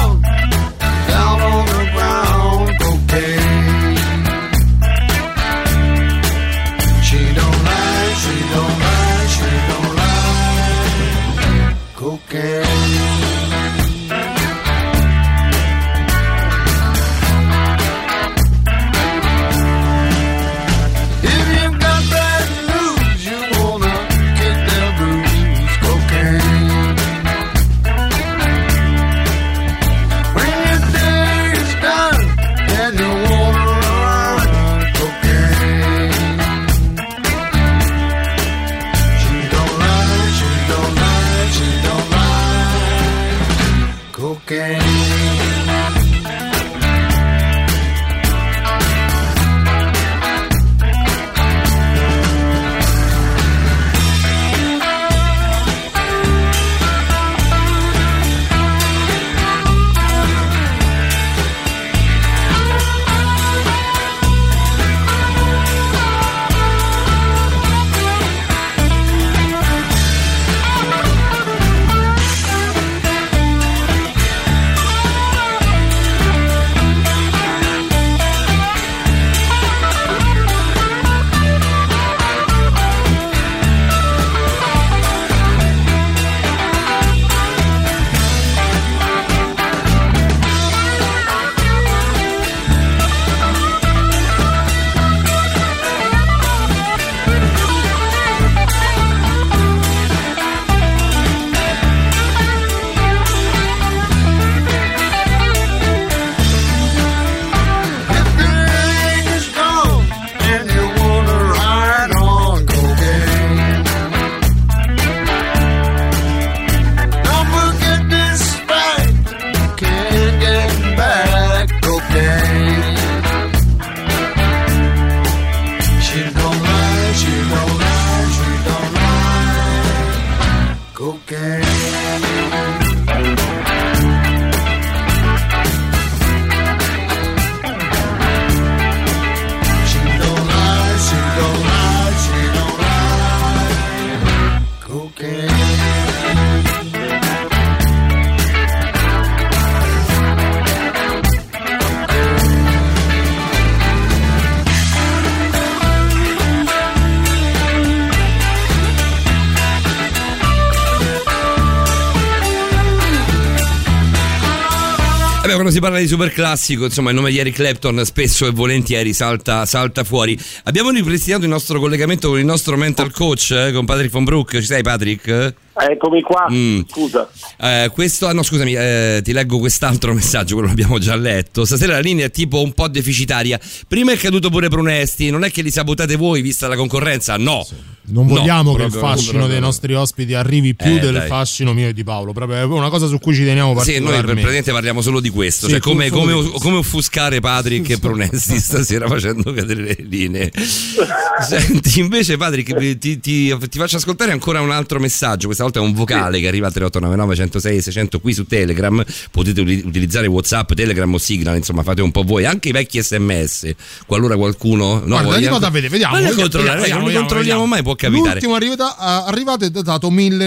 Vabbè, quando si parla di super classico, insomma, il nome di Eric Clapton spesso e volentieri salta fuori. Abbiamo ripristinato il nostro collegamento con il nostro mental coach, con Patrick Von Broek. Ci sei, Patrick? Eccomi qua, scusa. Scusami, ti leggo quest'altro messaggio, quello l'abbiamo già letto. Stasera la linea è tipo un po' deficitaria. Prima è caduto pure Prunesti, non è che li sabotate voi vista la concorrenza, no. Non vogliamo che il fascino dei nostri ospiti arrivi più del fascino mio e di Paolo, proprio è una cosa su cui ci teniamo particolarmente. Sì, noi praticamente parliamo solo di questo, sì, cioè come offuscare Patrick e Prunesti stasera facendo cadere le linee. Senti, invece Patrick, ti faccio ascoltare ancora un altro messaggio. Questa volta è un vocale che arriva a 3899 106 600 qui su Telegram. Potete utilizzare WhatsApp, Telegram o Signal, insomma fate un po' voi, anche i vecchi SMS, qualora qualcuno vediamo, controlliamo mai, può capitare. L'ultimo arrivato è datato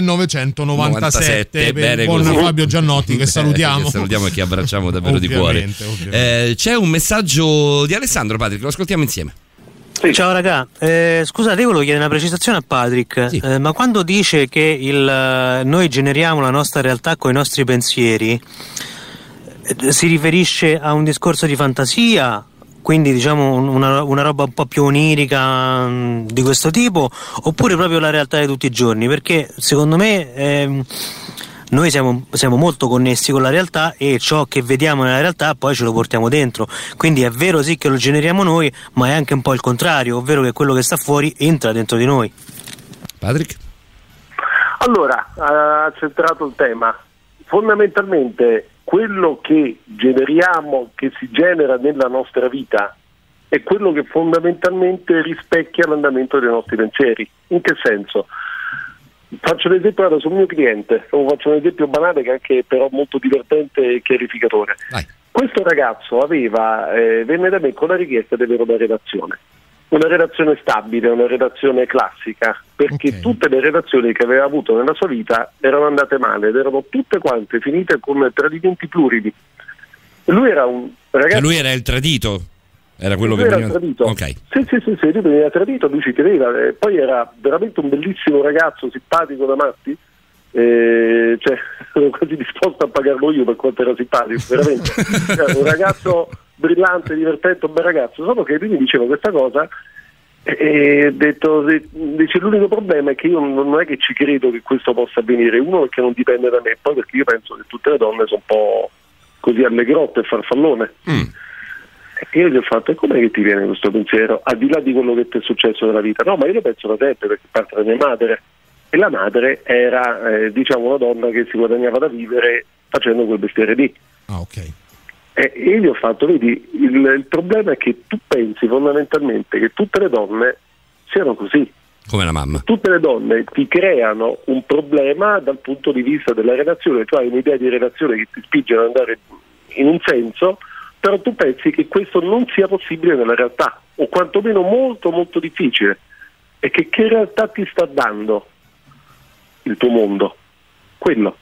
1997 per buon Fabio Giannotti, che salutiamo. E che abbracciamo davvero di cuore. C'è un messaggio di Alessandro, Patrick, lo ascoltiamo insieme. Sì. Ciao raga, scusate, io volevo chiedere una precisazione a Patrick, sì. Ma quando dice che noi generiamo la nostra realtà con i nostri pensieri, si riferisce a un discorso di fantasia, quindi diciamo una roba un po' più onirica di questo tipo, oppure proprio la realtà di tutti i giorni? Perché secondo me noi siamo molto connessi con la realtà e ciò che vediamo nella realtà poi ce lo portiamo dentro, quindi è vero sì che lo generiamo noi, ma è anche un po' il contrario, ovvero che quello che sta fuori entra dentro di noi. Patrick? Allora, ha centrato il tema. Fondamentalmente quello che generiamo, che si genera nella nostra vita, è quello che fondamentalmente rispecchia l'andamento dei nostri pensieri. In che senso? Faccio un esempio sul mio cliente, faccio un esempio banale che è anche però molto divertente e chiarificatore. Vai. Questo ragazzo venne da me con la richiesta di avere una relazione stabile, una relazione classica, perché tutte le relazioni che aveva avuto nella sua vita erano andate male ed erano tutte quante finite con tradimenti plurimi. Lui era un ragazzo. Lui era il tradito? Era quello che veniva tradito. Ok. Sì, lui veniva tradito, lui ci teneva, poi era veramente un bellissimo ragazzo, simpatico da matti, cioè ero quasi disposto a pagarlo io per quanto era simpatico, veramente. Un ragazzo brillante, divertente, un bel ragazzo, solo che lui mi diceva questa cosa e dice l'unico problema è che io non è che ci credo che questo possa avvenire, uno perché non dipende da me, poi perché io penso che tutte le donne sono un po' così alle grotte e farfallone. E io gli ho fatto, e com'è che ti viene questo pensiero, al di là di quello che ti è successo nella vita? No, ma io lo penso da sempre, perché parte da mia madre, e la madre era una donna che si guadagnava da vivere facendo quel mestiere lì. E io gli ho fatto, vedi, il problema è che tu pensi fondamentalmente che tutte le donne siano così. Come la mamma. Tutte le donne ti creano un problema dal punto di vista della relazione, tu hai un'idea di relazione che ti spinge ad andare in un senso, però tu pensi che questo non sia possibile nella realtà, o quantomeno molto molto difficile. E che realtà ti sta dando il tuo mondo? Quello.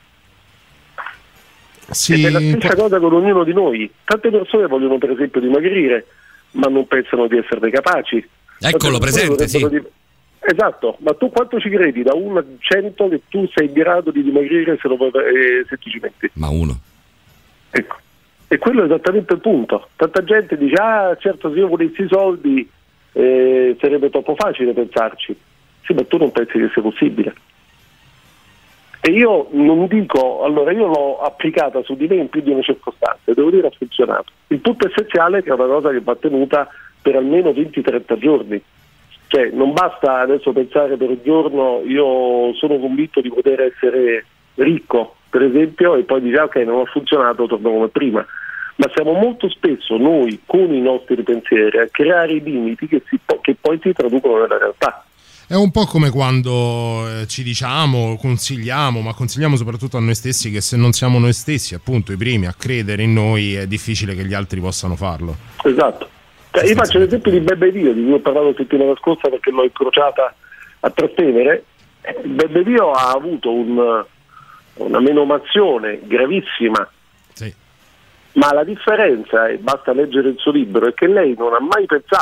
Sì, ed è la stessa cosa con ognuno di noi. Tante persone vogliono per esempio dimagrire, ma non pensano di esserne capaci. Eccolo presente, sì. Esatto, ma tu quanto ci credi? Da 1 a 100 che tu sei in grado di dimagrire se ti ci metti? Ma 1. Ecco. E quello è esattamente il punto. Tanta gente dice, certo, se io volessi i soldi sarebbe troppo facile pensarci. Sì, ma tu non pensi che sia possibile. E io non dico, allora io l'ho applicata su di me in più di una circostanza, devo dire ha funzionato. Il punto essenziale è che è una cosa che va tenuta per almeno 20-30 giorni. Cioè non basta adesso pensare per un giorno io sono convinto di poter essere ricco, per esempio, e poi dire ok, non ha funzionato, torno come prima. Ma siamo molto spesso noi con i nostri pensieri a creare i limiti che poi si traducono nella realtà. È un po' come quando ci diciamo, consigliamo, ma consigliamo soprattutto a noi stessi che se non siamo noi stessi, appunto, i primi a credere in noi, è difficile che gli altri possano farlo. Esatto. Io faccio l'esempio di Bebe Dio, di cui ho parlato la settimana scorsa perché l'ho incrociata a Trastevere. Bebe Dio ha avuto una menomazione gravissima. Ma la differenza, e basta leggere il suo libro, è che lei non ha mai pensato,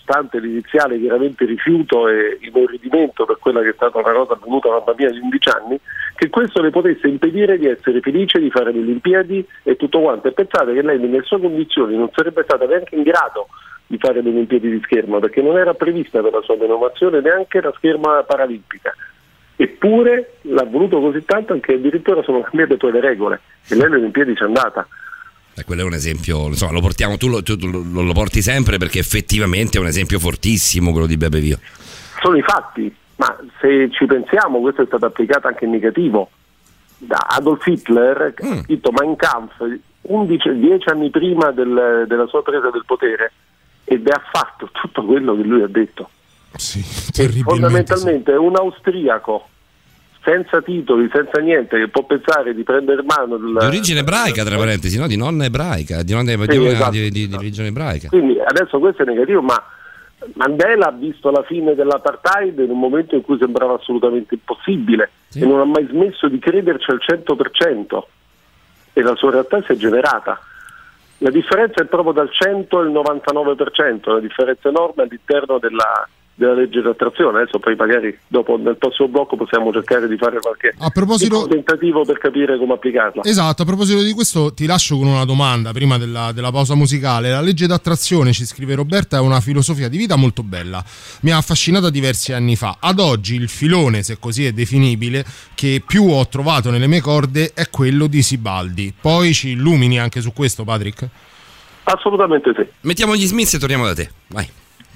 nonostante l'iniziale chiaramente rifiuto e inorridimento per quella che è stata una cosa avvenuta a una bambina di 11 anni, che questo le potesse impedire di essere felice, di fare le Olimpiadi e tutto quanto. E pensate che lei nelle sue condizioni non sarebbe stata neanche in grado di fare le Olimpiadi di scherma, perché non era prevista per la sua renovazione neanche la scherma paralimpica. Eppure l'ha voluto così tanto che addirittura sono cambiate poi le regole e lei alle Olimpiadi c'è andata. Quello è un esempio, insomma, lo portiamo, tu lo porti sempre, perché effettivamente è un esempio fortissimo quello di Beppe Vio. Sono i fatti, ma se ci pensiamo, questo è stato applicato anche in negativo. Da Adolf Hitler, ha scritto Mein Kampf 10 anni prima della sua presa del potere, ed ha fatto tutto quello che lui ha detto. Sì, fondamentalmente è un austriaco senza titoli, senza niente, che può pensare di prendere in mano di origine ebraica, tra parentesi, no? Di nonna ebraica, di religione ebraica. Quindi adesso questo è negativo, ma Mandela ha visto la fine dell'apartheid in un momento in cui sembrava assolutamente impossibile, e non ha mai smesso di crederci al 100%, e la sua realtà si è generata. La differenza è proprio dal 100 al 99%, la differenza enorme all'interno della legge di attrazione. Adesso poi magari dopo nel prossimo blocco possiamo cercare di fare qualche tentativo per capire come applicarla. Esatto, a proposito di questo ti lascio con una domanda prima della pausa musicale. La legge d'attrazione, ci scrive Roberta, è una filosofia di vita molto bella, mi ha affascinata diversi anni fa. Ad oggi il filone, se così è definibile, che più ho trovato nelle mie corde è quello di Sibaldi. Poi ci illumini anche su questo, Patrick? Assolutamente sì. Mettiamo gli Smiths e torniamo da te, vai.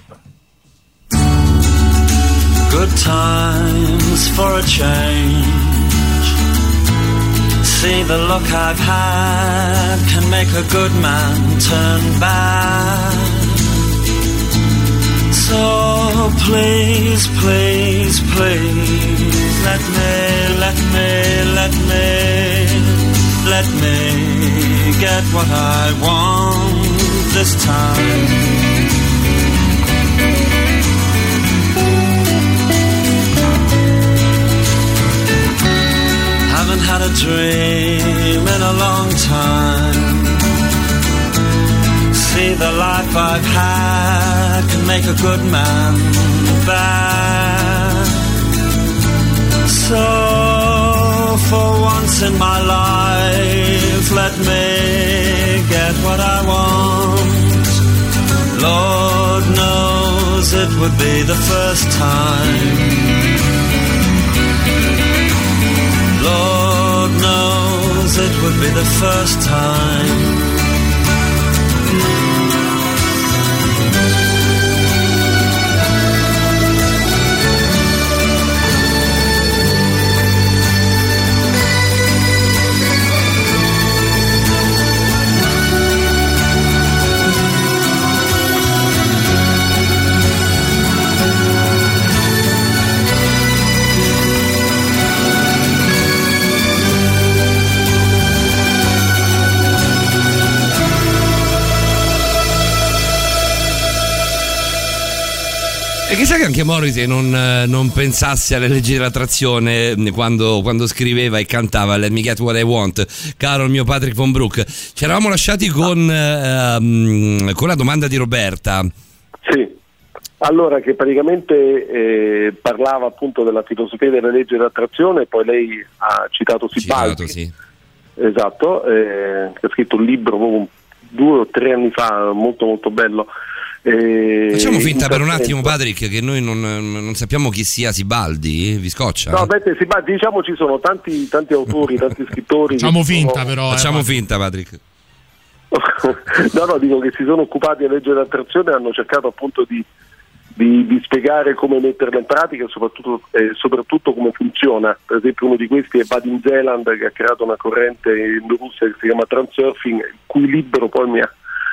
Good times for a change. See, the luck I've had can make a good man turn bad. So please, please, please, let me get what I want this time. Haven't had a dream in a long time. See, the life I've had can make a good man bad. So for once in my life, let me get what I want. Lord knows it would be the first time. Lord knows it would be the first time. E chissà che anche Morrissey non pensasse alle leggi dell'attrazione quando scriveva e cantava Let Me Get What I Want, caro il mio Patrick Von Broek. Ci eravamo lasciati con la domanda di Roberta. Sì, allora, che praticamente parlava appunto della filosofia della legge dell'attrazione, e poi lei ha citato Sibaldi. Sì. Esatto, che ha scritto un libro 2 o 3 anni fa, molto molto bello. Facciamo finta per un attimo, Patrick, che noi non sappiamo chi sia Sibaldi. Vi scoccia? No, Sibaldi, diciamo, ci sono tanti autori, tanti scrittori. Facciamo finta, però. Facciamo finta, Patrick. No, dico che si sono occupati della legge dell'attrazione e hanno cercato appunto di spiegare come metterla in pratica e soprattutto come funziona. Per esempio, uno di questi è Vadim Zeland, che ha creato una corrente in Russia che si chiama Transurfing, il cui libro poi mi ha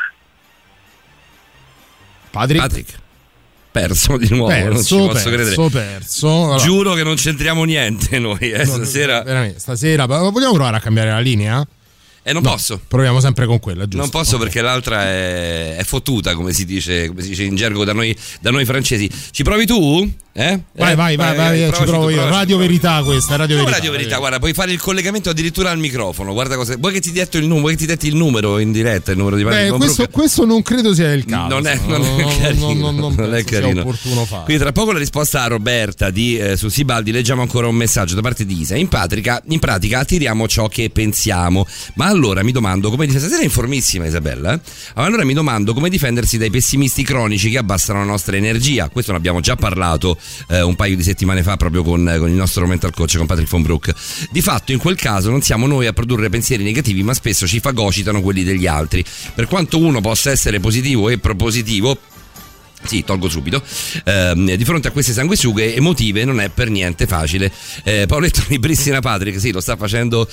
Patrick perso di nuovo, non ci posso credere. Allora, giuro che non c'entriamo niente noi stasera. Veramente, stasera vogliamo provare a cambiare la linea? Non posso. Proviamo sempre con quella, giusto? Non posso, perché l'altra è fottuta, come si dice in gergo da noi francesi. Ci provi tu? Vai, ci provo io. Radio Verità questa, Radio Verità, guarda, puoi fare il collegamento addirittura al microfono. Guarda cosa. Vuoi che ti detti il numero in diretta, il numero di questo non credo sia il caso. Non è carino. Non è carino. Opportuno fare. Quindi tra poco la risposta a Roberta su Sibaldi. Leggiamo ancora un messaggio da parte di Isa. In pratica attiriamo ciò che pensiamo. Ma allora mi domando come stasera è informissima Isabella. Allora mi domando come difendersi dai pessimisti cronici che abbassano la nostra energia. Questo ne abbiamo già parlato un paio di settimane fa proprio con il nostro mental coach, con Patrick Von Broek. Di fatto in quel caso non siamo noi a produrre pensieri negativi, ma spesso ci fagocitano quelli degli altri. Per quanto uno possa essere positivo e propositivo, sì, tolgo subito, di fronte a queste sanguisughe emotive non è per niente facile. Paoletto ripristina Patrick, sì, lo sta facendo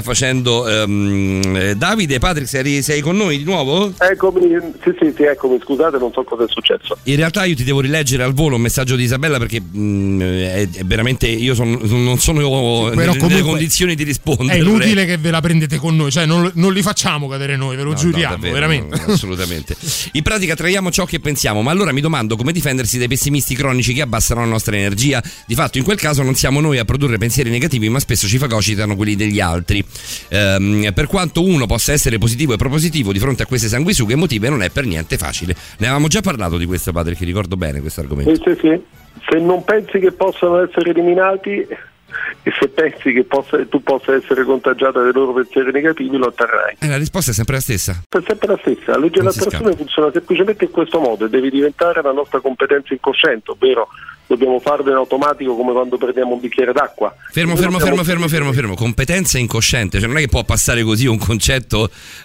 Davide. Patrick, sei con noi di nuovo? Eccomi, sì, eccomi, scusate, non so cosa è successo. In realtà io ti devo rileggere al volo un messaggio di Isabella perché è veramente, io non sono nelle condizioni di rispondere. È inutile che ve la prendete con noi, cioè non li facciamo cadere noi, ve lo giuriamo, davvero, veramente. No, assolutamente. In pratica traiamo ciò che pensiamo, ma allora mi domando come difendersi dai pessimisti cronici che abbassano la nostra energia. Di fatto in quel caso non siamo noi a produrre pensieri negativi, ma spesso ci fagocitano quelli degli altri. Per quanto uno possa essere positivo e propositivo di fronte a queste sanguisughe emotive non è per niente facile. Ne avevamo già parlato di questo, Patrick, ricordo bene questo argomento. Sì. Se non pensi che possano essere eliminati e se pensi che tu possa essere contagiata dai loro pensieri negativi, lo otterrai. La risposta è sempre la stessa. È sempre la stessa. La legge dell'attrazione funziona semplicemente in questo modo e deve diventare la nostra competenza incosciente, ovvero dobbiamo farlo in automatico come quando prendiamo un bicchiere d'acqua. Fermo. Competenza incosciente, cioè non è che può passare così un concetto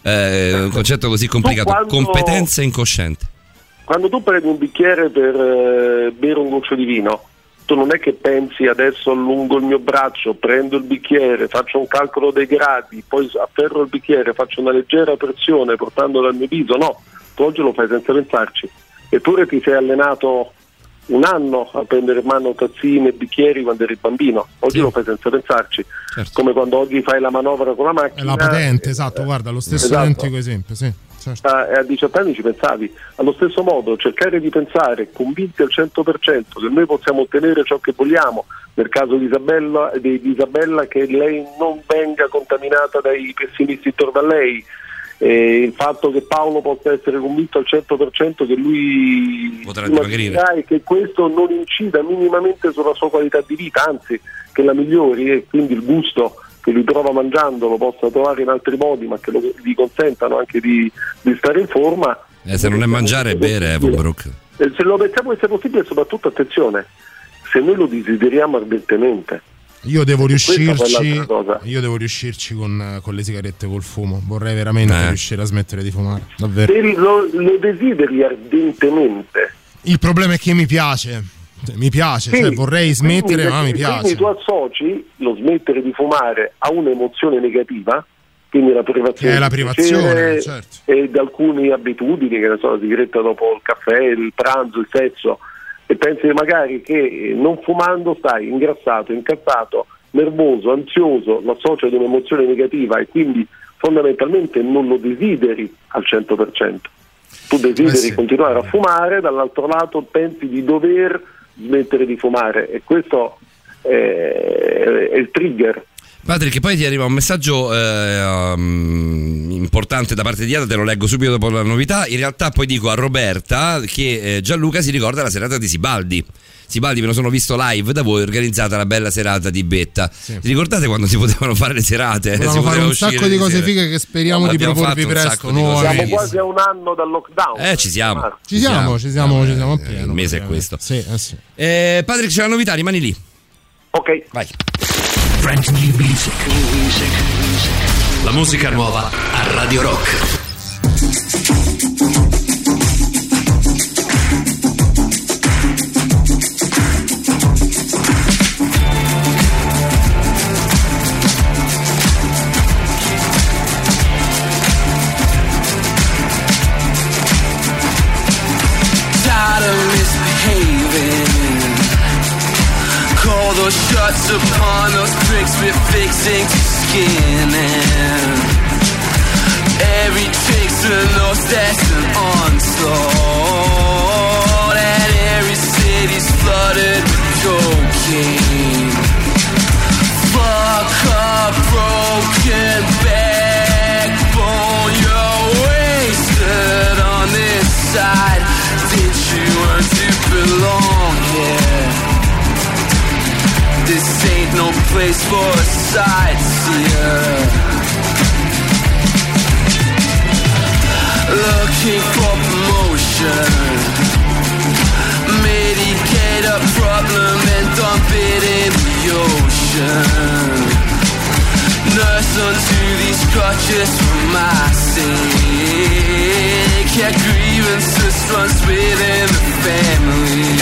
così complicato. Competenza incosciente. Quando tu prendi un bicchiere per bere un goccio di vino, tu non è che pensi adesso allungo il mio braccio, prendo il bicchiere, faccio un calcolo dei gradi, poi afferro il bicchiere, faccio una leggera pressione portandolo al mio viso. No, tu oggi lo fai senza pensarci. Eppure ti sei allenato un anno a prendere in mano tazzine e bicchieri quando eri bambino. Oggi lo fai senza pensarci. Certo. Come quando oggi fai la manovra con la macchina. È la patente, esatto, guarda, lo stesso identico esempio, sì. Certo. A 18 anni ci pensavi. Allo stesso modo cercare di pensare convinti al 100% che noi possiamo ottenere ciò che vogliamo, nel caso di Isabella che lei non venga contaminata dai pessimisti intorno a lei, il fatto che Paolo possa essere convinto al 100% che lui potrà dimagrire e che questo non incida minimamente sulla sua qualità di vita, anzi che la migliori, e quindi il gusto che lui trova mangiando lo possa trovare in altri modi, ma che gli consentano anche di stare in forma. Se non è mangiare è bere, Von Broek. Se lo pensiamo essere possibile, soprattutto attenzione, se noi lo desideriamo ardentemente. Io devo riuscirci con le sigarette col fumo. Vorrei veramente riuscire a smettere di fumare, davvero. Se lo desideri ardentemente. Il problema è che mi piace, sì, cioè vorrei smettere, ma mi piace. Quindi tu associ lo smettere di fumare a un'emozione negativa, quindi la privazione, che è la privazione, certo, e da alcune abitudini, che ne so, la sigaretta dopo il caffè, il pranzo, il sesso, e pensi magari che non fumando stai ingrassato, incazzato, nervoso, ansioso, lo associ ad un'emozione negativa e quindi fondamentalmente non lo desideri al 100%. Tu desideri continuare a fumare, dall'altro lato pensi di dover smettere di fumare, e questo è il trigger. Patrick, poi ti arriva un messaggio importante da parte di Ada, te lo leggo subito dopo la novità. In realtà poi dico a Roberta che Gianluca si ricorda la serata di Sibaldi, me lo sono visto live da voi, organizzata la bella serata di Betta. Sì. Vi ricordate quando si potevano fare le serate? Potevamo fare un sacco di cose fighe che speriamo di proporvi presto. Siamo quasi a un anno dal lockdown. Ci siamo. Ci siamo a pieno. Il mese è questo. Sì. Patrick, c'è la novità, rimani lì. Ok. Vai. Brand new music. La musica nuova a Radio Rock. Those shots upon those bricks we're fixing to skin, and every trick's a lost, that's an onslaught, and every city's flooded with cocaine. Fuck a broken backbone, you're wasted on this side. Did you earn to belong here? This ain't no place for a sightseer. Looking for promotion, medicate a problem and dump it in the ocean. Nurse unto these crutches for my sake. Yeah, grievances runs within the family.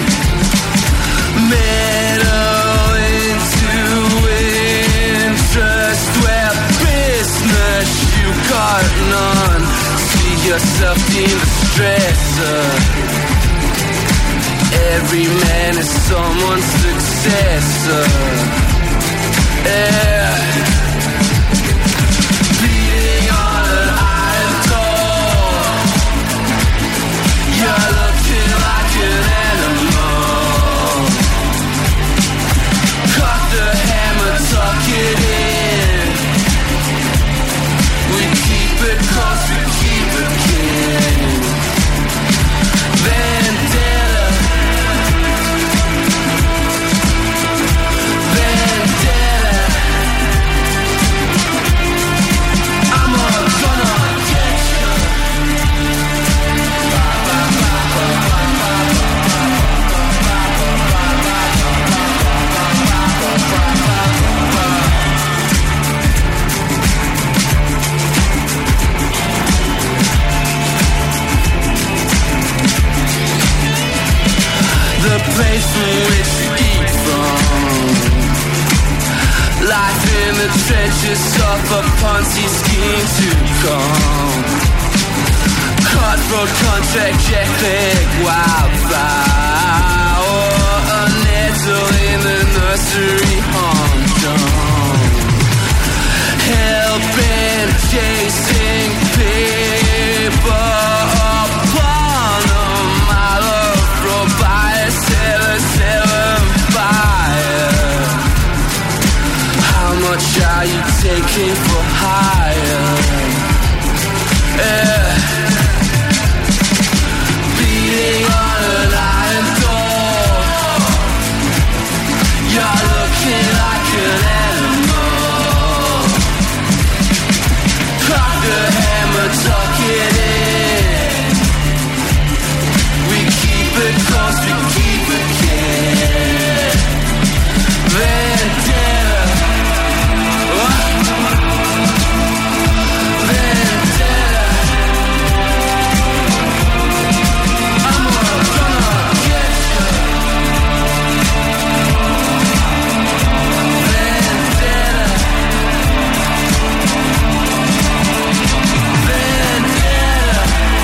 Meddle into interest where business you got none. See yourself in the stressor. Every man is someone's successor. Yeah. Bleeding on an iron door. You're looking like an animal. Cock the hammer, tuck it in. We keep it close, we keep it kin. Vendetta. Vendetta. I'm gonna get you. The place from which we eat from. Life in the trenches of a Ponzi scheme to come. Cutthroat contract, jackleg, wildfire. Or a nettle in the nursery humdrum. Helping, chasing paper upon a mile of road. Buyer, seller, seller, buyer. How much are you taking for hire? Beating on an iron door. You're looking like an animal. Cock the hammer, tuck it in. We keep it close, we keep it kin. Vendetta. Vendetta. I'm gonna get you. Vendetta. Vendetta.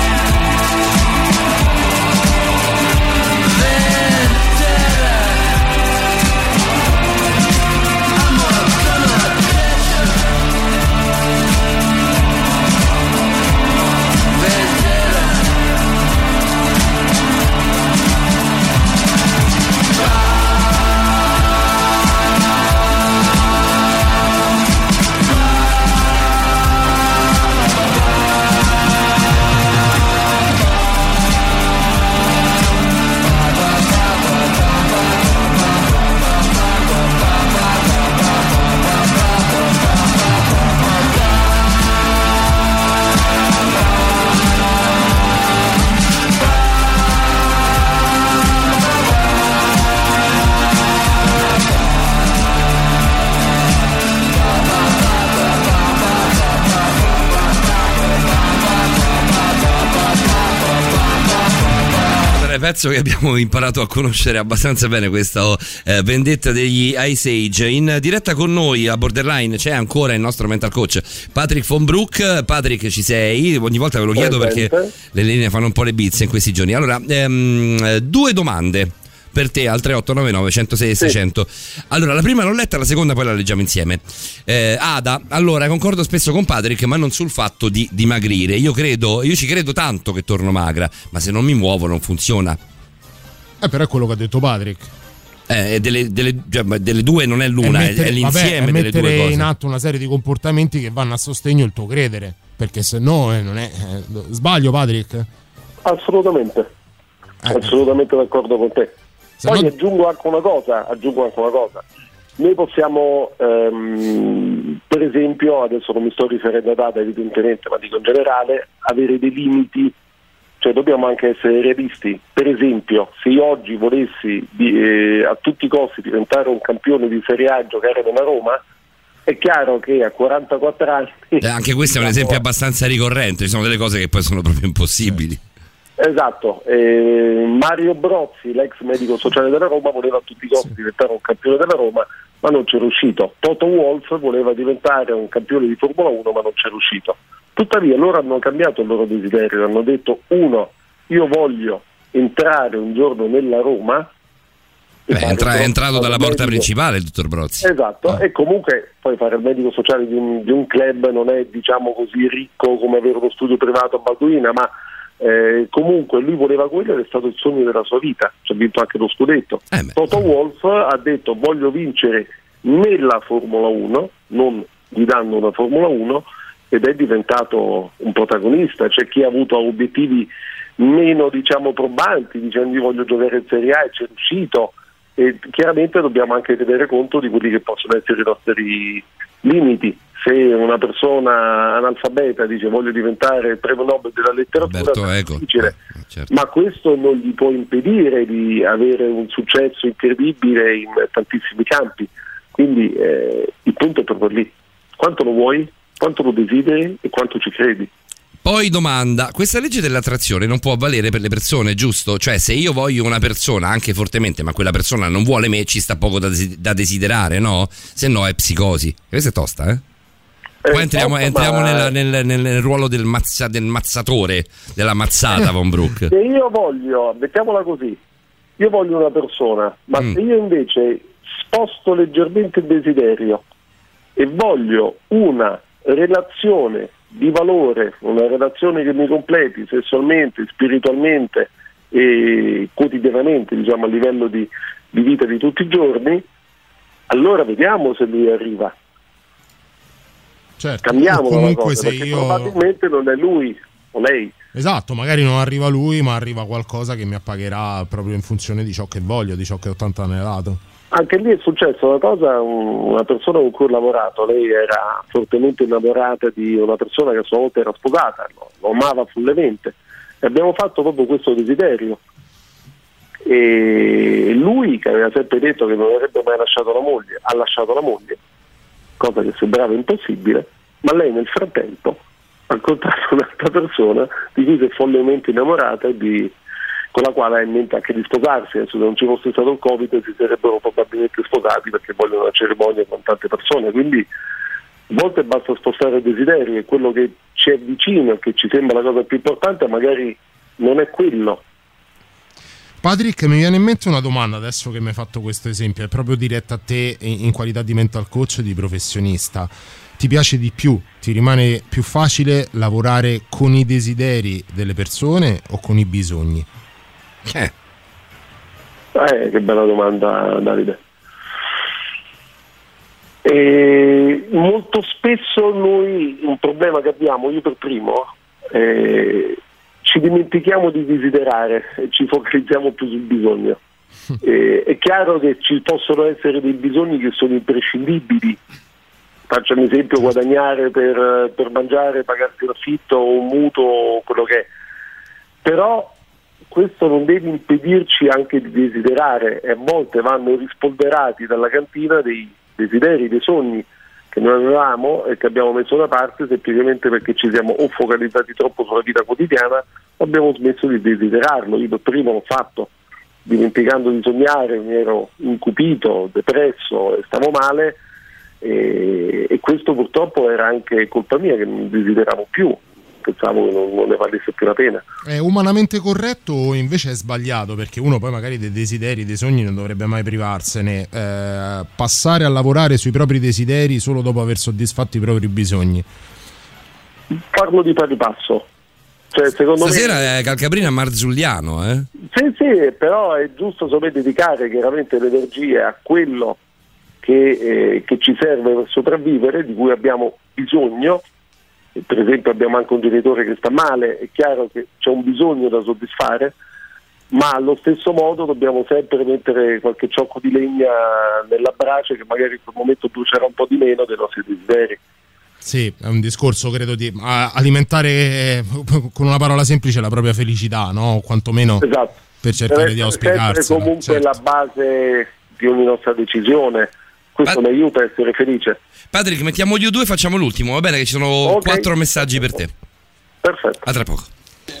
Pezzo che abbiamo imparato a conoscere abbastanza bene, questa vendetta degli Ice Age. In diretta con noi a Borderline c'è ancora il nostro mental coach Patrick von Broek. Patrick, ci sei? Ogni volta ve lo chiedo perché le linee fanno un po' le bizze in questi giorni. Allora, due domande per te al 3899 106 600. Allora, la prima l'ho letta, la seconda poi la leggiamo insieme. Ada, allora concordo spesso con Patrick, ma non sul fatto di dimagrire. Io ci credo tanto che torno magra, ma se non mi muovo non funziona. Però è quello che ha detto Patrick. delle due non è l'una, è l'insieme delle due cose. Mettere in atto una serie di comportamenti che vanno a sostegno del tuo credere, perché se no non è. Sbaglio, Patrick? Assolutamente. Assolutamente d'accordo con te. Poi aggiungo anche una cosa. Noi possiamo, per esempio, adesso non mi sto riferendo a data evidentemente, ma dico in generale, avere dei limiti, cioè dobbiamo anche essere realisti. Per esempio, se io oggi volessi a tutti i costi diventare un campione di Serie A e giocare nella Roma, è chiaro che a 44 anni... anche questo è un esempio abbastanza ricorrente, ci sono delle cose che poi sono proprio impossibili. Esatto, Mario Brozzi, l'ex medico sociale della Roma, voleva a tutti i costi diventare un campione della Roma, ma non c'è riuscito. Toto Wolff voleva diventare un campione di Formula 1, ma non c'è riuscito. Tuttavia loro hanno cambiato il loro desiderio, hanno detto: uno, io voglio entrare un giorno nella Roma. È entrato dalla porta principale il dottor Brozzi. Esatto, e comunque poi fare il medico sociale di un club non è, diciamo così, ricco come avere uno studio privato a Balduina, ma comunque lui voleva quello ed è stato il sogno della sua vita, ci ha vinto anche lo scudetto. Toto Wolff ha detto: voglio vincere nella Formula 1, non guidando una Formula 1, ed è diventato un protagonista. C'è chi ha avuto obiettivi meno, diciamo, probanti, dicendo: io voglio giocare in Serie A, e c'è riuscito. E chiaramente dobbiamo anche tenere conto di quelli che possono essere i nostri limiti. Se una persona analfabeta dice: voglio diventare premio Nobel della letteratura, è difficile, certo. Ma questo non gli può impedire di avere un successo incredibile in tantissimi campi. Quindi il punto è proprio lì: quanto lo vuoi, quanto lo desideri e quanto ci credi. Poi domanda: questa legge dell'attrazione non può valere per le persone, giusto? Cioè, se io voglio una persona anche fortemente, ma quella persona non vuole me, ci sta poco da desiderare, no? Se no è psicosi. Questa è tosta, eh? Poi entriamo nel ruolo del mazzatore, della mazzata, Von Broek. Se io voglio, mettiamola così, io voglio una persona, ma se io invece sposto leggermente il desiderio e voglio una relazione di valore, una relazione che mi completi sessualmente, spiritualmente e quotidianamente, diciamo, a livello di vita di tutti i giorni, allora vediamo se lui arriva. Certo, cambiamo comunque cosa, perché probabilmente non è lui o lei. Esatto, magari non arriva lui, ma arriva qualcosa che mi appagherà proprio in funzione di ciò che voglio, di ciò che ho tanto anelato. Anche lì è successa una cosa, una persona con cui ho lavorato, lei era fortemente innamorata di una persona che a sua volta era sposata, lo amava follemente, e abbiamo fatto proprio questo desiderio. E lui, che aveva sempre detto che non avrebbe mai lasciato la moglie, ha lasciato la moglie, cosa che sembrava impossibile, ma lei nel frattempo ha incontrato un'altra persona di cui si è follemente innamorata e con la quale ha in mente anche di sposarsi. Se non ci fosse stato il Covid si sarebbero probabilmente sposati, perché vogliono una cerimonia con tante persone. Quindi a volte basta spostare il desiderio, e quello che ci è vicino e che ci sembra la cosa più importante magari non è quello. Patrick, mi viene in mente una domanda adesso che mi hai fatto questo esempio, è proprio diretta a te in qualità di mental coach e di professionista. Ti piace di più, ti rimane più facile lavorare con i desideri delle persone o con i bisogni? Che bella domanda, Davide. Molto spesso noi, un problema che abbiamo, io per primo, ci dimentichiamo di desiderare e ci focalizziamo più sul bisogno. È chiaro che ci possono essere dei bisogni che sono imprescindibili. Faccio un esempio: guadagnare per mangiare, pagarsi l'affitto o un mutuo, quello che è. Però questo non deve impedirci anche di desiderare, e a volte vanno rispolverati dalla cantina dei desideri, dei sogni che noi avevamo e che abbiamo messo da parte semplicemente perché ci siamo o focalizzati troppo sulla vita quotidiana o abbiamo smesso di desiderarlo. Io per primo l'ho fatto, dimenticando di sognare, mi ero incupito, depresso e stavo male, e questo purtroppo era anche colpa mia, che non desideravo più, pensavo che non ne valesse più la pena. È umanamente corretto o invece è sbagliato? Perché uno poi magari dei desideri, dei sogni non dovrebbe mai privarsene, passare a lavorare sui propri desideri solo dopo aver soddisfatto i propri bisogni? Parlo di pari passo. Cioè, secondo stasera me, è Calcabrina Marzulliano, Sì, però è giusto saper dedicare chiaramente le energie a quello che ci serve per sopravvivere, di cui abbiamo bisogno. Per esempio abbiamo anche un genitore che sta male, è chiaro che c'è un bisogno da soddisfare, ma allo stesso modo dobbiamo sempre mettere qualche ciocco di legna nella brace che magari in quel momento brucerà un po' di meno dei nostri desideri. Sì, è un discorso, credo, di alimentare con una parola semplice la propria felicità, no? O quantomeno esatto, per cercare di auspicarsi. È comunque la base di ogni nostra decisione. Questo mi aiuta a essere felice. Patrick, mettiamo gli U2 e facciamo l'ultimo, va bene? Che ci sono 4 messaggi per te. Perfetto. A tra poco.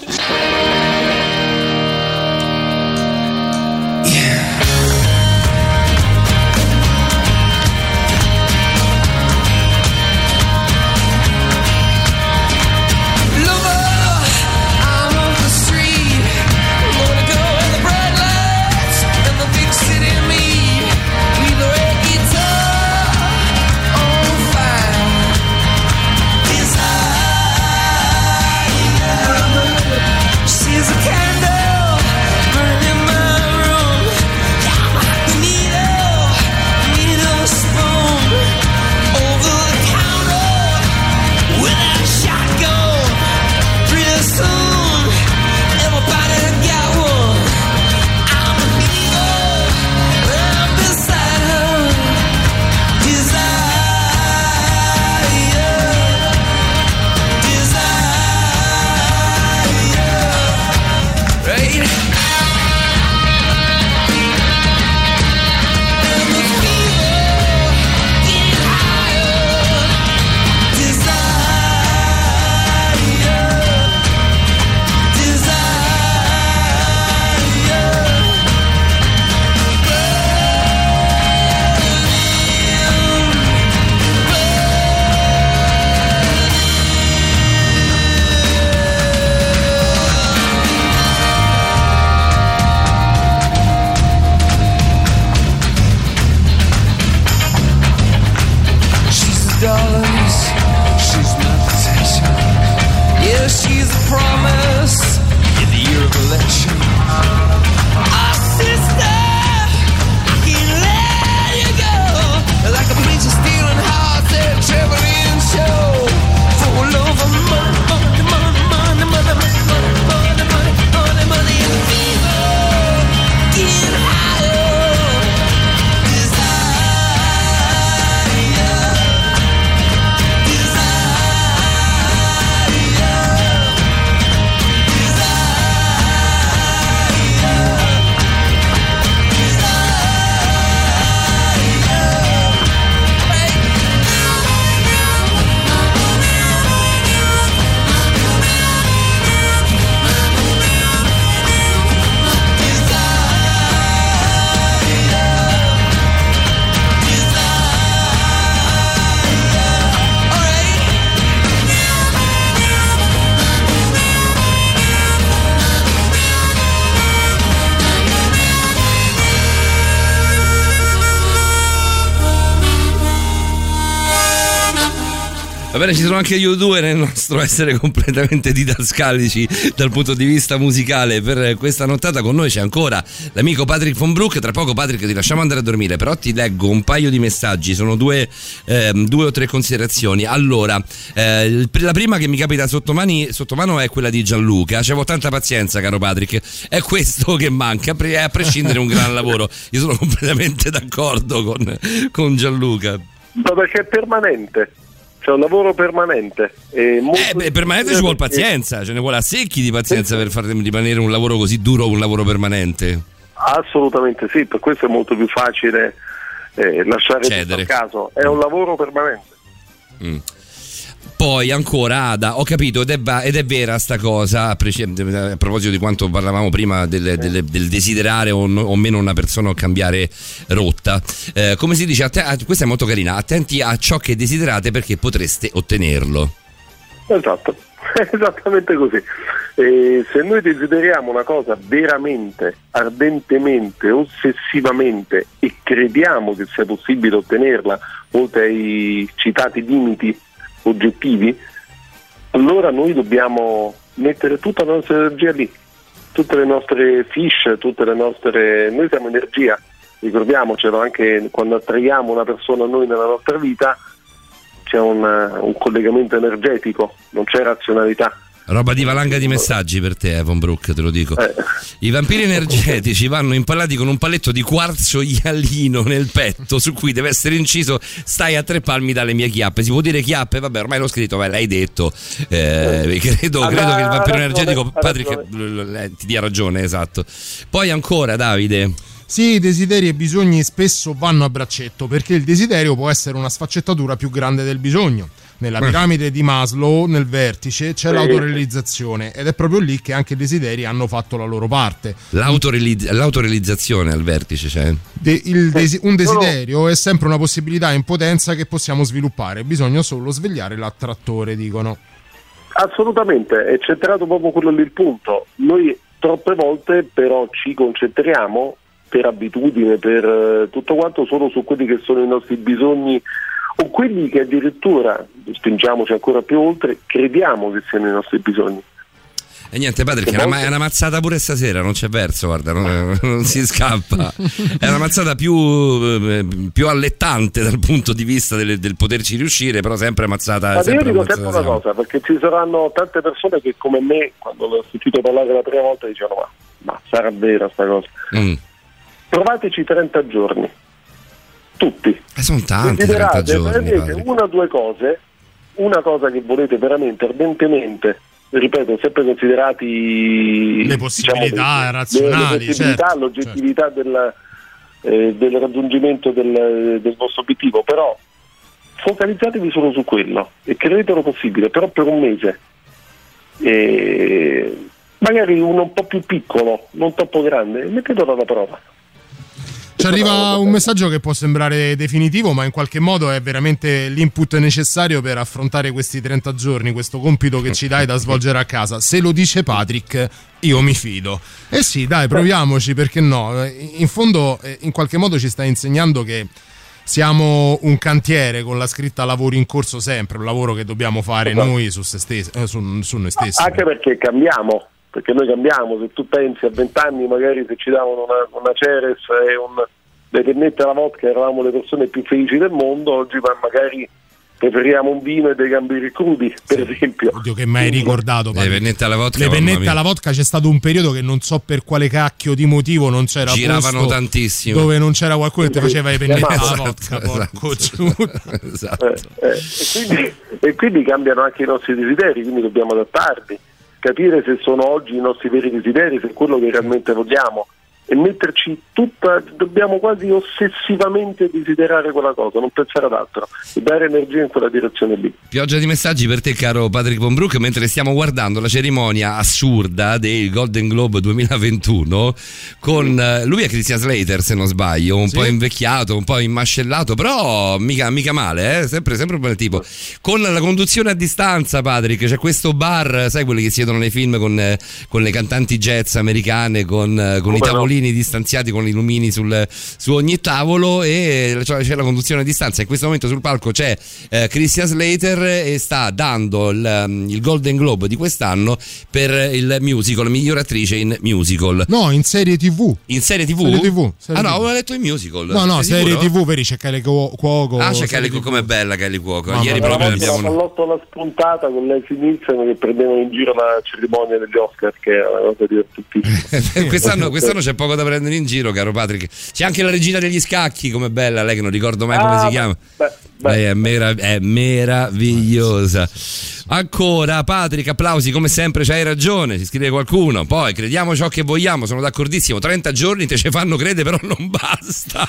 Va bene, ci sono anche gli U2 nel nostro essere completamente didascalici dal punto di vista musicale. Per questa nottata con noi c'è ancora l'amico Patrick von Broek. Tra poco, Patrick, ti lasciamo andare a dormire, però ti leggo un paio di messaggi, sono due o tre considerazioni. Allora, la prima che mi capita sotto mano è quella di Gianluca. C'avevo tanta pazienza, caro Patrick, è questo che manca, a prescindere un gran lavoro. Io sono completamente d'accordo con Gianluca. Ma perché è permanente. C'è un lavoro permanente. Permanente ci vuole pazienza, ce ne vuole a secchi di pazienza per far rimanere un lavoro così duro, un lavoro permanente. Assolutamente sì, per questo è molto più facile lasciare tutto a caso. È un lavoro permanente. Poi ancora Ada, ho capito ed è vera sta cosa, a proposito di quanto parlavamo prima del desiderare o meno una persona o cambiare rotta. Come si dice, questa è molto carina, attenti a ciò che desiderate perché potreste ottenerlo. Esatto, è esattamente così. Se noi desideriamo una cosa veramente, ardentemente, ossessivamente e crediamo che sia possibile ottenerla, oltre ai citati limiti oggettivi, allora noi dobbiamo mettere tutta la nostra energia lì, tutte le nostre fish, noi siamo energia, ricordiamocelo, anche quando attraiamo una persona a noi nella nostra vita c'è un collegamento energetico, non c'è razionalità. Roba di valanga di messaggi per te, Von Brook, te lo dico. I vampiri energetici vanno impallati con un paletto di quarzo ialino nel petto su cui deve essere inciso "stai a 3 palmi dalle mie chiappe". Si può dire chiappe? Vabbè, ormai l'ho scritto, l'hai detto. Credo che il vampiro energetico, Patrick, ti dia ragione, esatto. Poi ancora, Davide. Sì, i desideri e i bisogni spesso vanno a braccetto, perché il desiderio può essere una sfaccettatura più grande del bisogno. Nella piramide di Maslow, nel vertice, c'è l'autorealizzazione, ed è proprio lì che anche i desideri hanno fatto la loro parte. L'autorealizzazione al vertice c'è? Un desiderio è sempre una possibilità in potenza che possiamo sviluppare, bisogna solo svegliare l'attrattore, dicono. Assolutamente, è centrato proprio quello lì il punto. Noi troppe volte però ci concentriamo per abitudine, per tutto quanto, solo su quelli che sono i nostri bisogni, o quelli che addirittura, spingiamoci ancora più oltre, crediamo che siano i nostri bisogni. E niente, Patrick, è una mazzata pure stasera, non c'è verso, guarda, non si scappa. È una mazzata più allettante dal punto di vista del poterci riuscire, però sempre mazzata. Ma io dico sempre una cosa, perché ci saranno tante persone che come me, quando l'ho sentito parlare la prima volta, dicevano ma sarà vera sta cosa. Provateci 30 giorni. Tutti. Sono tanti 30 giorni. Una o due cose, una cosa che volete veramente ardentemente, ripeto, sempre considerati le possibilità razionali, le possibilità, certo, l'oggettività del raggiungimento del vostro obiettivo, però focalizzatevi solo su quello e credetelo possibile, però per un mese, magari uno un po' più piccolo, non troppo grande, mettetelo alla prova. Ci arriva un messaggio che può sembrare definitivo, ma in qualche modo è veramente l'input necessario per affrontare questi 30 giorni, questo compito che ci dai da svolgere a casa. Se lo dice Patrick, io mi fido. Eh sì, dai, proviamoci, perché no? In fondo, in qualche modo ci sta insegnando che siamo un cantiere con la scritta lavoro in corso sempre, un lavoro che dobbiamo fare noi su noi stessi. Anche perché cambiamo. Perché noi cambiamo, se tu pensi a 20 anni magari se ci davano una Ceres e le pennette alla vodka eravamo le persone più felici del mondo, oggi magari preferiamo un vino e dei gamberi crudi, per esempio. Oddio, che mai ricordato, le pennette alla vodka. Le pennette alla vodka, c'è stato un periodo che non so per quale cacchio di motivo non c'era giravano tantissimo, dove non c'era qualcuno che ti faceva le pennette alla vodka, porco esatto. E quindi cambiano anche i nostri desideri, quindi dobbiamo adattarli, capire se sono oggi i nostri veri desideri, se è quello che realmente vogliamo, e metterci dobbiamo quasi ossessivamente desiderare quella cosa, non pensare ad altro e dare energia in quella direzione lì. Pioggia di messaggi per te, caro Patrick Von Brook, mentre stiamo guardando la cerimonia assurda dei Golden Globe 2021 con lui e Christian Slater, se non sbaglio, un po' invecchiato, un po' immascellato, però mica male, sempre un bel tipo, con la conduzione a distanza. Patrick, c'è questo bar, sai, quelli che siedono nei film con le cantanti jazz americane, con i tavolini distanziati con i lumini su ogni tavolo, e c'è la conduzione a distanza. In questo momento sul palco c'è Christian Slater e sta dando il Golden Globe di quest'anno per il musical, miglior attrice in musical. No, in serie TV. In serie TV? Serie no, TV. avevo letto in musical. No, serie TV, veri, c'è Kylie Cuoco. Ah, c'è Kylie Cuoco, com'è bella Kylie Cuoco. No, ieri proprio abbiamo una pallottola spuntata con Leslie Nielsen che prendevano in giro la cerimonia degli Oscar, che era una cosa divertentissima. quest'anno c'è poco da prendere in giro, caro Patrick. C'è anche la regina degli scacchi, com'è bella lei, che non ricordo mai come si chiama. Lei è meravigliosa. Ancora, Patrick, applausi come sempre, c'hai ragione, si scrive qualcuno. Poi crediamo ciò che vogliamo, sono d'accordissimo. 30 giorni te ci fanno credere, però non basta.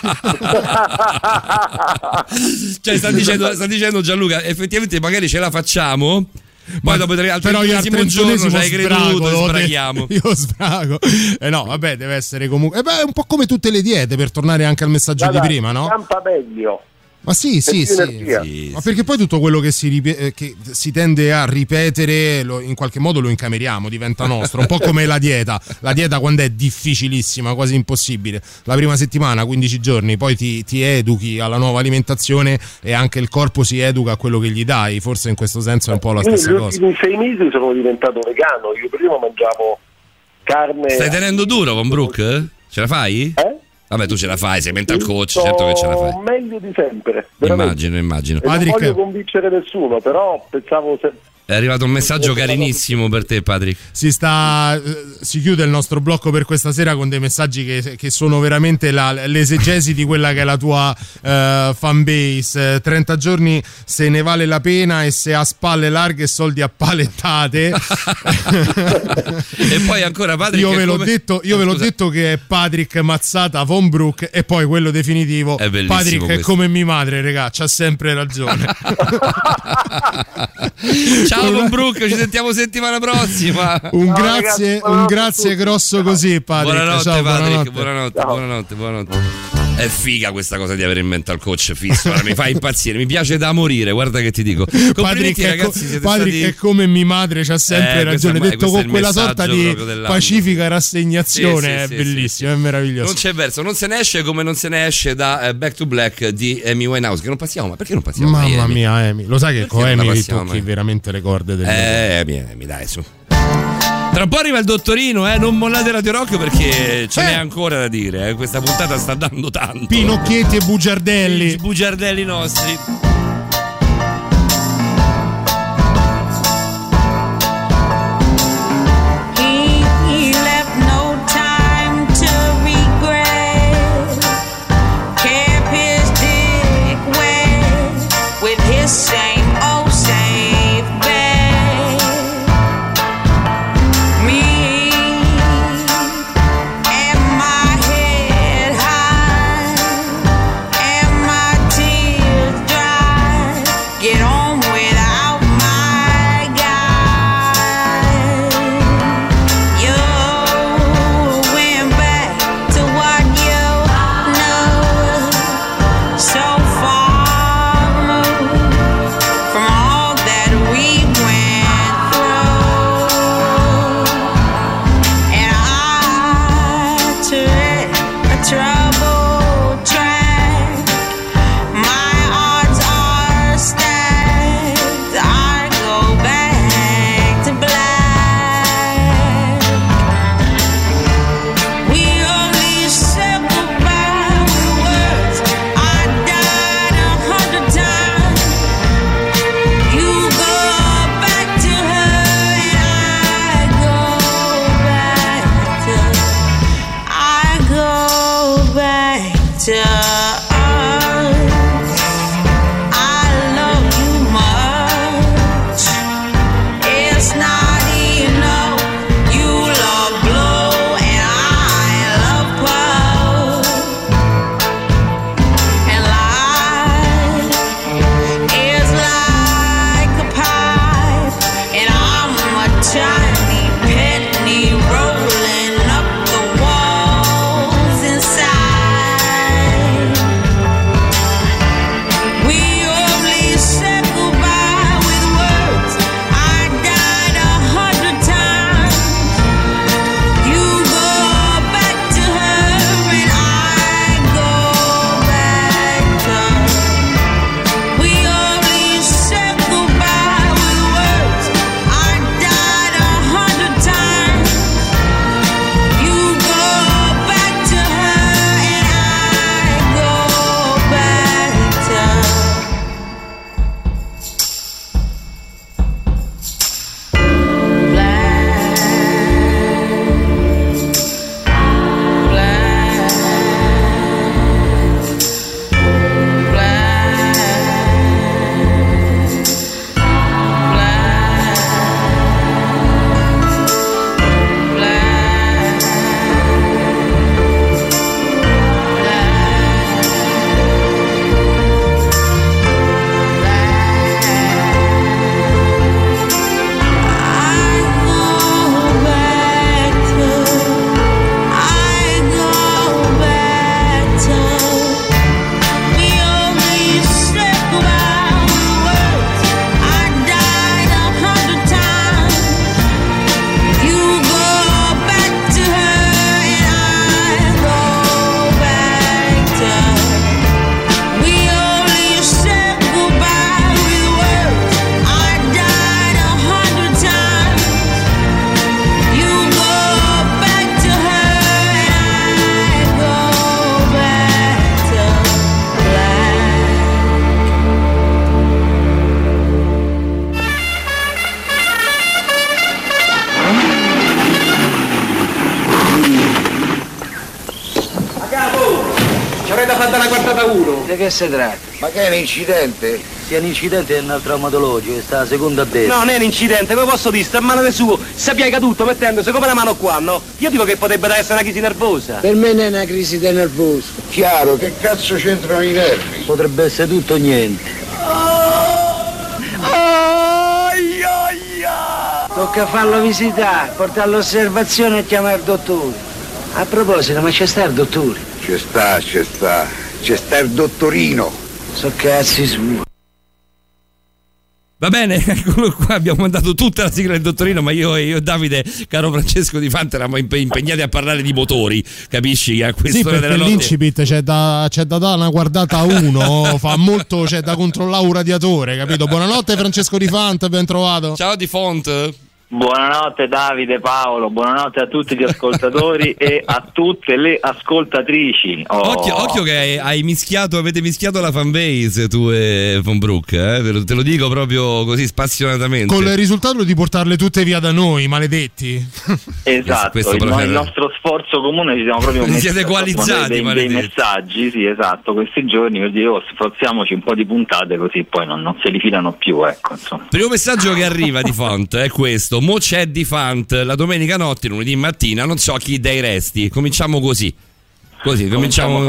Cioè sta dicendo Gianluca, effettivamente magari ce la facciamo, poi dopo al 31esimo giorno ci hai creduto, sbraghiamo. Io sbrago. No, vabbè, deve essere comunque. È un po' come tutte le diete, per tornare anche al messaggio di prima, no? Campa meglio. Ma sì. Ma perché poi tutto quello che che si tende a ripetere in qualche modo lo incameriamo, diventa nostro, un po' come la dieta. La dieta quando è difficilissima, quasi impossibile, la prima settimana, 15 giorni, poi ti educhi alla nuova alimentazione e anche il corpo si educa a quello che gli dai, forse in questo senso è un po' la stessa cosa. In 6 mesi sono diventato vegano, io prima mangiavo carne. Stai tenendo duro con Brooke? Ce la fai? Vabbè, tu ce la fai, sei mental coach, certo che ce la fai. Meglio di sempre. Immagino. E non voglio convincere nessuno, però pensavo È arrivato un messaggio carinissimo per te, Patrick. Si chiude il nostro blocco per questa sera con dei messaggi che sono veramente l'esegesi di quella che è la tua fanbase. 30 giorni se ne vale la pena e se ha spalle larghe e soldi a palettate. E poi ancora Patrick. Io ve l'ho detto che è Patrick Mazzata von Brook e poi quello definitivo. È Patrick questo. è come mia madre, regà, c'ha sempre ragione. Ciao Von Brook, ci sentiamo settimana prossima. Un grazie grosso così, Patrick. Buonanotte, ciao, Patrick. Buonanotte. È figa questa cosa di avere in mente il coach fisso. Mi fa impazzire, mi piace da morire. Guarda che ti dico. Complimenti, ragazzi. Siete Patrick stati... è come mia madre, c'ha sempre ragione. Detto con quella sorta di pacifica rassegnazione, è bellissimo, è meraviglioso. Non c'è verso, non se ne esce come non se ne esce da Back to Black di Amy Winehouse. Che non passiamo, ma perché non passiamo? Mamma mia, Amy, lo sai che con Amy tocchi veramente le corde del Amy, dai, su. Tra un po' arriva il dottorino, non mollate Radio Rock perché ce n'è ancora da dire. Questa puntata sta dando tanto. Pinocchietti e bugiardelli. I bugiardelli nostri. una guardata uno. Di che si tratta? Ma che è un incidente? Sia un incidente è un traumatologico, sta la seconda a destra. No, non è un incidente, come posso dire, sta a mano del suo, si piega tutto mettendosi come la mano qua, no? Io dico che potrebbe essere una crisi nervosa. Per me non è una crisi di nervoso. Chiaro, che cazzo c'entrano i nervi? Potrebbe essere tutto o niente. Tocca farlo visitare, portare all'osservazione e chiamare il dottore. A proposito, ma c'è sta il dottore? C'è sta il dottorino. So cazzi su. Va bene, eccolo qua, abbiamo mandato tutta la sigla del dottorino, ma io e Davide, caro Francesco Di Fante, eravamo impegnati a parlare di motori, capisci? A quest'ora sì, della notte. L'incipit c'è da dare una guardata a uno, fa molto, c'è da controllare un radiatore, capito? Buonanotte Francesco Di Fante, ben trovato. Ciao Di Font. Buonanotte Davide, Paolo, buonanotte a tutti gli ascoltatori e a tutte le ascoltatrici. Occhio che avete mischiato la fanbase tu e Von Brook, te lo dico proprio così spassionatamente. Con il risultato di portarle tutte via da noi, maledetti. Esatto, il nostro sforzo comune ci siamo proprio messi siete coalizzati, dei messaggi, sì esatto, questi giorni per dire sforziamoci un po' di puntate così poi non se li filano più, ecco insomma. Primo messaggio che arriva di Font è questo: mo c'è Di Fant la domenica notte, lunedì mattina, non so chi dei resti. Cominciamo così. Cominciamo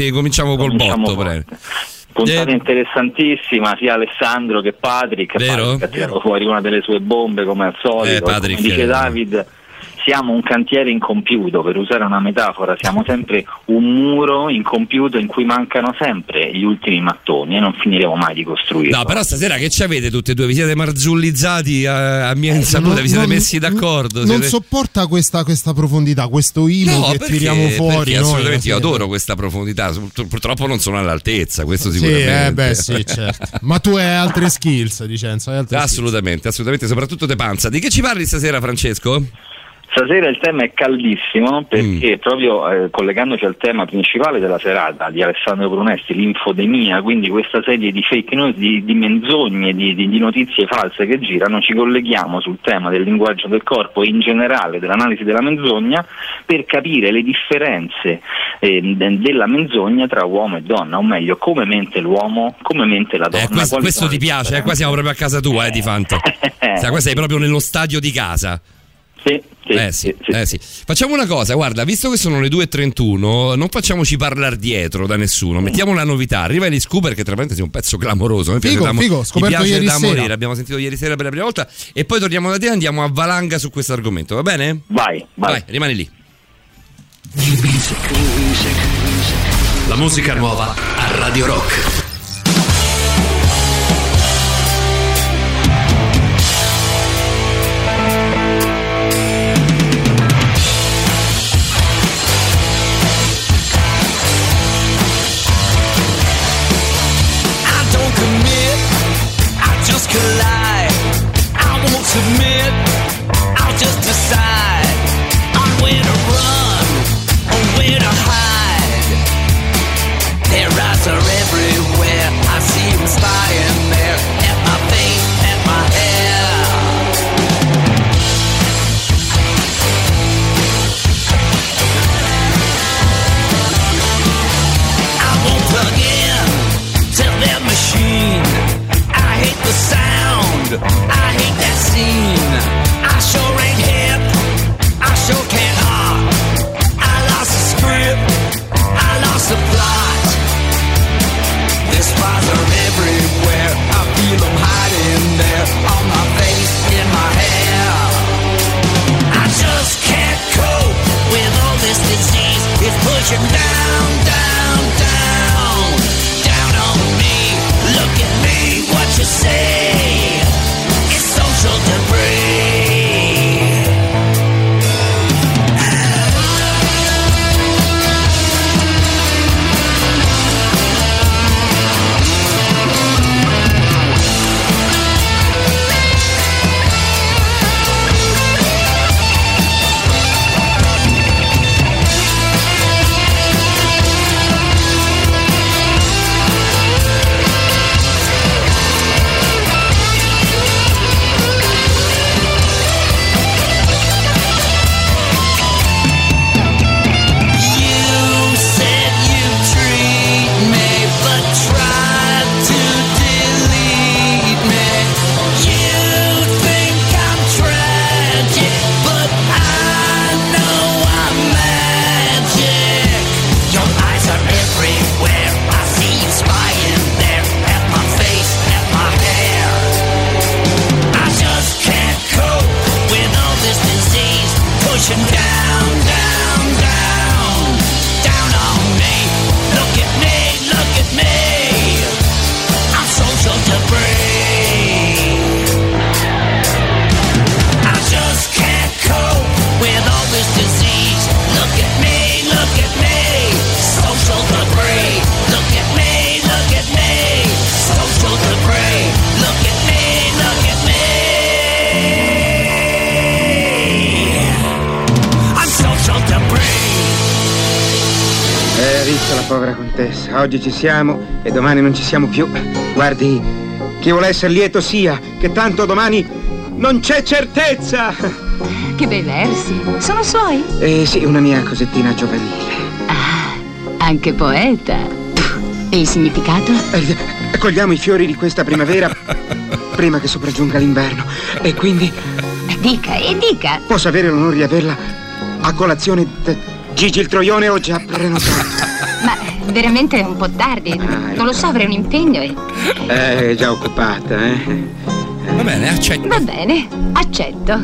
col botto, prego. Puntata interessantissima, sia Alessandro che Patrick. Vero? Patrick ha tirato fuori una delle sue bombe come al solito. Patrick, come dice David, siamo un cantiere incompiuto, per usare una metafora, siamo sempre un muro incompiuto in cui mancano sempre gli ultimi mattoni e non finiremo mai di costruirlo. No, però stasera che ci avete tutti e due? Vi siete marzullizzati a mia insaputa, vi siete messi d'accordo? Non sopporta questa profondità, questo imo che tiriamo fuori. Assolutamente, io adoro questa profondità, purtroppo non sono all'altezza, questo sicuramente. Sì, certo. Ma tu hai altre skills, Dicenzo? Assolutamente, soprattutto De Panza. Di che ci parli stasera, Francesco? Stasera il tema è caldissimo perché proprio collegandoci al tema principale della serata di Alessandro Brunesti, l'infodemia, quindi questa serie di fake news, di menzogne, di notizie false che girano, ci colleghiamo sul tema del linguaggio del corpo e in generale dell'analisi della menzogna per capire le differenze della menzogna tra uomo e donna, o meglio come mente l'uomo, come mente la donna. Questo ti piace, qua siamo proprio a casa tua, Di Fante. Qua sei proprio nello stadio di casa. Sì. Facciamo una cosa, guarda, visto che sono le 2:31, non facciamoci parlare dietro da nessuno, mettiamo la novità. Arriva Alice Cooper, che tra parentesi è un pezzo clamoroso. Figo, scoperto ieri sera. Morire. Abbiamo sentito ieri sera per la prima volta e poi torniamo da te e andiamo a valanga su questo argomento, va bene? Vai, rimani lì. La musica nuova a Radio Rock. Collide. I won't submit. I'll just decide on where to run or where to hide. Their eyes are everywhere. I see them spying there at my face, at my hair. I won't plug in to their machine. I hate the sound, I hate that scene. I sure ain't hip, I sure can't hop. I lost the script, I lost the plot. The spies are everywhere, I feel them hiding there. On my face, in my hair. I just can't cope with all this disease. It's pushing down, down, down, down on me. Look at me, what you say? It's social debris. povera contessa, oggi ci siamo e domani non ci siamo più. Guardi, chi vuole essere lieto sia, che tanto domani non c'è certezza. Che bei versi, sono suoi? Sì, una mia cosettina giovanile. Ah, anche poeta. E il significato? Cogliamo i fiori di questa primavera prima che sopraggiunga l'inverno. E quindi... Dica. Posso avere l'onore di averla a colazione Gigi il Troione o già prenotato? Ma veramente è un po' tardi. Non lo so, avrei un impegno e... È già occupata, Va bene, accetto. Va bene, accetto.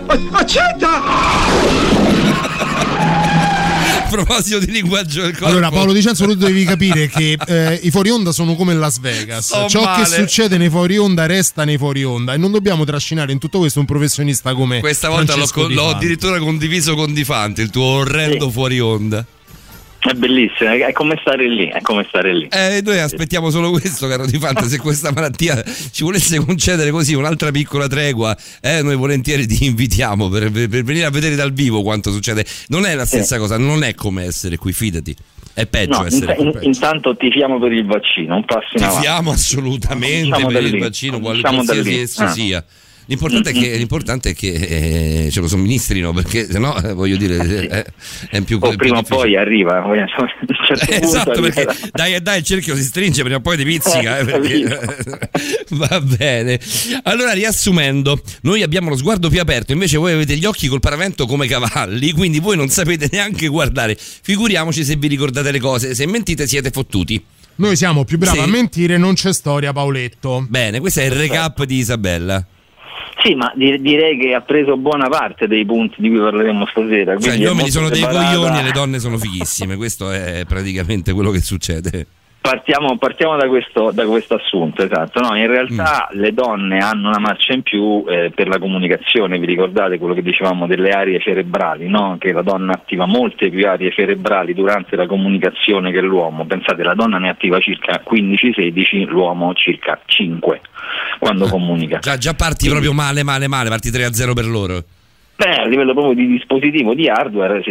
A proposito di linguaggio del corpo. Allora, Paolo Di Cenzo, tu devi capire che i fuori onda sono come Las Vegas. Ciò che succede nei fuori onda resta nei fuori onda e non dobbiamo trascinare in tutto questo un professionista come questa volta l'ho addirittura condiviso con Di Fante, il tuo orrendo fuori onda. È bellissimo, è come stare lì, Noi aspettiamo solo questo, caro Di Fante. Se questa malattia ci volesse concedere così un'altra piccola tregua, noi volentieri ti invitiamo per venire a vedere dal vivo quanto succede. Non è la stessa cosa, non è come essere qui, fidati. È peggio essere qui. Intanto tifiamo per il vaccino, un passo in avanti. Tifiamo assolutamente per il vaccino, qualsiasi esso sia. L'importante è che ce lo somministrino, perché sennò voglio dire è più o prima o poi arriva. Esatto, perché dai il cerchio si stringe, prima o poi ti pizzica. Va bene. Allora, riassumendo, noi abbiamo lo sguardo più aperto, invece voi avete gli occhi col paravento come cavalli, quindi voi non sapete neanche guardare. Figuriamoci se vi ricordate le cose. Se mentite siete fottuti. Noi siamo più bravi a mentire, non c'è storia, Paoletto. Bene, questo è il recap di Isabella. Sì, ma direi che ha preso buona parte dei punti di cui parleremo stasera. Cioè, gli uomini sono dei coglioni e le donne sono fighissime. Questo è praticamente quello che succede. Partiamo da questo assunto, esatto. No, in realtà le donne hanno una marcia in più per la comunicazione. Vi ricordate quello che dicevamo delle aree cerebrali, no? Che la donna attiva molte più aree cerebrali durante la comunicazione che l'uomo. Pensate, la donna ne attiva circa 15-16, l'uomo circa 5 quando comunica. Già parti proprio male, parti 3-0 per loro. A livello proprio di dispositivo, di hardware,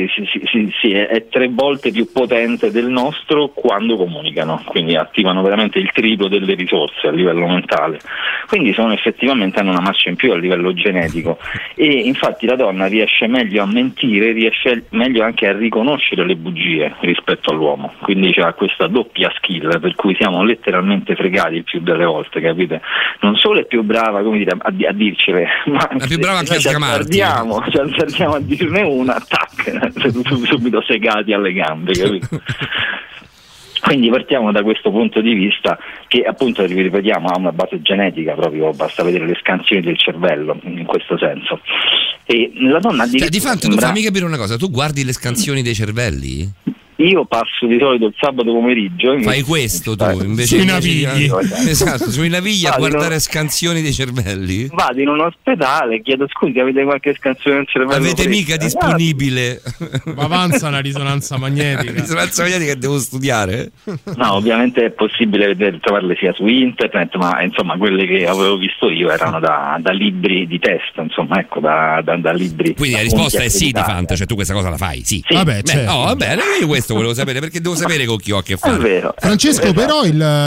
è 3 volte più potente del nostro quando comunicano, quindi attivano veramente il triplo delle risorse a livello mentale, quindi hanno una marcia in più a livello genetico e infatti la donna riesce meglio a mentire, riesce meglio anche a riconoscere le bugie rispetto all'uomo, quindi c'ha questa doppia skill per cui siamo letteralmente fregati il più delle volte, capite? Non solo è più brava, come dire, a dircele, ma è più brava anche a scamarti. Ci alzerdiamo a dirne una, tac, subito segati alle gambe, capito? Quindi partiamo da questo punto di vista che appunto, vi ripetiamo, ha una base genetica proprio, basta vedere le scansioni del cervello in questo senso. E la donna di fatto tu fammi capire una cosa, tu guardi le scansioni dei cervelli? Io passo di solito il sabato pomeriggio. Fai questo tu invece sui navigli. Esatto, sui navigli a guardare scansioni dei cervelli. Vado in un ospedale, chiedo scusi, avete qualche scansione del cervello? Avete mica disponibile? Ma avanza una risonanza magnetica. La risonanza magnetica che devo studiare? No, ovviamente è possibile trovarle sia su internet, ma insomma quelle che avevo visto io erano da libri di testo, insomma, ecco, da libri. Quindi la risposta è sì, Di Fante, cioè tu questa cosa la fai? Sì. Vabbè, certo. Va bene, io questo volevo sapere, perché devo sapere con chi ho a che fare. È vero. Francesco, però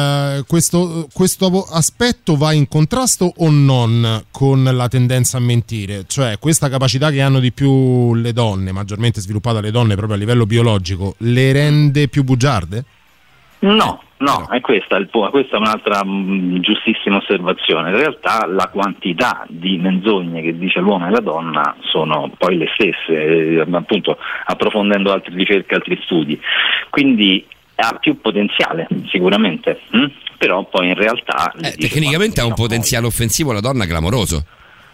questo aspetto va in contrasto o non con la tendenza a mentire? Cioè, questa capacità che hanno di più le donne, maggiormente sviluppata le donne proprio a livello biologico, le rende più bugiarde? No, è questa è un'altra giustissima osservazione. In realtà la quantità di menzogne che dice l'uomo e la donna sono poi le stesse, appunto approfondendo altre ricerche, altri studi. Quindi ha più potenziale sicuramente, però poi in realtà tecnicamente ha un potenziale offensivo la donna clamoroso.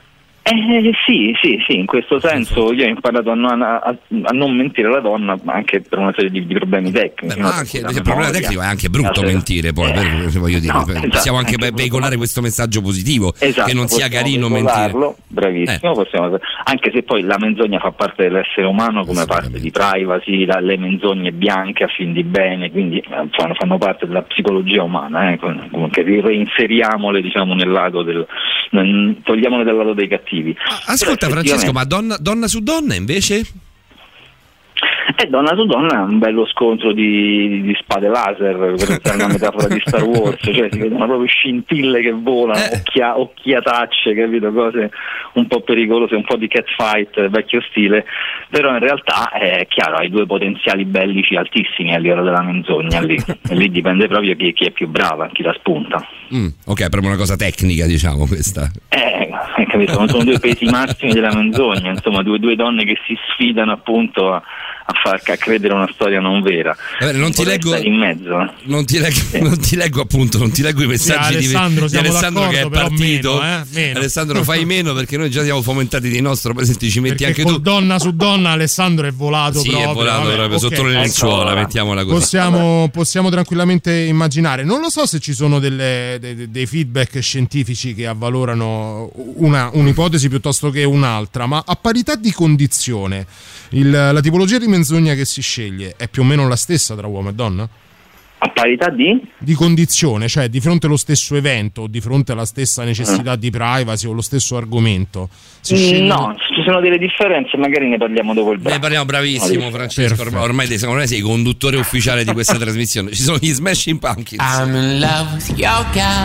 Sì, in questo senso io ho imparato a non mentire alla donna, anche per una serie di problemi tecnici. Ma anche il problema tecnico è anche brutto mentire, poi voglio dire, possiamo anche veicolare questo messaggio positivo, che non sia carino mentire. Bravissimo, anche se poi la menzogna fa parte dell'essere umano come parte di privacy, le menzogne bianche a fin di bene, quindi fanno parte della psicologia umana, che reinseriamole, diciamo, nel lato togliamole dal lato dei cattivi. Ascolta Francesco, ma donna su donna invece? Donna su donna è un bello scontro di spade laser, per usare una metafora di Star Wars, cioè si vedono proprio scintille che volano, occhiatacce, capito? Cose un po' pericolose, un po' di catfight vecchio stile, però in realtà è chiaro, hai due potenziali bellici altissimi a livello della menzogna lì, e lì dipende proprio chi è più brava, chi la spunta. Ok, è proprio una cosa tecnica, diciamo, questa. Capito? Sono due pesi massimi della menzogna, insomma, due donne che si sfidano appunto a far credere una storia non vera. Non ti leggo in mezzo. Non ti leggo i messaggi di Alessandro che è partito. Meno. Alessandro, fai meno, perché noi già siamo fomentati di nostro, presenti ci metti perché anche tu. Donna su donna Alessandro è volato proprio. È volato proprio sotto le lenzuola, mettiamola così. Possiamo tranquillamente immaginare. Non lo so se ci sono dei feedback scientifici che avvalorano un'ipotesi piuttosto che un'altra, ma a parità di condizione la tipologia di menzogna che si sceglie è più o meno la stessa tra uomo e donna? A parità di condizione, cioè di fronte allo stesso evento, di fronte alla stessa necessità di privacy o lo stesso argomento. No, ci sono delle differenze, magari ne parliamo dopo il brano. Ne parliamo, bravissimo Francesco, ormai secondo me sei conduttore ufficiale di questa trasmissione. Ci sono gli Smashing Pumpkins. I'm in love with your guy.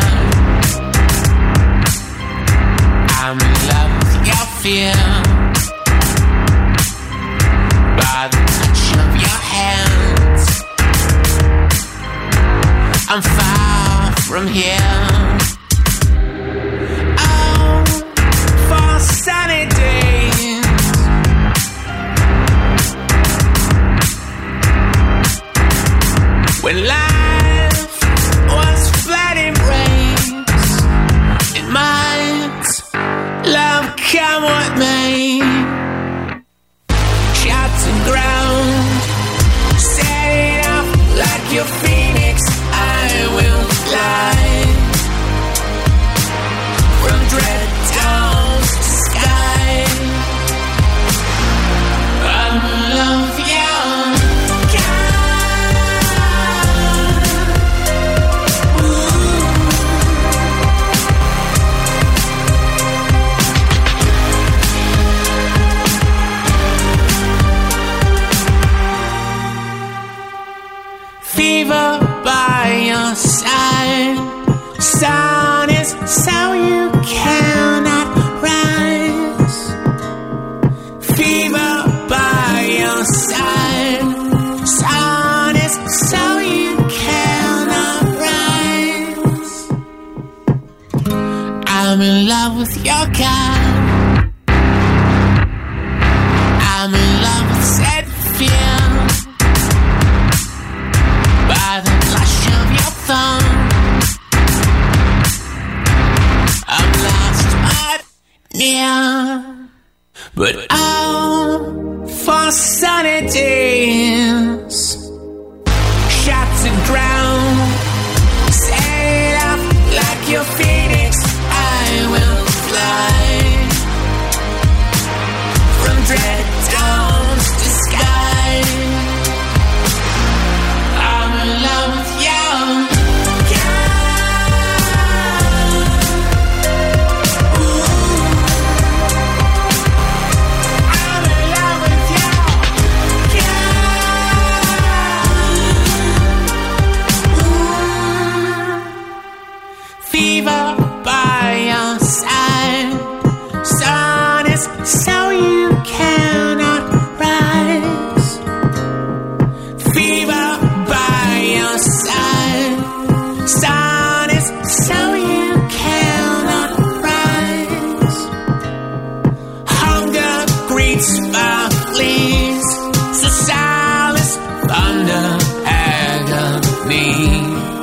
I'm in love with your fear. By the touch of your hands, I'm far from here. Oh, for sunny days, when life was flooding rains, it might love come what may. Ground, set it up like your phoenix. I will fly from dread towns to sky. I love you. Fever by your side, sun is so you cannot rise. Fever by your side, sun is so you cannot rise. I'm in love with your guy. I'm in love with said fear. By the flash of your thumb, I'm lost but near. But oh, for sunny days, shattered ground, sail up like your phoenix. I will fly from dread towns to sky. I'm in love with you. I'm in love with you. Fever by your side, sun is so you cannot rise. Fever by your side, sun is so you cannot rise. Hunger greets my fleas, so silence thunder agony.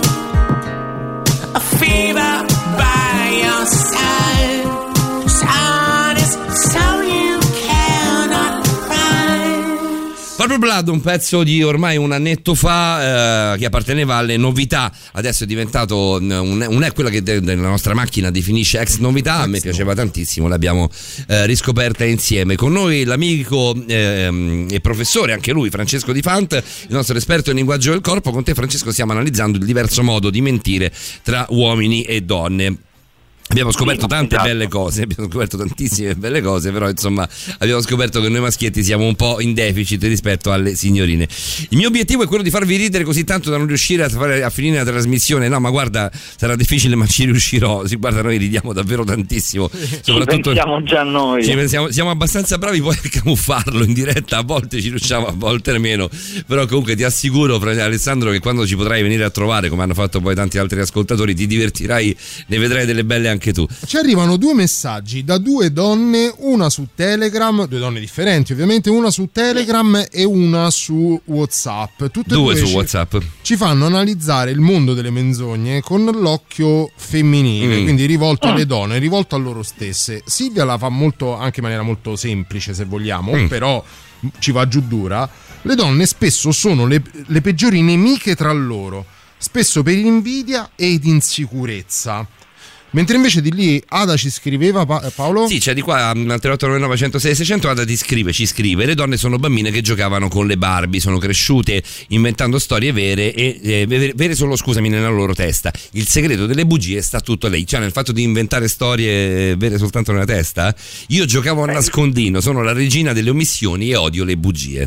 A fever by your side, sun is so you cannot rise. Purple Blood, un pezzo di ormai un annetto fa che apparteneva alle novità, adesso è diventato è quella che nella nostra macchina definisce ex novità. A me piaceva tantissimo, l'abbiamo riscoperta insieme. Con noi l'amico e professore, anche lui, Francesco Di Fant, il nostro esperto in linguaggio del corpo. Con te, Francesco, stiamo analizzando il diverso modo di mentire tra uomini e donne. Abbiamo scoperto tante belle cose, abbiamo scoperto tantissime belle cose, però insomma abbiamo scoperto che noi maschietti siamo un po' in deficit rispetto alle signorine. Il mio obiettivo è quello di farvi ridere così tanto da non riuscire a finire la trasmissione. No, ma guarda, sarà difficile, ma ci riuscirò. Guarda, noi ridiamo davvero tantissimo. Soprattutto pensiamo già noi. Siamo abbastanza bravi poi a camuffarlo in diretta, a volte ci riusciamo, a volte nemmeno. Però comunque ti assicuro, Alessandro, che quando ci potrai venire a trovare, come hanno fatto poi tanti altri ascoltatori, ti divertirai, ne vedrai delle belle anche tu. Ci arrivano 2 messaggi da 2 donne, una su Telegram, 2 donne differenti ovviamente, una su Telegram e una su WhatsApp. Tutte due su WhatsApp ci fanno analizzare il mondo delle menzogne con l'occhio femminile, quindi rivolto alle donne, rivolto a loro stesse. Silvia la fa molto, anche in maniera molto semplice se vogliamo, però ci va giù dura. Le donne spesso sono le peggiori nemiche tra loro, spesso per invidia ed insicurezza. Mentre invece di lì Ada ci scriveva, Paolo? Sì, c'è di qua al 3899 106 600. Ada ci scrive: le donne sono bambine che giocavano con le Barbie, sono cresciute inventando storie vere e vere solo, scusami, nella loro testa. Il segreto delle bugie sta tutto lei, cioè nel fatto di inventare storie vere soltanto nella testa. Io giocavo a nascondino, sono la regina delle omissioni e odio le bugie.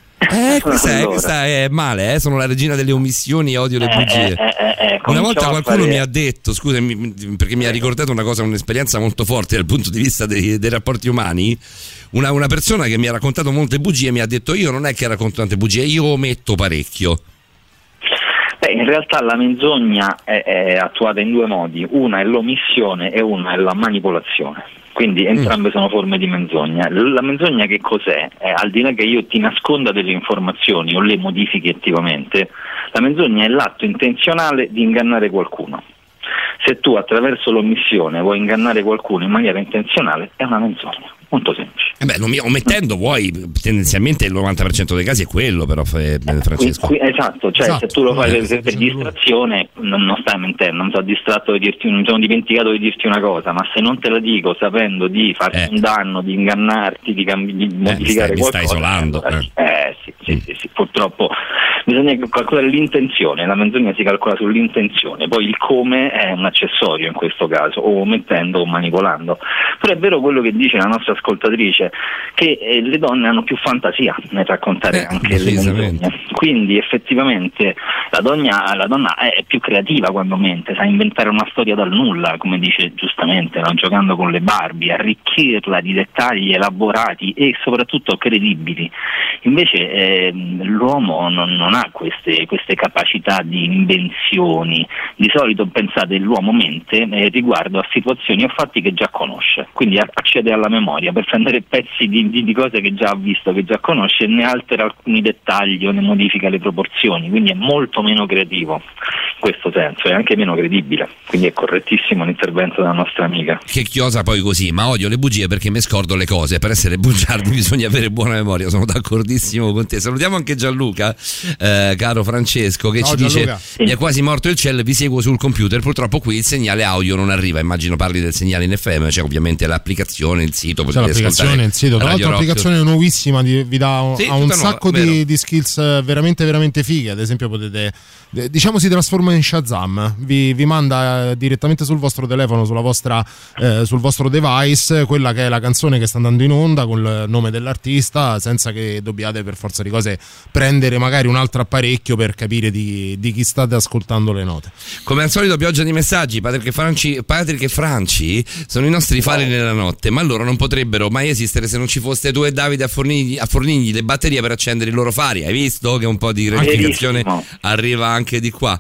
Questa è male, sono la regina delle omissioni e odio le bugie. Una volta qualcuno mi ha detto, scusami, perché mi ha ricordato una cosa, un'esperienza molto forte dal punto di vista dei rapporti umani. Una persona che mi ha raccontato molte bugie mi ha detto: io non è che racconto tante bugie, io ometto parecchio. In realtà la menzogna è attuata in 2 modi: una è l'omissione e una è la manipolazione. Quindi entrambe sono forme di menzogna. La menzogna che cos'è? Al di là che io ti nasconda delle informazioni o le modifichi attivamente, la menzogna è l'atto intenzionale di ingannare qualcuno. Se tu attraverso l'omissione vuoi ingannare qualcuno in maniera intenzionale, è una menzogna. Molto semplice. Omettendo vuoi, tendenzialmente il 90% dei casi è quello, però Francesco. Esatto, cioè se tu lo fai per distrazione non stai mentendo, non sono distratto di dirti, non sono dimenticato di dirti una cosa, ma se non te la dico sapendo di farti un danno, di ingannarti, di modificare qualcosa, mi stai isolando. Sì, purtroppo bisogna calcolare l'intenzione, la menzogna si calcola sull'intenzione, poi il come è un accessorio in questo caso, o omettendo o manipolando. Però è vero quello che dice la nostra ascoltatrice, che le donne hanno più fantasia nel raccontare anche le menzogne, quindi effettivamente la donna è più creativa quando mente, sa inventare una storia dal nulla, come dice giustamente, no? Giocando con le Barbie, arricchirla di dettagli elaborati e soprattutto credibili. Invece l'uomo non ha queste capacità di invenzioni. Di solito, pensate, l'uomo mente riguardo a situazioni o fatti che già conosce, quindi accede alla memoria per prendere pezzi di cose che già ha visto, che già conosce, e ne altera alcuni dettagli o ne modifica le proporzioni, quindi è molto meno creativo in questo senso, è anche meno credibile, quindi è correttissimo l'intervento della nostra amica. Che chiosa poi così, ma odio le bugie perché mi scordo le cose, per essere bugiardi bisogna avere buona memoria, sono d'accordissimo con te. Salutiamo anche Gianluca, caro Francesco, che ci dice: mi è quasi morto il cell, vi seguo sul computer, purtroppo qui il segnale audio non arriva. Immagino parli del segnale in FM, c'è ovviamente l'applicazione, il sito, c'è l'applicazione, il sito, tra l'altro l'applicazione nuovissima, vi dà un sacco di skills veramente veramente fighe. Ad esempio potete, diciamo, si trasforma in Shazam, vi manda direttamente sul vostro telefono, sul vostro device, quella che è la canzone che sta andando in onda con il nome dell'artista, senza che dobbiate per forza di cose prendere magari un altro apparecchio per capire di chi state ascoltando le note. Come al solito pioggia di messaggi. Patrick e Franci sono i nostri fari nella notte, ma loro non potrebbero mai esistere se non ci foste tu e Davide a fornirgli le batterie per accendere i loro fari. Hai visto che un po' di gratificazione arriva anche di qua?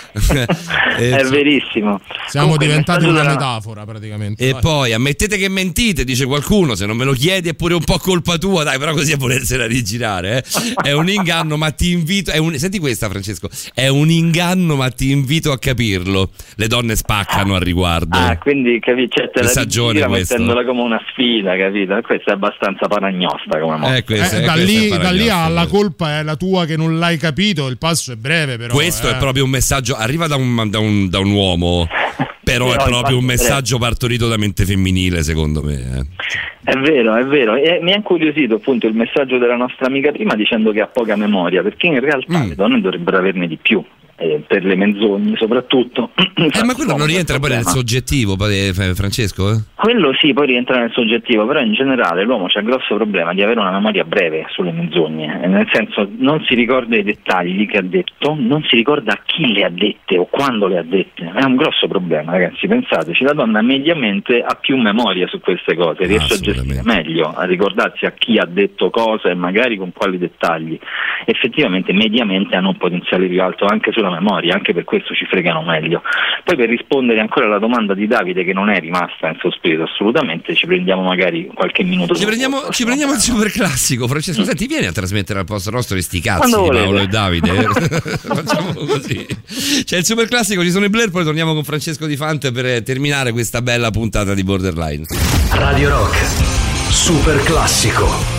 È verissimo. Siamo comunque diventati una metafora praticamente. E poi ammettete che mentite, dice qualcuno, se non me lo chiedi è pure un po' colpa tua, dai, però così a volersela rigirare, È un inganno, ma ti invito, senti questa, Francesco, è un inganno ma ti invito a capirlo. Le donne spaccano al riguardo. Quindi cioè, te la rigira mettendola come una sfida, capito? Questa è abbastanza paragnosta come da lì alla colpa è la tua che non l'hai capito, il passo è breve, però questo è proprio un messaggio, arriva da un uomo Però è proprio un messaggio partorito da mente femminile, secondo me. È vero. E mi ha incuriosito appunto il messaggio della nostra amica prima dicendo che ha poca memoria, perché in realtà le donne dovrebbero averne di più. Per le menzogne soprattutto. Ma quello non rientra poi nel soggettivo, Francesco? Quello sì, poi rientra nel soggettivo, però in generale l'uomo c'ha il grosso problema di avere una memoria breve sulle menzogne, nel senso non si ricorda i dettagli che ha detto, non si ricorda chi le ha dette o quando le ha dette. È un grosso problema, ragazzi, pensateci, la donna mediamente ha più memoria su queste cose, riesce a gestire meglio, a ricordarsi a chi ha detto cosa e magari con quali dettagli. Effettivamente mediamente hanno un potenziale più alto anche sulla memoria, anche per questo ci fregano meglio. Poi per rispondere ancora alla domanda di Davide, che non è rimasta in sospeso assolutamente, ci prendiamo magari qualche minuto. Ci prendiamo il super classico. Francesco, senti, vieni a trasmettere al posto nostro sti cazzi di Paolo e Davide. Facciamo così. C'è il super classico, ci sono i Blair, poi torniamo con Francesco Di Fante per terminare questa bella puntata di Borderline. Radio Rock, super classico.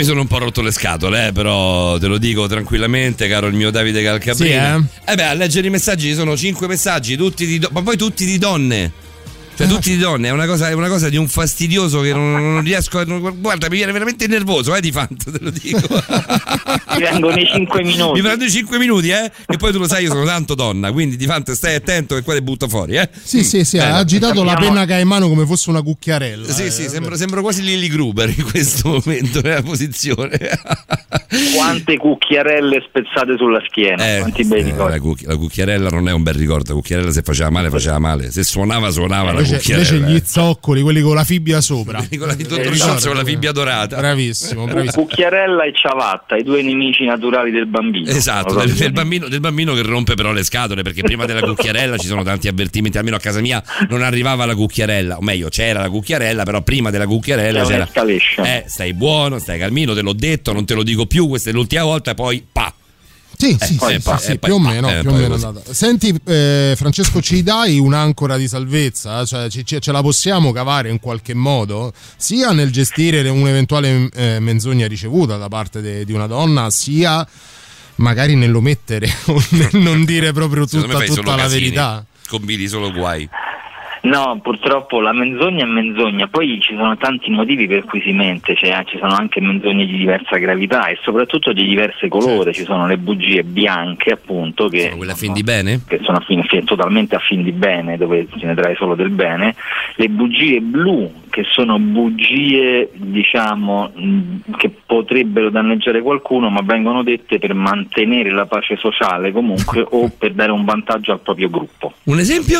sono un po' rotto le scatole, però te lo dico tranquillamente, caro il mio Davide Calcabrina. Sì, a leggere i messaggi ci sono 5 messaggi, tutti ma poi tutti di donne. Cioè tutti di donne, è una cosa di un fastidioso che non riesco a. Guarda, mi viene veramente nervoso, di Fant, te lo dico. Mi vengono i 5 minuti. Mi prendono i 5 minuti, e poi tu lo sai, io sono tanto donna, quindi di Fant stai attento che qua ti butto fuori, Sì, ha agitato la penna che ha in mano come fosse una cucchiarella. Sì, sembro quasi Lily Gruber in questo momento nella posizione. Quante cucchiarelle spezzate sulla schiena, quanti bei ricordi. La cucchiarella non è un bel ricordo, la cucchiarella se faceva male, se suonava la invece gli zoccoli, quelli con la fibbia sopra, con il dottor Schultz con la fibbia dorata. Bravissimo. Cucchiarella e ciabatta, i due nemici naturali del bambino. Esatto, del bambino che rompe però le scatole, perché prima della cucchiarella ci sono tanti avvertimenti. Almeno a casa mia non arrivava la cucchiarella, o meglio c'era la cucchiarella, però prima della cucchiarella c'era stai buono, stai calmino, te l'ho detto, non te lo dico più, questa è l'ultima volta, e poi Sì, più o meno andata. Senti, Francesco, ci dai un'ancora di salvezza? Cioè, ce la possiamo cavare in qualche modo, sia nel gestire un'eventuale menzogna ricevuta da parte di una donna, sia magari nell'omettere o nel non dire proprio tutta la verità? Combini solo guai. No, purtroppo la menzogna è menzogna, poi ci sono tanti motivi per cui si mente, cioè ci sono anche menzogne di diversa gravità e soprattutto di diverse colore, ci sono le bugie bianche appunto che sono quelle a fin di bene? Che sono totalmente a fin di bene, dove se ne trae solo del bene, le bugie blu che sono bugie diciamo che potrebbero danneggiare qualcuno ma vengono dette per mantenere la pace sociale comunque o per dare un vantaggio al proprio gruppo. Un esempio?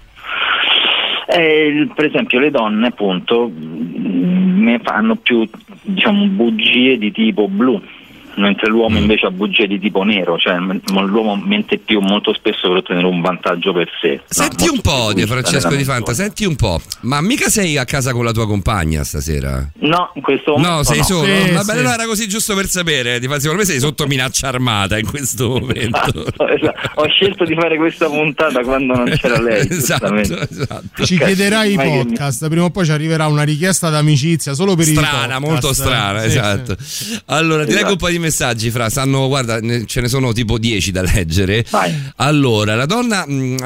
Per esempio le donne appunto ne fanno più bugie di tipo blu, mentre l'uomo invece ha bugie di tipo nero, cioè l'uomo mente più molto spesso per ottenere un vantaggio per sé. Senti un po', di Francesco Di Fanta, senti un po', ma mica sei a casa con la tua compagna stasera? No, in questo momento no. Sei solo? Sì, Vabbè, no, era così giusto per sapere, secondo me sei sotto minaccia armata in questo momento. Esatto. Ho scelto di fare questa puntata quando non c'era lei. Esatto. Ci chiederai i podcast, prima o poi ci arriverà una richiesta d'amicizia solo per strana, molto strana, esatto. Allora, ti leggo un po' di messaggi, guarda, ce ne sono tipo 10 da leggere. Vai. Allora, la donna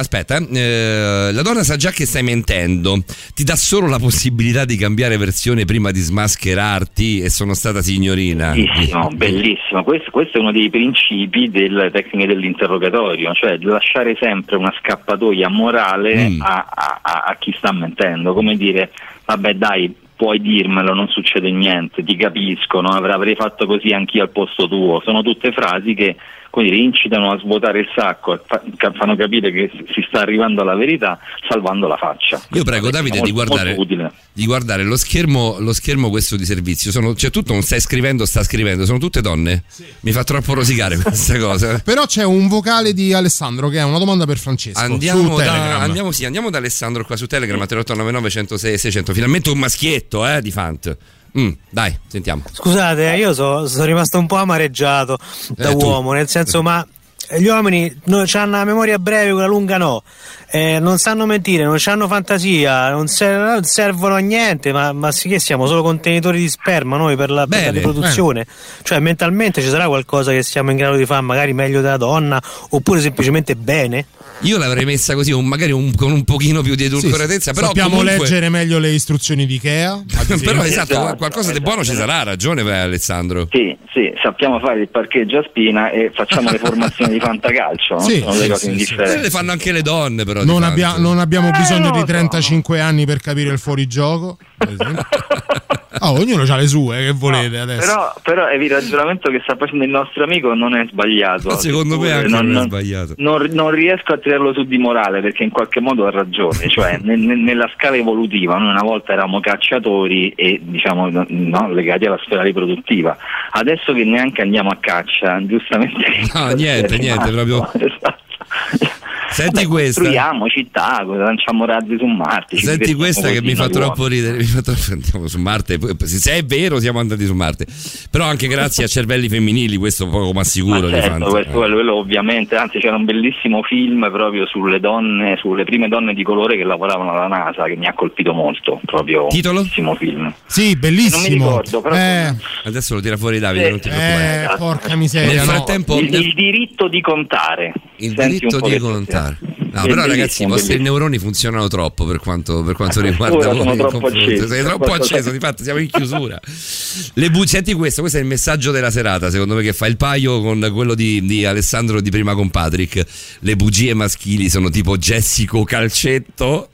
la donna sa già che stai mentendo, ti dà solo la possibilità di cambiare versione prima di smascherarti e sono stata signorina. Bellissimo. Questo è uno dei principi delle tecniche dell'interrogatorio, cioè di lasciare sempre una scappatoia morale a chi sta mentendo, come dire, vabbè dai, puoi dirmelo, non succede niente, ti capisco, no? Avrei fatto così anch'io al posto tuo. Sono tutte frasi che incitano a svuotare il sacco, fanno capire che si sta arrivando alla verità salvando la faccia. Io prego Davide di guardare lo schermo questo di servizio. C'è tutto, non stai scrivendo, sta scrivendo, sono tutte donne. Sì. Mi fa troppo rosicare questa cosa. Però c'è un vocale di Alessandro che è una domanda per Francesco. Andiamo da Alessandro qua su Telegram a 3899 106 600. Finalmente un maschietto di Fant. Dai, sentiamo. Scusate, io sono rimasto un po' amareggiato da uomo, nel senso, ma gli uomini hanno una memoria breve, quella lunga no, non sanno mentire, non hanno fantasia, non servono a niente, ma sì che siamo solo contenitori di sperma noi per la riproduzione. Cioè mentalmente ci sarà qualcosa che siamo in grado di fare magari meglio della donna oppure semplicemente bene? Io l'avrei messa così, magari con un pochino più di edulcoratezza. Sì, però sappiamo leggere meglio le istruzioni di Ikea. Però esatto, qualcosa di buono ci sarà, ragione Alessandro. Sì, sappiamo fare il parcheggio a spina e facciamo le formazioni di fantacalcio, no? Sono le cose indifferenti. Le fanno anche le donne, però. Non abbiamo bisogno di 35 anni per capire il fuorigioco, per esempio. Ognuno ha le sue, che volete adesso. Però il ragionamento che sta facendo il nostro amico non è sbagliato. Secondo me anche non è sbagliato. Non riesco a tirarlo su di morale perché in qualche modo ha ragione. Cioè nella scala evolutiva noi una volta eravamo cacciatori e legati alla sfera riproduttiva. Adesso che neanche andiamo a caccia, giustamente. No, niente, proprio. Esatto. Senti questa. Costruiamo città, lanciamo razzi su Marte. Senti questa che mi fa troppo ridere. Andiamo su Marte. Se è vero, siamo andati su Marte. Però anche grazie a cervelli femminili, questo poco ma sicuro. Certo, quello ovviamente. Anzi, c'era un bellissimo film proprio sulle donne, sulle prime donne di colore che lavoravano alla NASA, che mi ha colpito molto. Proprio titolo? Un bellissimo film. Sì, bellissimo. Non mi ricordo, però. Adesso lo tira fuori Davide, non ti preoccupare. Porca miseria. Nel frattempo, il diritto di contare. Il diritto di contare. No, però ragazzi, i vostri neuroni funzionano troppo per quanto riguarda voi. Sono troppo acceso. Sei troppo acceso, di fatto siamo in chiusura. Senti questo è il messaggio della serata, secondo me, che fa il paio con quello di Alessandro di prima con Patrick. Le bugie maschili sono tipo Jessico Calcetto.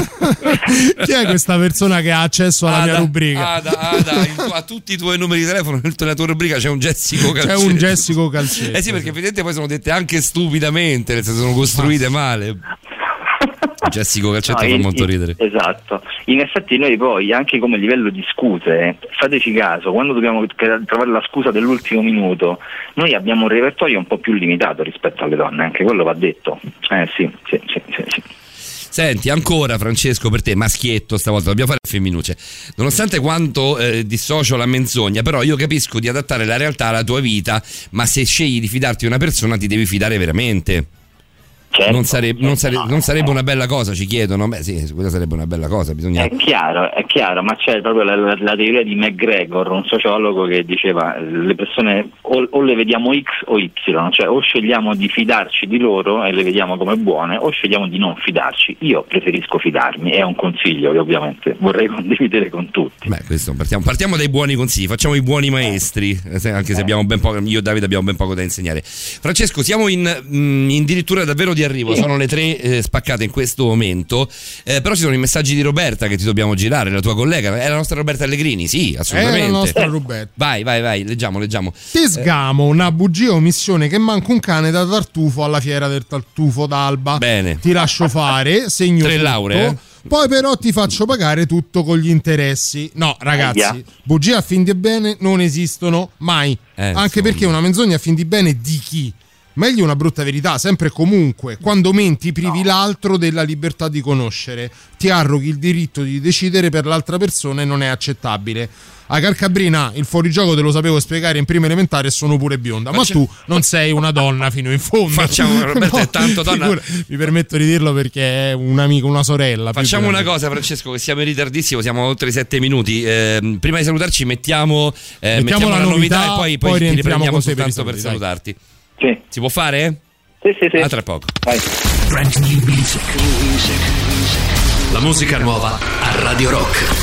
Chi è questa persona che ha accesso alla mia rubrica? A tutti i tuoi numeri di telefono nella tua rubrica c'è un Jessico Calcetto. C'è un Jessico Calcetto. Sì, perché evidentemente poi sono dette anche stupidamente, nel senso sono costruite male. Jessico Calcetto fa molto ridere. Esatto. In effetti noi poi, anche come livello di scuse, fateci caso, quando dobbiamo trovare la scusa dell'ultimo minuto, noi abbiamo un repertorio un po' più limitato rispetto alle donne, anche quello va detto. Sì. Senti, ancora Francesco, per te, maschietto stavolta, dobbiamo fare femminucce. Nonostante quanto dissocio la menzogna, però io capisco di adattare la realtà alla tua vita, ma se scegli di fidarti di una persona ti devi fidare veramente. Certo, non sarebbe una bella cosa, ci chiedono. Beh sì, quella sarebbe una bella cosa, bisogna... È chiaro, ma c'è proprio la teoria di McGregor, un sociologo, che diceva le persone o le vediamo X o Y, cioè o scegliamo di fidarci di loro e le vediamo come buone, o scegliamo di non fidarci. Io preferisco fidarmi, è un consiglio che ovviamente vorrei condividere con tutti. Beh, questo partiamo dai buoni consigli, facciamo i buoni maestri, anche se abbiamo ben poco, io e Davide abbiamo ben poco da insegnare. Francesco, siamo addirittura davvero di arrivo, sono le 3 spaccate in questo momento, però ci sono i messaggi di Roberta che ti dobbiamo girare, la tua collega, è la nostra Roberta Allegrini, sì, assolutamente. È la nostra Roberta. Vai, leggiamo. Ti sgamo una bugia o missione che manca un cane da tartufo alla fiera del tartufo d'Alba. Bene. Ti lascio fare, segno 3 lauree. Poi però ti faccio pagare tutto con gli interessi. No, ragazzi, bugie a fin di bene non esistono mai. Anche perché una menzogna a fin di bene di chi? Meglio una brutta verità, sempre e comunque. Quando menti privi l'altro della libertà di conoscere, ti arroghi il diritto di decidere per l'altra persona e non è accettabile. A Calcabrina il fuorigioco te lo sapevo spiegare in prima elementare e sono pure bionda, ma tu non sei una donna fino in fondo. Roberto è tanto donna. Mi permetto di dirlo perché è un amico, una sorella. Facciamo una cosa, Francesco, che siamo in ritardissimo, siamo oltre i 7 minuti. Prima di salutarci mettiamo la novità e poi ti riprendiamo soltanto per salutarti. Sì. Si può fare? Sì. A tra poco. Vai. La musica nuova a Radio Rock.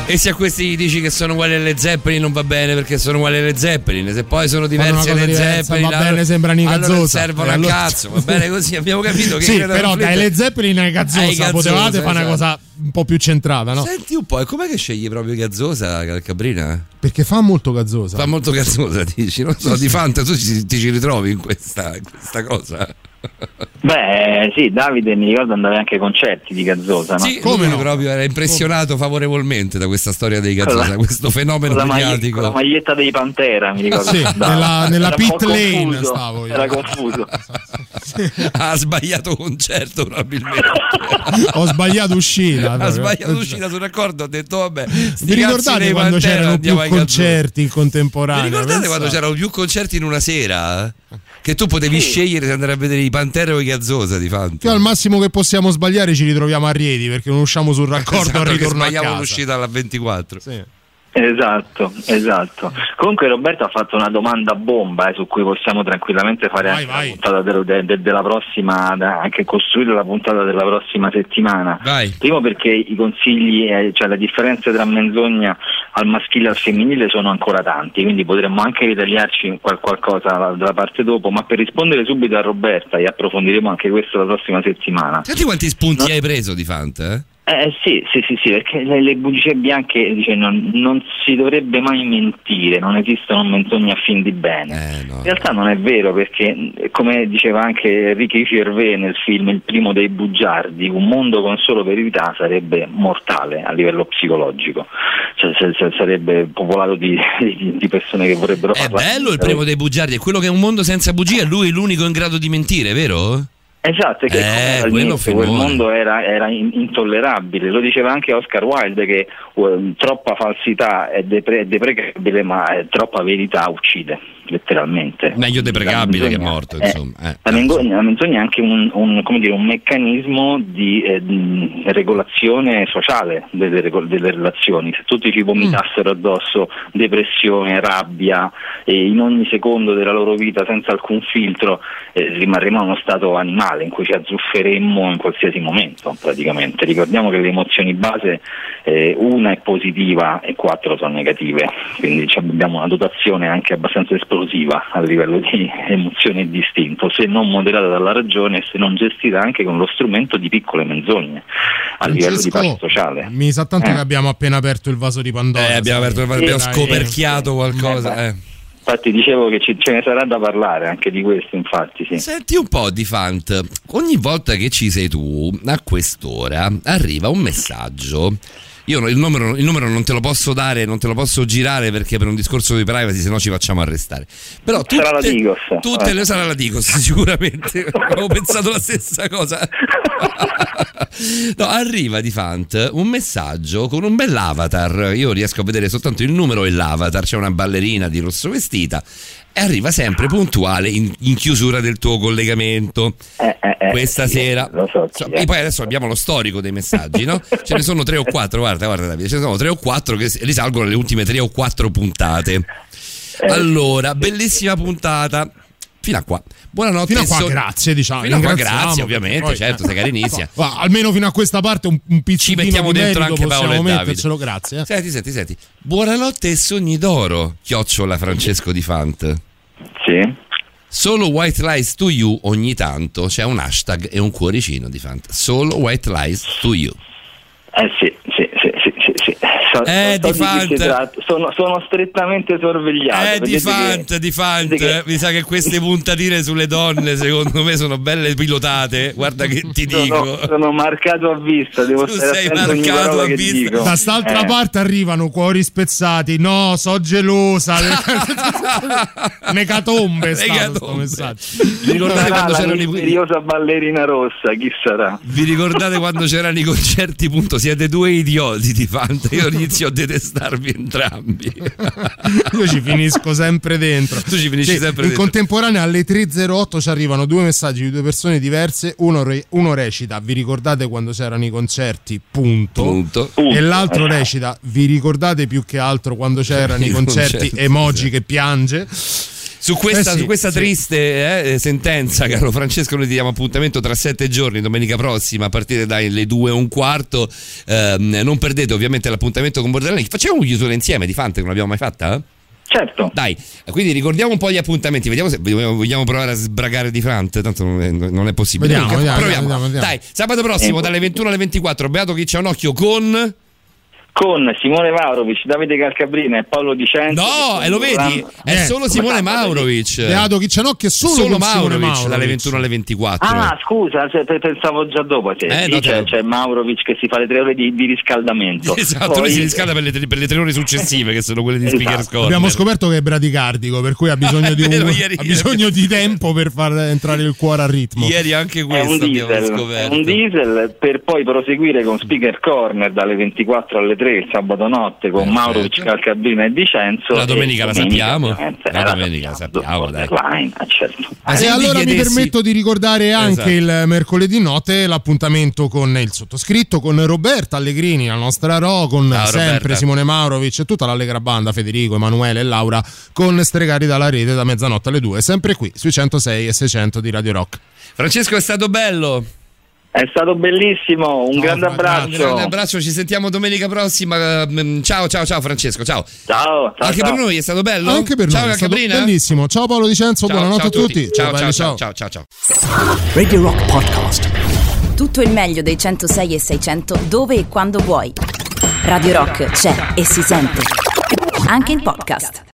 E se a questi dici che sono uguali alle Zeppelin non va bene perché sono uguali alle Zeppelin, se poi sono diversi alle Zeppelin va bene, sembrano i Gazzosa, allora non servono a cazzo, va bene così, abbiamo capito che sì, però dai le Zeppelin ai Gazzosa potevate fare una cosa un po' più centrata, no? Senti un po', e com'è che scegli proprio Gazzosa, Cabrina? Perché fa molto Gazzosa. Fa molto Gazzosa, dici? Non so, di Fanta tu ti ci ritrovi in questa cosa? Beh, sì, Davide mi ricordo andava anche ai concerti di Gazzosa, no? Sì, come no? Proprio era impressionato favorevolmente da questa storia dei Gazzosa, questo fenomeno mediatico. Con la maglietta dei Pantera, mi ricordo. Sì, nella pit lane stavo io. Era confuso. Ha sbagliato concerto probabilmente. Ho sbagliato uscita. Ha sbagliato uscita sul raccordo, ho detto vabbè. Vi ricordate quando c'erano più concerti in contemporanea? Vi ricordate quando c'erano più concerti in una sera? Che tu potevi scegliere se andare a vedere i Pantera o i Gazzosa di Fanta. Io al massimo che possiamo sbagliare ci ritroviamo a Rieti perché non usciamo sul raccordo al ritorno a casa. Sbagliamo l'uscita alla 24. Sì. Esatto. Comunque Roberto ha fatto una domanda bomba su cui possiamo tranquillamente fare anche la puntata della prossima, anche costruire la puntata della prossima settimana. Vai. Primo perché i consigli, cioè le differenze tra menzogna al maschile e al femminile sono ancora tanti, quindi potremmo anche ritagliarci qualcosa dalla parte dopo, ma per rispondere subito a Roberta, e approfondiremo anche questo la prossima settimana. Senti quanti spunti hai preso di Fanta, Sì, perché le bugie bianche dice non si dovrebbe mai mentire, non esistono menzogne a fin di bene. In realtà non è vero, perché come diceva anche Ricky Gervais nel film Il primo dei bugiardi, un mondo con solo verità sarebbe mortale a livello psicologico, cioè sarebbe popolato di persone che vorrebbero parlare. È bello Il primo dei bugiardi, è quello che è un mondo senza bugie, lui è l'unico in grado di mentire, vero? Esatto, che quel mondo era intollerabile, lo diceva anche Oscar Wilde che troppa falsità è deprecabile, ma troppa verità uccide, letteralmente. Meglio deprecabile che morto, insomma. La menzogna è anche un meccanismo di regolazione sociale delle relazioni. Se tutti ci vomitassero addosso depressione, rabbia in ogni secondo della loro vita senza alcun filtro, rimarremo in uno stato animale in cui ci azzufferemmo in qualsiasi momento praticamente. Ricordiamo che le emozioni base, una è positiva e 4 sono negative, quindi abbiamo una dotazione anche abbastanza esplosiva a livello di emozione e di istinto, se non moderata dalla ragione e se non gestita anche con lo strumento di piccole menzogne a livello di pace sociale. Mi sa tanto che abbiamo appena aperto il vaso di Pandora. Abbiamo scoperchiato qualcosa. Infatti dicevo che ce ne sarà da parlare anche di questo, infatti sì. Senti un po' di Fant, ogni volta che ci sei tu a quest'ora arriva un messaggio. Io il numero non te lo posso dare, non te lo posso girare perché per un discorso di privacy, se no ci facciamo arrestare. Però sarà la Digos. Sarà la Digos, sicuramente. Avevo pensato la stessa cosa. No, arriva di Fant un messaggio con un bell'avatar. Io riesco a vedere soltanto il numero e l'avatar. C'è una ballerina di rosso vestita e arriva sempre puntuale in chiusura del tuo collegamento. Questa sera. E poi adesso abbiamo lo storico dei messaggi, no? Ce ne sono 3 o 4, guarda Davide, ce ne sono 3 o 4 che risalgono alle ultime 3 o 4 puntate. Allora, bellissima puntata. Fino a qua. Buonanotte. Fino a qua, grazie, diciamo. Fino a qua, grazie, ovviamente, poi, certo, sei carinizia. Almeno fino a questa parte un piccino ci mettiamo di dentro anche Paolo e Davide. Grazie. Senti. Buonanotte e sogni d'oro, @ Francesco Di Fant. Sì. Solo white lies to you ogni tanto, c'è un hashtag e un cuoricino di Fant. Solo white lies to you. Sì. Di Fant. Sono strettamente sorvegliato. Di Fant. Mi sa che queste puntatine sulle donne secondo me sono belle pilotate. Guarda che ti dico. Sono marcato a vista. Devo tu sei marcato a vista. Da st'altra parte arrivano cuori spezzati. No, so gelosa. Megatombe. Messaggio. Vi ricordate quando c'erano i misteriosa ballerina rossa? Chi sarà? Vi ricordate quando c'erano i concerti? Punto, siete due idioti di Fanta. Io inizio a detestarvi entrambi. Io ci finisco sempre dentro. Tu ci finisci sempre in dentro. Contemporanea alle 3:08 ci arrivano 2 messaggi di 2 persone diverse. Uno recita: vi ricordate quando c'erano i concerti? Punto. E l'altro recita: vi ricordate più che altro quando c'erano i concerti? Emoji che piange. Su questa triste sentenza, caro Francesco, noi ti diamo appuntamento tra 7 giorni, domenica prossima, a partire dalle 2:15. Non perdete ovviamente l'appuntamento con Borderline. Facciamo un chiusura insieme di Fante, che non l'abbiamo mai fatta? Certo. Dai, quindi ricordiamo un po' gli appuntamenti, vediamo se vogliamo provare a sbragare di Frante, tanto non è possibile. Proviamo. Dai, sabato prossimo dalle 21 alle 24, Beato Chi c'ha un occhio con Simone Maurovic, Davide Calcabrina e Paolo Di Cenzo. No, e lo vedi? È solo Simone Maurovic. Beato Chi c'ha un occhio è solo Maurovic dalle 21 alle 24. Ah, scusa, pensavo già dopo. C'è Maurovic che si fa le 3 ore di riscaldamento. Esatto, lui si riscalda per le 3 ore successive, che sono quelle di Speaker Corner. Abbiamo scoperto che è bradicardico, per cui ha bisogno di tempo per far entrare il cuore a ritmo. Ieri anche questo abbiamo scoperto. È un diesel, per poi proseguire con Speaker Corner dalle 24 alle 3 il sabato notte con Maurovic, Calcabrina e Di Cenzo. La domenica la sappiamo. La domenica sappiamo, dai. Certo. E allora mi permetto di ricordare anche il mercoledì notte l'appuntamento con il sottoscritto, con Roberta Allegrini, la nostra con sempre Roberta. Simone Maurovic e tutta l'allegra banda, Federico, Emanuele e Laura, con Stregari dalla rete da mezzanotte alle 2, sempre qui sui 106 e 600 di Radio Rock. Francesco, è stato bello. È stato bellissimo, un grande abbraccio. Un grande abbraccio, ci sentiamo domenica prossima. Ciao Francesco, ciao. Ciao. Anche per noi è stato bello? Anche per ciao, noi è stato Caprina. Bellissimo. Ciao Paolo Di Cenzo, buonanotte a tutti. Ciao. Radio Rock Podcast. Tutto il meglio dei 106 e 600 dove e quando vuoi. Radio Rock c'è e si sente. Anche in podcast.